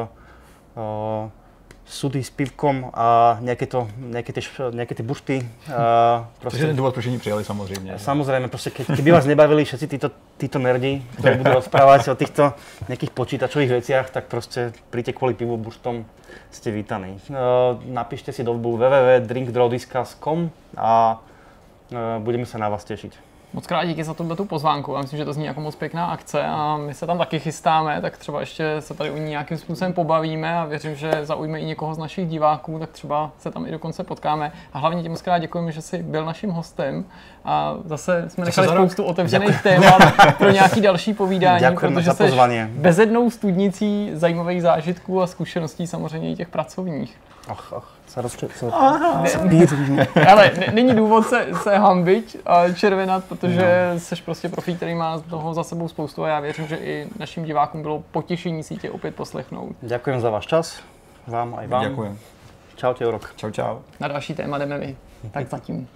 sudy s pivkom a nejaké tie bušty. Což je ten důvod, proč oni přijali samozřejmě. Samozrejme, proste keby vás nebavili všetci títo nerdi, ktorí budú rozprávať o týchto nejakých počítačových veciach, tak proste príďte kvôli pivu buštom, ste vítaní. Napíšte si do webu www.drinkdrawdiscuss.com a budeme sa na vás tešiť. Moc krát díky za tu pozvánku. Já myslím, že to zní jako moc pěkná akce a my se tam taky chystáme, tak třeba ještě se tady u ní nějakým způsobem pobavíme a věřím, že zaujme i někoho z našich diváků, tak třeba se tam i dokonce potkáme. A hlavně ti moc krát děkujeme, že jsi byl naším hostem a zase jsme nechali spoustu otevřených témat pro nějaký další povídání, protože jsi bezednou studnicí zajímavých zážitků a zkušeností, samozřejmě i těch pracovních. Ale není důvod se hanbit a červenat, protože jsi prostě profík, který má toho za sebou spoustu a já věřím, že i našim divákům bylo potěšení si tě opět poslechnout. Ďakujem za váš čas, vám aj vám. Ďakujem. Čaute, Jorok. Čau. Na další téma jdeme my. Tak zatím.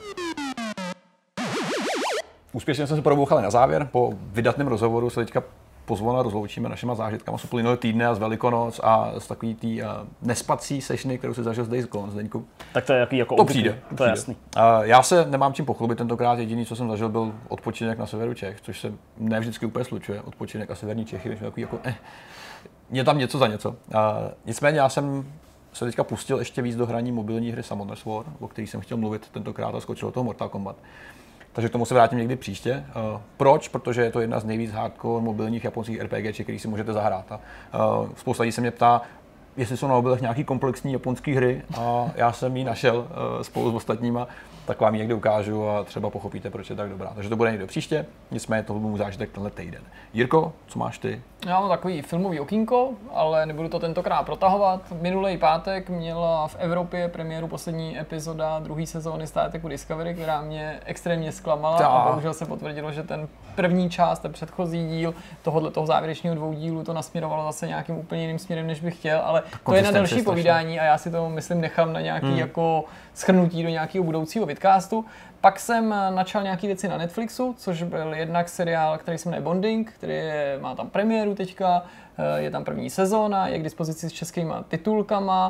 Úspěšně jsme se probouchali na závěr. Po vydatném rozhovoru se teďka pozvolna rozloučíme našima zážitkama z uplynulého týdne a z Velikonoc a z takový tý nespací sešny, kterou si zažil z Days Gone, Zdeňku. Tak to je jaký jako to přijde. To je jasný. Já se nemám čím pochlubit tentokrát, jediný, co jsem zažil, byl odpočinek na severu Čech, což se ne vždycky úplně slučuje, odpočinek a severní Čechy, takový jako je tam něco za něco. Nicméně já jsem se teďka pustil ještě víc do hraní mobilní hry Summoner's War, o který jsem chtěl mluvit tentokrát a skočil do toho Mortal Kombat. Takže k tomu se vrátím někdy příště. Proč? Protože je to jedna z nejvíc hardcore mobilních japonských RPGček, který si můžete zahrát. Spousta lidí se mě ptá, jestli jsou na mobilech nějaký komplexní japonské hry a já jsem ji našel spolu s ostatníma, tak vám ji někde ukážu a třeba pochopíte, proč je tak dobrá. Takže to bude někdo příště, nicméně to byl můj zážitek tenhle týden. Jirko, co máš ty? Já mám takový filmový okýnko, ale nebudu to tentokrát protahovat. Minulý pátek měla v Evropě premiéru poslední epizoda druhé sezóny Star Treku Discovery, která mě extrémně zklamala a bohužel se potvrdilo, že ten první část, ten předchozí díl toho závěrečného dvoudílu to nasměrovalo zase nějakým úplně jiným směrem, než bych chtěl, ale to je na další povídání a já si to myslím nechám na nějaký jako shrnutí do nějakého budoucího vidcastu. Pak jsem načal nějaké věci na Netflixu, což byl jednak seriál, který se jmenuje Bonding, který má tam premiéru teďka, je tam první sezóna, je k dispozici s českýma titulkama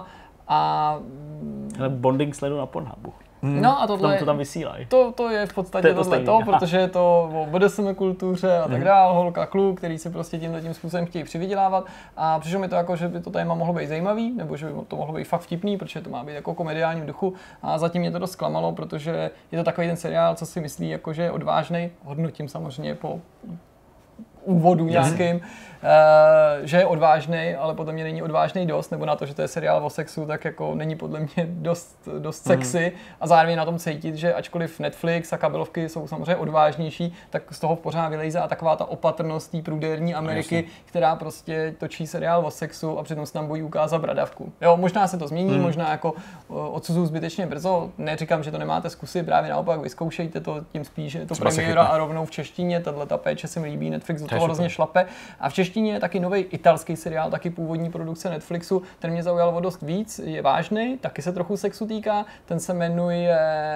A bonding sledu na Pornhubu. No a tohle to tam vysílají. To je v podstatě tohleto, protože je to o BDSM kultuře a tak dál, holka, kluk, který si prostě tím způsobem chtějí přivydělávat a přišlo mi to jako, že by to téma mohlo být zajímavý, nebo že by to mohlo být fakt vtipný, protože to má být jako komediálním duchu a zatím mě to dost zklamalo, protože je to takový ten seriál, co si myslí, jako, že je odvážnej, hodnotím samozřejmě po úvodu nějakým, že je odvážnej, ale podle mě není odvážnej dost, nebo na to, že to je seriál o sexu, tak jako není podle mě dost sexy a zároveň na tom cítit, že ačkoliv Netflix a kabelovky jsou samozřejmě odvážnější, tak z toho pořád vylejzá taková ta opatrnost té prudérní Ameriky, která prostě točí seriál o sexu a přitom se tam bojí ukázat bradavku. Jo, možná se to změní, možná jako odsuzuju zbytečně brzo, neříkám, že to nemáte zkusy, právě naopak vyzkoušejte to, tím spíš je to premiéra a rovnou v češtině, tato péče se mi líbí, Netflix do toho hrozně šlape. A v češtině je taky nový italský seriál, taky původní produkce Netflixu, ten mě zaujal o dost víc, je vážný, taky se trochu sexu týká, ten se jmenuje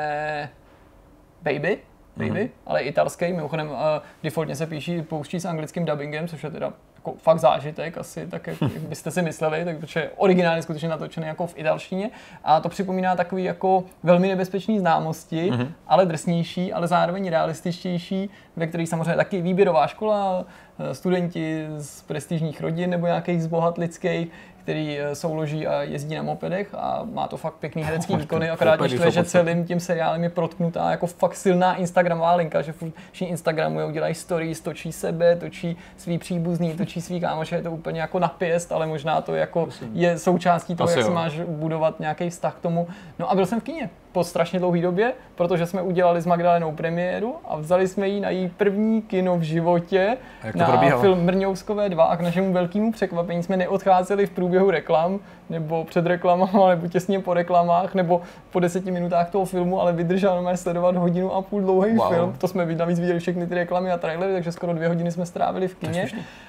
Baby, ale italský, mimochodem defaultně se pouští s anglickým dubbingem, což je teda jako fakt zážitek, asi tak, jak byste si mysleli, tak, protože je originálně skutečně natočený jako v italštině a to připomíná takový jako velmi nebezpečný známosti, ale drsnější, ale zároveň realističtější, ve kterých samozřejmě taky výběrová škola, studenti z prestižních rodin nebo nějakých zbohatlických, který souloží a jezdí na mopedech a má to fakt pěkný herecký výkony, akorát mě štve, že celým tím seriálem je protknutá jako fakt silná instagramová linka, že všichni instagramujou, dělají stories, točí sebe, točí svý příbuzný, točí svý kámoše, je to úplně jako napěst, ale možná to jako je součástí toho, jak si máš budovat nějaký vztah k tomu. No a byl jsem v kině po strašně dlouhé době, protože jsme udělali s Magdalenou premiéru a vzali jsme ji na její první kino v životě na film Mrňouskové 2 a k našemu velkému překvapení jsme neodcházeli v průběhu reklam, nebo před reklamama, nebo těsně po reklamách, nebo po 10 minutách toho filmu, ale vydržel nám sledovat 1,5 hodiny dlouhý film. To jsme navíc viděli všechny ty reklamy a trailery, takže skoro 2 hodiny jsme strávili v kině.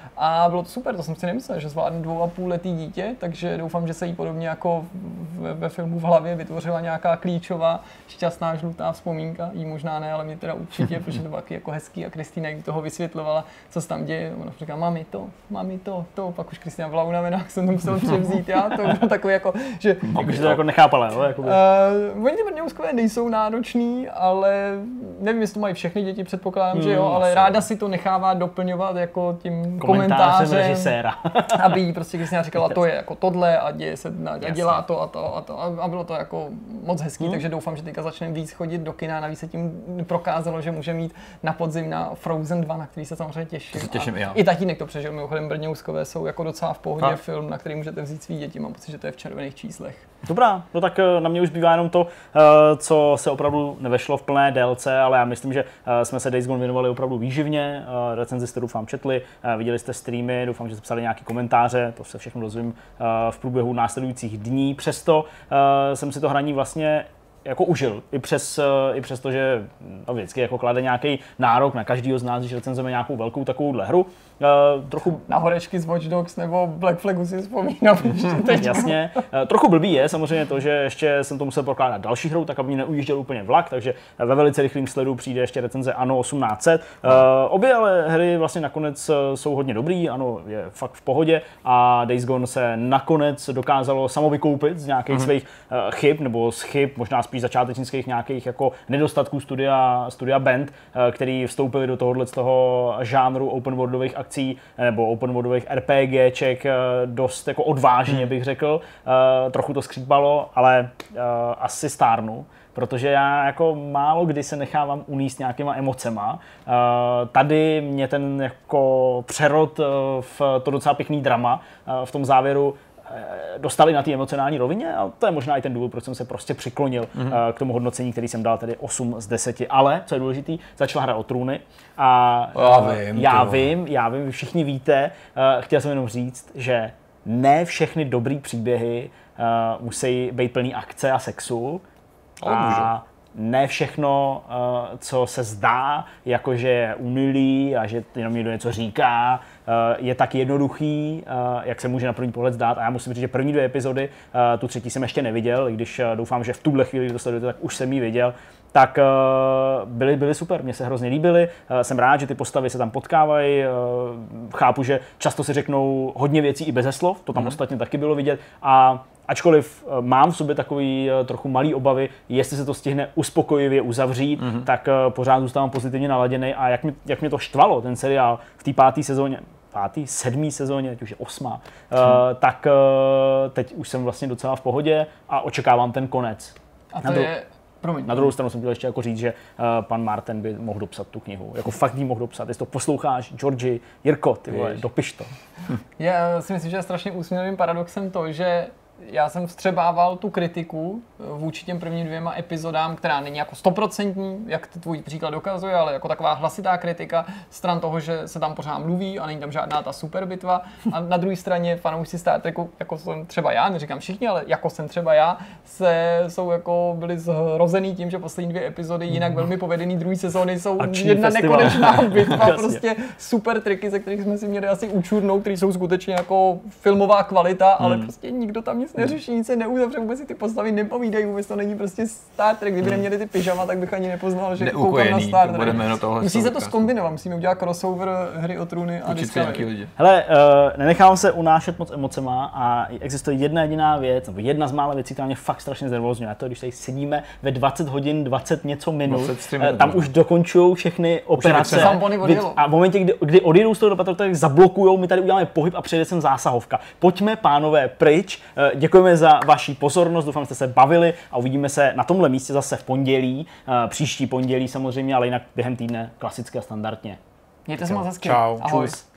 A bylo to super, to jsem si nemyslel, že zvládnu 2,5letý dítě, takže doufám, že se jí podobně jako ve filmu v hlavě vytvořila nějaká klíčová, šťastná, žlutá vzpomínka. Jí možná ne, ale mě teda určitě, protože to bylo jako hezký a Kristýna jim toho vysvětlovala, co se tam děje. Ona říká, mami to, pak už Kristýna byla unavená, jsem to musel převzít já, to bylo takový jako, že... Jakože to jako nechápala, jo? Oni ty Brňouskové nejsou náročný, ale nevím, jestli to mají všechny děti, předpokládám, že jo, ale ráda si to nechává doplňovat jako tím komentářem režiséra. Aby jí prostě Kristýna říkala, to je jako tohle a děje se a dělá to a bylo to jako moc hezký, takže doufám, že teďka začneme víc chodit do kina, navíc se tím prokázalo, že může mít na podzim na Frozen 2, na který se samozřejmě těším. I tatínek to přežil, mimochodem Brňouskové jsou jako docela v pohodě film, na který můžete vzít svý děti, mám pocit, že to je v červených číslech. Dobrá, no tak na mě už zbývá jenom to, co se opravdu nevešlo v plné délce, ale já myslím, že jsme se Days Gone věnovali opravdu výživně, recenzi jste doufám četli, viděli jste streamy, doufám, že jste psali nějaké komentáře, to se všechno dozvím v průběhu následujících dní, přesto jsem si to hraní vlastně jako užil, i přes to, že vždycky jako klade nějaký nárok na každýho z nás, když recenzujeme nějakou velkou takovouhle hru. Trochu... Na horečky z Watch Dogs nebo Black Flagu si vzpomínám. Jasně. Trochu blbý je samozřejmě to, že ještě jsem to musel prokládat další hrou, tak aby mě neujížděl úplně vlak, takže ve velice rychlém sledu přijde ještě recenze Anno 1800. Obě ale hry vlastně nakonec jsou hodně dobrý, Anno je fakt v pohodě a Days Gone se nakonec dokázalo samo vykoupit z nějakých svých chyb, nebo z chyb, možná spíš začátečnických nějakých jako nedostatků studia Bend, který vstoupili do tohohle z toho žánru open worldových akcí nebo open worldových RPGček dost jako odvážně bych řekl. Trochu to skřípalo, ale asi stárnu, protože já jako málo kdy se nechávám uníst nějakýma emocema. Tady mě ten jako přerod v to docela pěkný drama v tom závěru dostali na té emocionální rovině a to je možná i ten důvod, proč jsem se prostě přiklonil k tomu hodnocení, který jsem dal tedy 8 z 10. Ale, co je důležitý, začala Hra o trůny a já vím, vy všichni víte, chtěl jsem jenom říct, že ne všechny dobrý příběhy musí být plný akce a sexu a ne všechno, co se zdá, jakože je unilý a že jenom někdo něco říká, je tak jednoduchý, jak se může na první pohled zdát. A já musím říct, že první 2 epizody, tu třetí jsem ještě neviděl, i když doufám, že v tuhle chvíli, kdy to sledujete, tak už jsem ji viděl, tak byly super, mně se hrozně líbily. Jsem rád, že ty postavy se tam potkávají. Chápu, že často si řeknou hodně věcí i beze slov, to tam ostatně taky bylo vidět. A ačkoliv mám v sobě takový trochu malý obavy, jestli se to stihne uspokojivě uzavřít, tak pořád zůstávám pozitivně naladěný. A jak mě to štvalo, ten seriál v té 5. sezóně, 7. sezóně, teď už je 8. Tak teď už jsem vlastně docela v pohodě a očekávám ten konec. A to je... Na druhou stranu jsem chtěl ještě jako říct, že pan Martin by mohl dopsat tu knihu. Jako fakt jí mohl dopsat. Jestli to posloucháš, Georgi, Jirko, ty vole, dopiš to. Já si myslím, že je strašně úsměvným paradoxem to, že já jsem vstřebával tu kritiku vůči těm prvním 2 epizodám, která není jako 100%, jak tvůj příklad dokazuje, ale jako taková hlasitá kritika stran toho, že se tam pořád mluví a není tam žádná ta super bitva. A na druhé straně fanoušci Star Treku, jako jsem třeba já, neříkám všichni, ale jako jsem třeba já, byli zhrozený tím, že poslední 2 epizody, jinak velmi povedený druhé sezóny, jsou jedna nekonečná bitva, prostě super triky, ze kterých jsme si měli asi učurnout, které jsou skutečně jako filmová kvalita, ale prostě nikdo tam nic neřeší, nic se neuzavře, vůbec si ty postavy nepovídají, vůbec to není prostě Star Trek. Kdyby neměli ty pyžama, tak bych ani nepoznal, že koukám na Star Trek. Musí se to zkombinovat, musíme udělat crossover Hry o trůny a Discovery. Hele, nenechám se unášet moc emocema a existuje jedna jediná věc, nebo jedna z mála věcí, která mě fakt strašně znervózňuje. A to, když tady sedíme ve 20 hodin, 20 něco minut, tam už dokončují všechny operace. A v momentě, kdy odjedou z toho do tak zablokujou, my tady uděláme pohyb a přijde sem zásahovka. Pojďme, pánové, pryč. Děkujeme za vaši pozornost, doufám, že jste se bavili a uvidíme se na tomhle místě zase v pondělí, příští pondělí samozřejmě, ale jinak během týdne klasicky a standardně. Mějte se moc hezky. Čau. Ahoj. Čus.